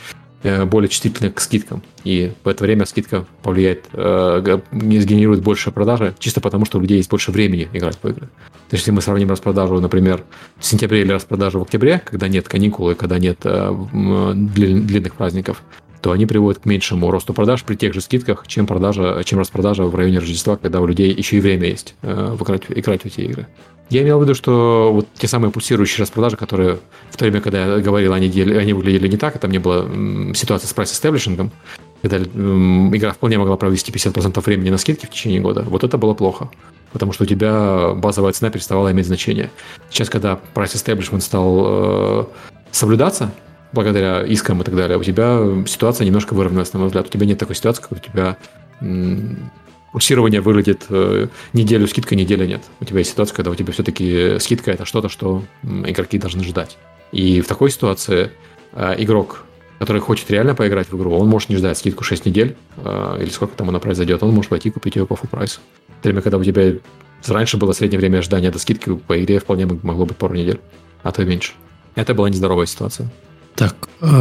более чувствительны к скидкам. И в это время скидка повлияет, не сгенерирует больше продажи, чисто потому, что у людей есть больше времени играть в игры. То есть, если мы сравним распродажу, например, в сентябре или распродажу в октябре, когда нет каникул и когда нет длинных праздников, то они приводят к меньшему росту продаж при тех же скидках, чем распродажа в районе Рождества, когда у людей еще и время есть играть в эти игры. Я имел в виду, что вот те самые пульсирующие распродажи, которые в то время, когда я говорил, они выглядели не так, и там не было ситуации с прайс-эстеблишингом, когда игра вполне могла провести 50% времени на скидке в течение года, вот это было плохо. Потому что у тебя базовая цена переставала иметь значение. Сейчас, когда прайс-эстеблишмент стал соблюдаться, благодаря искам и так далее, у тебя ситуация немножко выровнялась, на мой взгляд. У тебя нет такой ситуации, как у тебя пульсирование выглядит неделю скидка, неделя нет. У тебя есть ситуация, когда у тебя все-таки скидка – это что-то, что игроки должны ждать. И в такой ситуации игрок, который хочет реально поиграть в игру, он может не ждать скидку 6 недель, или сколько там она произойдет, он может пойти купить ее по full прайсу. В то время, когда у тебя раньше было среднее время ожидания до скидки, по игре вполне могло быть пару недель, а то и меньше. Это была нездоровая ситуация. Так,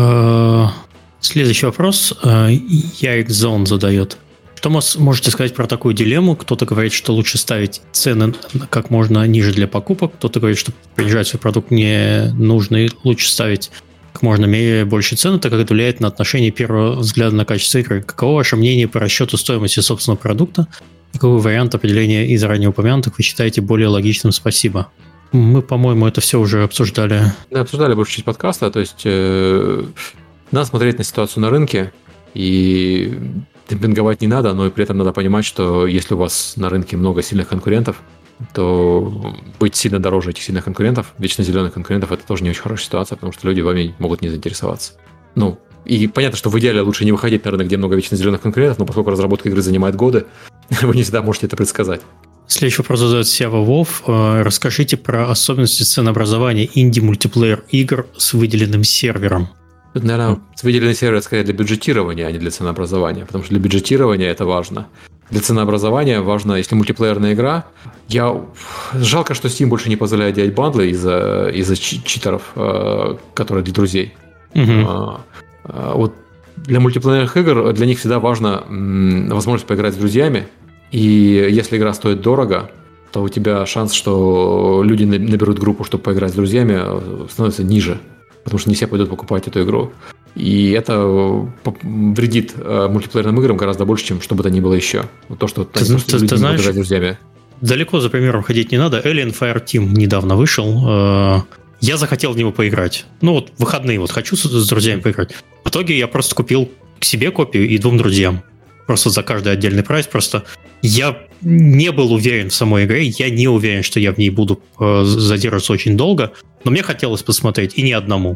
следующий вопрос. Ярик Зон задает. Что можете сказать про такую дилемму? Кто-то говорит, что лучше ставить цены как можно ниже для покупок. Кто-то говорит, что принижать свой продукт не нужно и лучше ставить как можно больше цены, так как это влияет на отношение первого взгляда на качество игры. Каково ваше мнение по расчету стоимости собственного продукта? Какой вариант определения из ранее упомянутых вы считаете более логичным? Спасибо. Мы, по-моему, это все уже обсуждали. Да, обсуждали большую часть подкаста. То есть надо смотреть на ситуацию на рынке и демпинговать не надо, но и при этом надо понимать, что если у вас на рынке много сильных конкурентов, то быть сильно дороже этих сильных конкурентов, вечно зеленых конкурентов, это тоже не очень хорошая ситуация, потому что люди вами могут не заинтересоваться. Ну, и понятно, что в идеале лучше не выходить на рынок, где много вечно зеленых конкурентов, но поскольку разработка игры занимает годы, вы не всегда можете это предсказать. Следующий вопрос задает Сява Вов. Расскажите про особенности ценообразования инди-мультиплеер игр с выделенным сервером. Тут, наверное, выделенный сервер скорее для бюджетирования, а не для ценообразования, потому что для бюджетирования это важно. Для ценообразования важно, если мультиплеерная игра. Жалко, что Steam больше не позволяет делать бандлы из-за читеров, которые для друзей. Вот для мультиплеерных игр для них всегда важна возможность поиграть с друзьями. И если игра стоит дорого, то у тебя шанс, что люди наберут группу, чтобы поиграть с друзьями, становится ниже. Потому что не все пойдут покупать эту игру. И это вредит мультиплеерным играм гораздо больше, чем что бы то ни было еще. То, что ты знаешь, играть с друзьями. Далеко за примером ходить не надо. Alien Fireteam недавно вышел. Я захотел в него поиграть. Ну вот выходные, вот хочу с друзьями поиграть. В итоге я просто купил к себе копию и 2 друзьям. Просто за каждый отдельный прайс. Просто я не был уверен в самой игре. Я не уверен, что я в ней буду задерживаться очень долго. Но мне хотелось посмотреть, и не одному.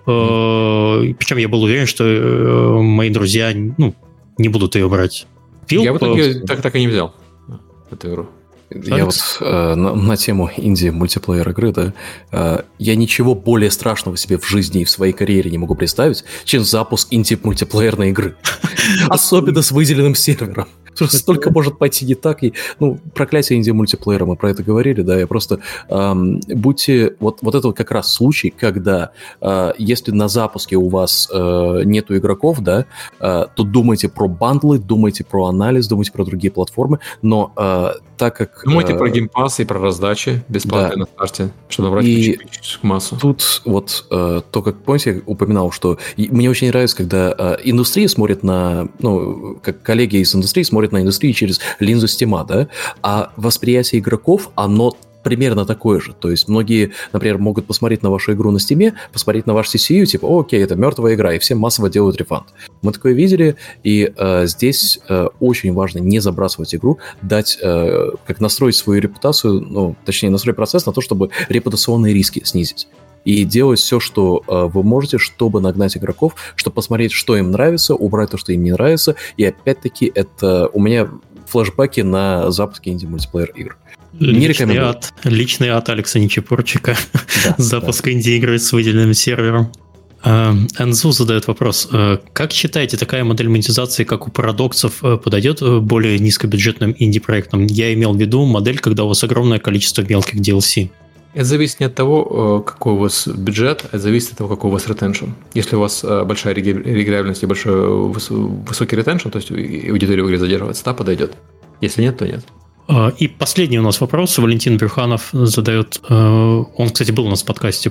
Причем я был уверен, что мои друзья не будут ее брать. Я в итоге так и не взял эту игру. Я вот на тему инди-мультиплеер игры, да, я ничего более страшного себе в жизни и в своей карьере не могу представить, чем запуск инди-мультиплеерной игры. Особенно с выделенным сервером. Столько может пойти не так. И, проклятие инди-мультиплеера, мы про это говорили, да, я просто будьте... Вот это вот как раз случай, когда если на запуске у вас нету игроков, да, то думайте про бандлы, думайте про анализ, думайте про другие платформы, но так как... Думайте про геймпасс и про раздачи бесплатные на старте, чтобы набрать критическую массу. Тут вот то, как, помните, я упоминал, что мне очень нравится, когда индустрия смотрит на... как коллеги из индустрии смотрят на индустрию через линзу Steam, да, а восприятие игроков, оно примерно такое же. То есть многие, например, могут посмотреть на вашу игру на Steam, посмотреть на ваш CCU, типа, окей, это мертвая игра, и все массово делают рефанд. Мы такое видели, и здесь очень важно не забрасывать игру, дать, как настроить свою репутацию, точнее, настроить процесс на то, чтобы репутационные риски снизить. И делать все, что вы можете, чтобы нагнать игроков, чтобы посмотреть, что им нравится, убрать то, что им не нравится. И опять-таки, это у меня флешбеки на запуске инди-мультиплеер игр. Личный ад Алекса Нечепорчика. Да, запуск инди-игры с выделенным сервером. Энзу задает вопрос. Как считаете, такая модель монетизации, как у парадоксов, подойдет более низкобюджетным инди-проектам? Я имел в виду модель, когда у вас огромное количество мелких DLC. Это зависит не от того, какой у вас бюджет, это зависит от того, какой у вас ретеншн. Если у вас большая регулярность и высокий ретеншн, то есть аудитория в игре задерживается, та подойдет. Если нет, то нет. И последний у нас вопрос. Валентин Брюханов задает... Он, кстати, был у нас в подкасте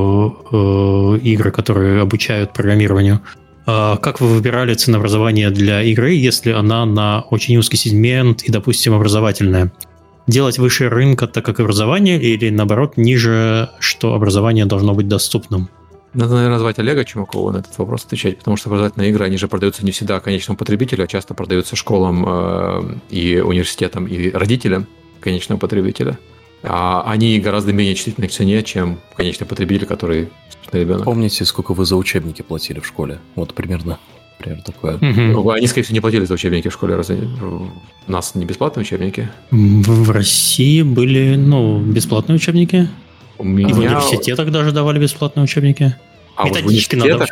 про игры, которые обучают программированию. Как вы выбирали ценообразование для игры, если она на очень узкий сегмент и, допустим, образовательная? Делать выше рынка, так как образование, или, наоборот, ниже, что образование должно быть доступным? Надо, наверное, звать Олега Чумакова на этот вопрос отвечать, потому что образовательные игры, они же продаются не всегда конечному потребителю, а часто продаются школам и университетам, и родителям конечного потребителя. А они гораздо менее чувствительны к цене, чем конечный потребитель, который, собственно, ребенок. Помните, сколько вы за учебники платили в школе? Вот примерно такое. Ну, они, скорее всего, не платили за учебники в школе. Разве у нас не бесплатные учебники? В России были, бесплатные учебники. У меня... И в университетах даже давали бесплатные учебники. Методички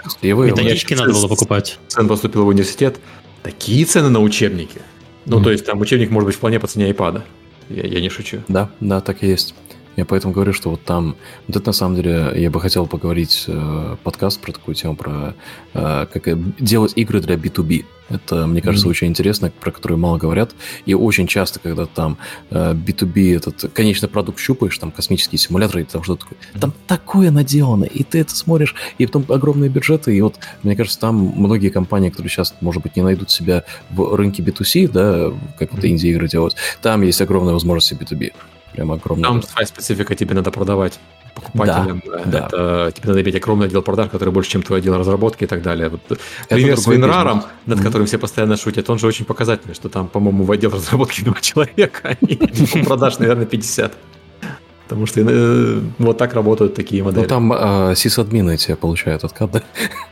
надо было покупать. Сын поступил в университет. Такие цены на учебники. То есть там учебник может быть вполне по цене iPad. Я не шучу. Да, так и есть. Я поэтому говорю, что вот там... Вот это на самом деле я бы хотел поговорить подкаст про такую тему, про как делать игры для B2B. Это, мне кажется, очень интересно, про которую мало говорят. И очень часто, когда там B2B, этот конечный продукт щупаешь, там космические симуляторы, и там что-то такое. Там такое наделано, и ты это смотришь, и потом огромные бюджеты. И вот, мне кажется, там многие компании, которые сейчас, может быть, не найдут себя в рынке B2C, да, как вот инди-игры делать, там есть огромная возможность B2B. Прям огромная. Там своя специфика, тебе надо продавать покупателям. Да. Это, тебе надо иметь огромный отдел продаж, который больше, чем твой отдел разработки и так далее. Вот, пример с WinRAR, над которым все постоянно шутят, он же очень показательный, что там, по-моему, в отдел разработки 2 человека, а продаж, наверное, 50. Потому что вот так работают такие модели. Ну, там сисадмины тебе получают откат, да?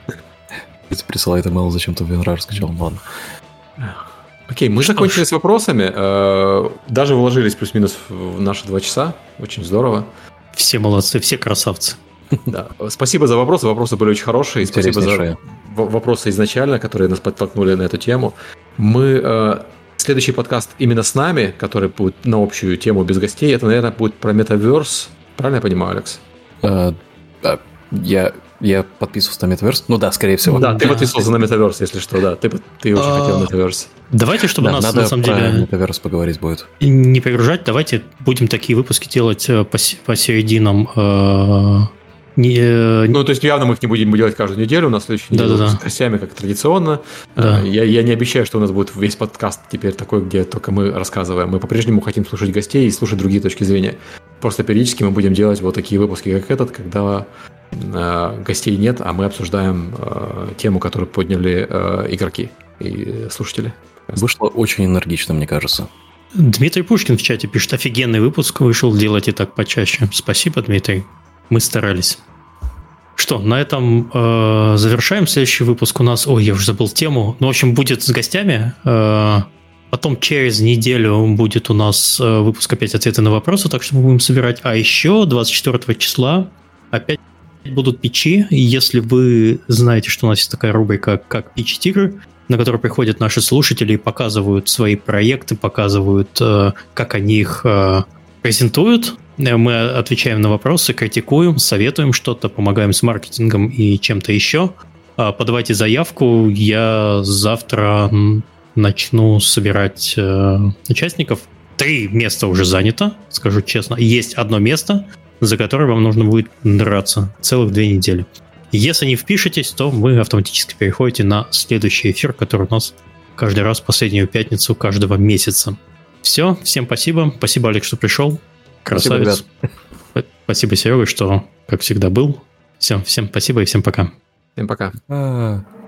Если присылает email, зачем-то в WinRAR скачал, ладно. Окей, мы закончили с вопросами. Даже вложились плюс-минус в наши 2 часа. Очень здорово. Все молодцы, все красавцы. Да. Спасибо за вопросы. Вопросы были очень хорошие. Спасибо за вопросы изначально, которые нас подтолкнули на эту тему. Следующий подкаст именно с нами, который будет на общую тему без гостей, это, наверное, будет про Metaverse. Правильно я понимаю, Алекс? Я подписывался на Metaverse. Ну да, скорее всего. Да, ты подписывался на Metaverse, если что, да. Ты очень хотел Metaverse. Давайте, чтобы нас, на самом деле, Metaverse поговорить будет. Не перегружать, давайте будем такие выпуски делать по серединам. То есть явно мы их не будем делать каждую неделю. У нас следующая неделя с гостями, как традиционно. Да. Я не обещаю, что у нас будет весь подкаст теперь такой, где только мы рассказываем. Мы по-прежнему хотим слушать гостей и слушать другие точки зрения. Просто периодически мы будем делать вот такие выпуски, как этот, когда гостей нет, а мы обсуждаем тему, которую подняли игроки и слушатели. Вышло очень энергично, мне кажется. Дмитрий Пушкин в чате пишет: офигенный выпуск вышел, делайте так почаще. Спасибо, Дмитрий. Мы старались. Что, на этом завершаем следующий выпуск у нас. Ой, я уже забыл тему. Ну, в общем, будет с гостями. Потом через неделю будет у нас выпуск опять «Ответы на вопросы», так что мы будем собирать. А еще 24 числа опять будут питчи. Если вы знаете, что у нас есть такая рубрика, как «Питчить игры», на которую приходят наши слушатели и показывают свои проекты, показывают, как они их презентуют. Мы отвечаем на вопросы, критикуем, советуем что-то, помогаем с маркетингом и чем-то еще. Подавайте заявку. Я завтра начну собирать участников. 3 места уже занято, скажу честно. Есть одно место, за которое вам нужно будет драться целых 2 недели. Если не впишетесь, то вы автоматически переходите на следующий эфир, который у нас каждый раз в последнюю пятницу каждого месяца. Все, всем спасибо. Спасибо, Олег, что пришел. Красавец. Спасибо, Серега, что, как всегда, был. Все, всем спасибо и всем пока. Всем пока.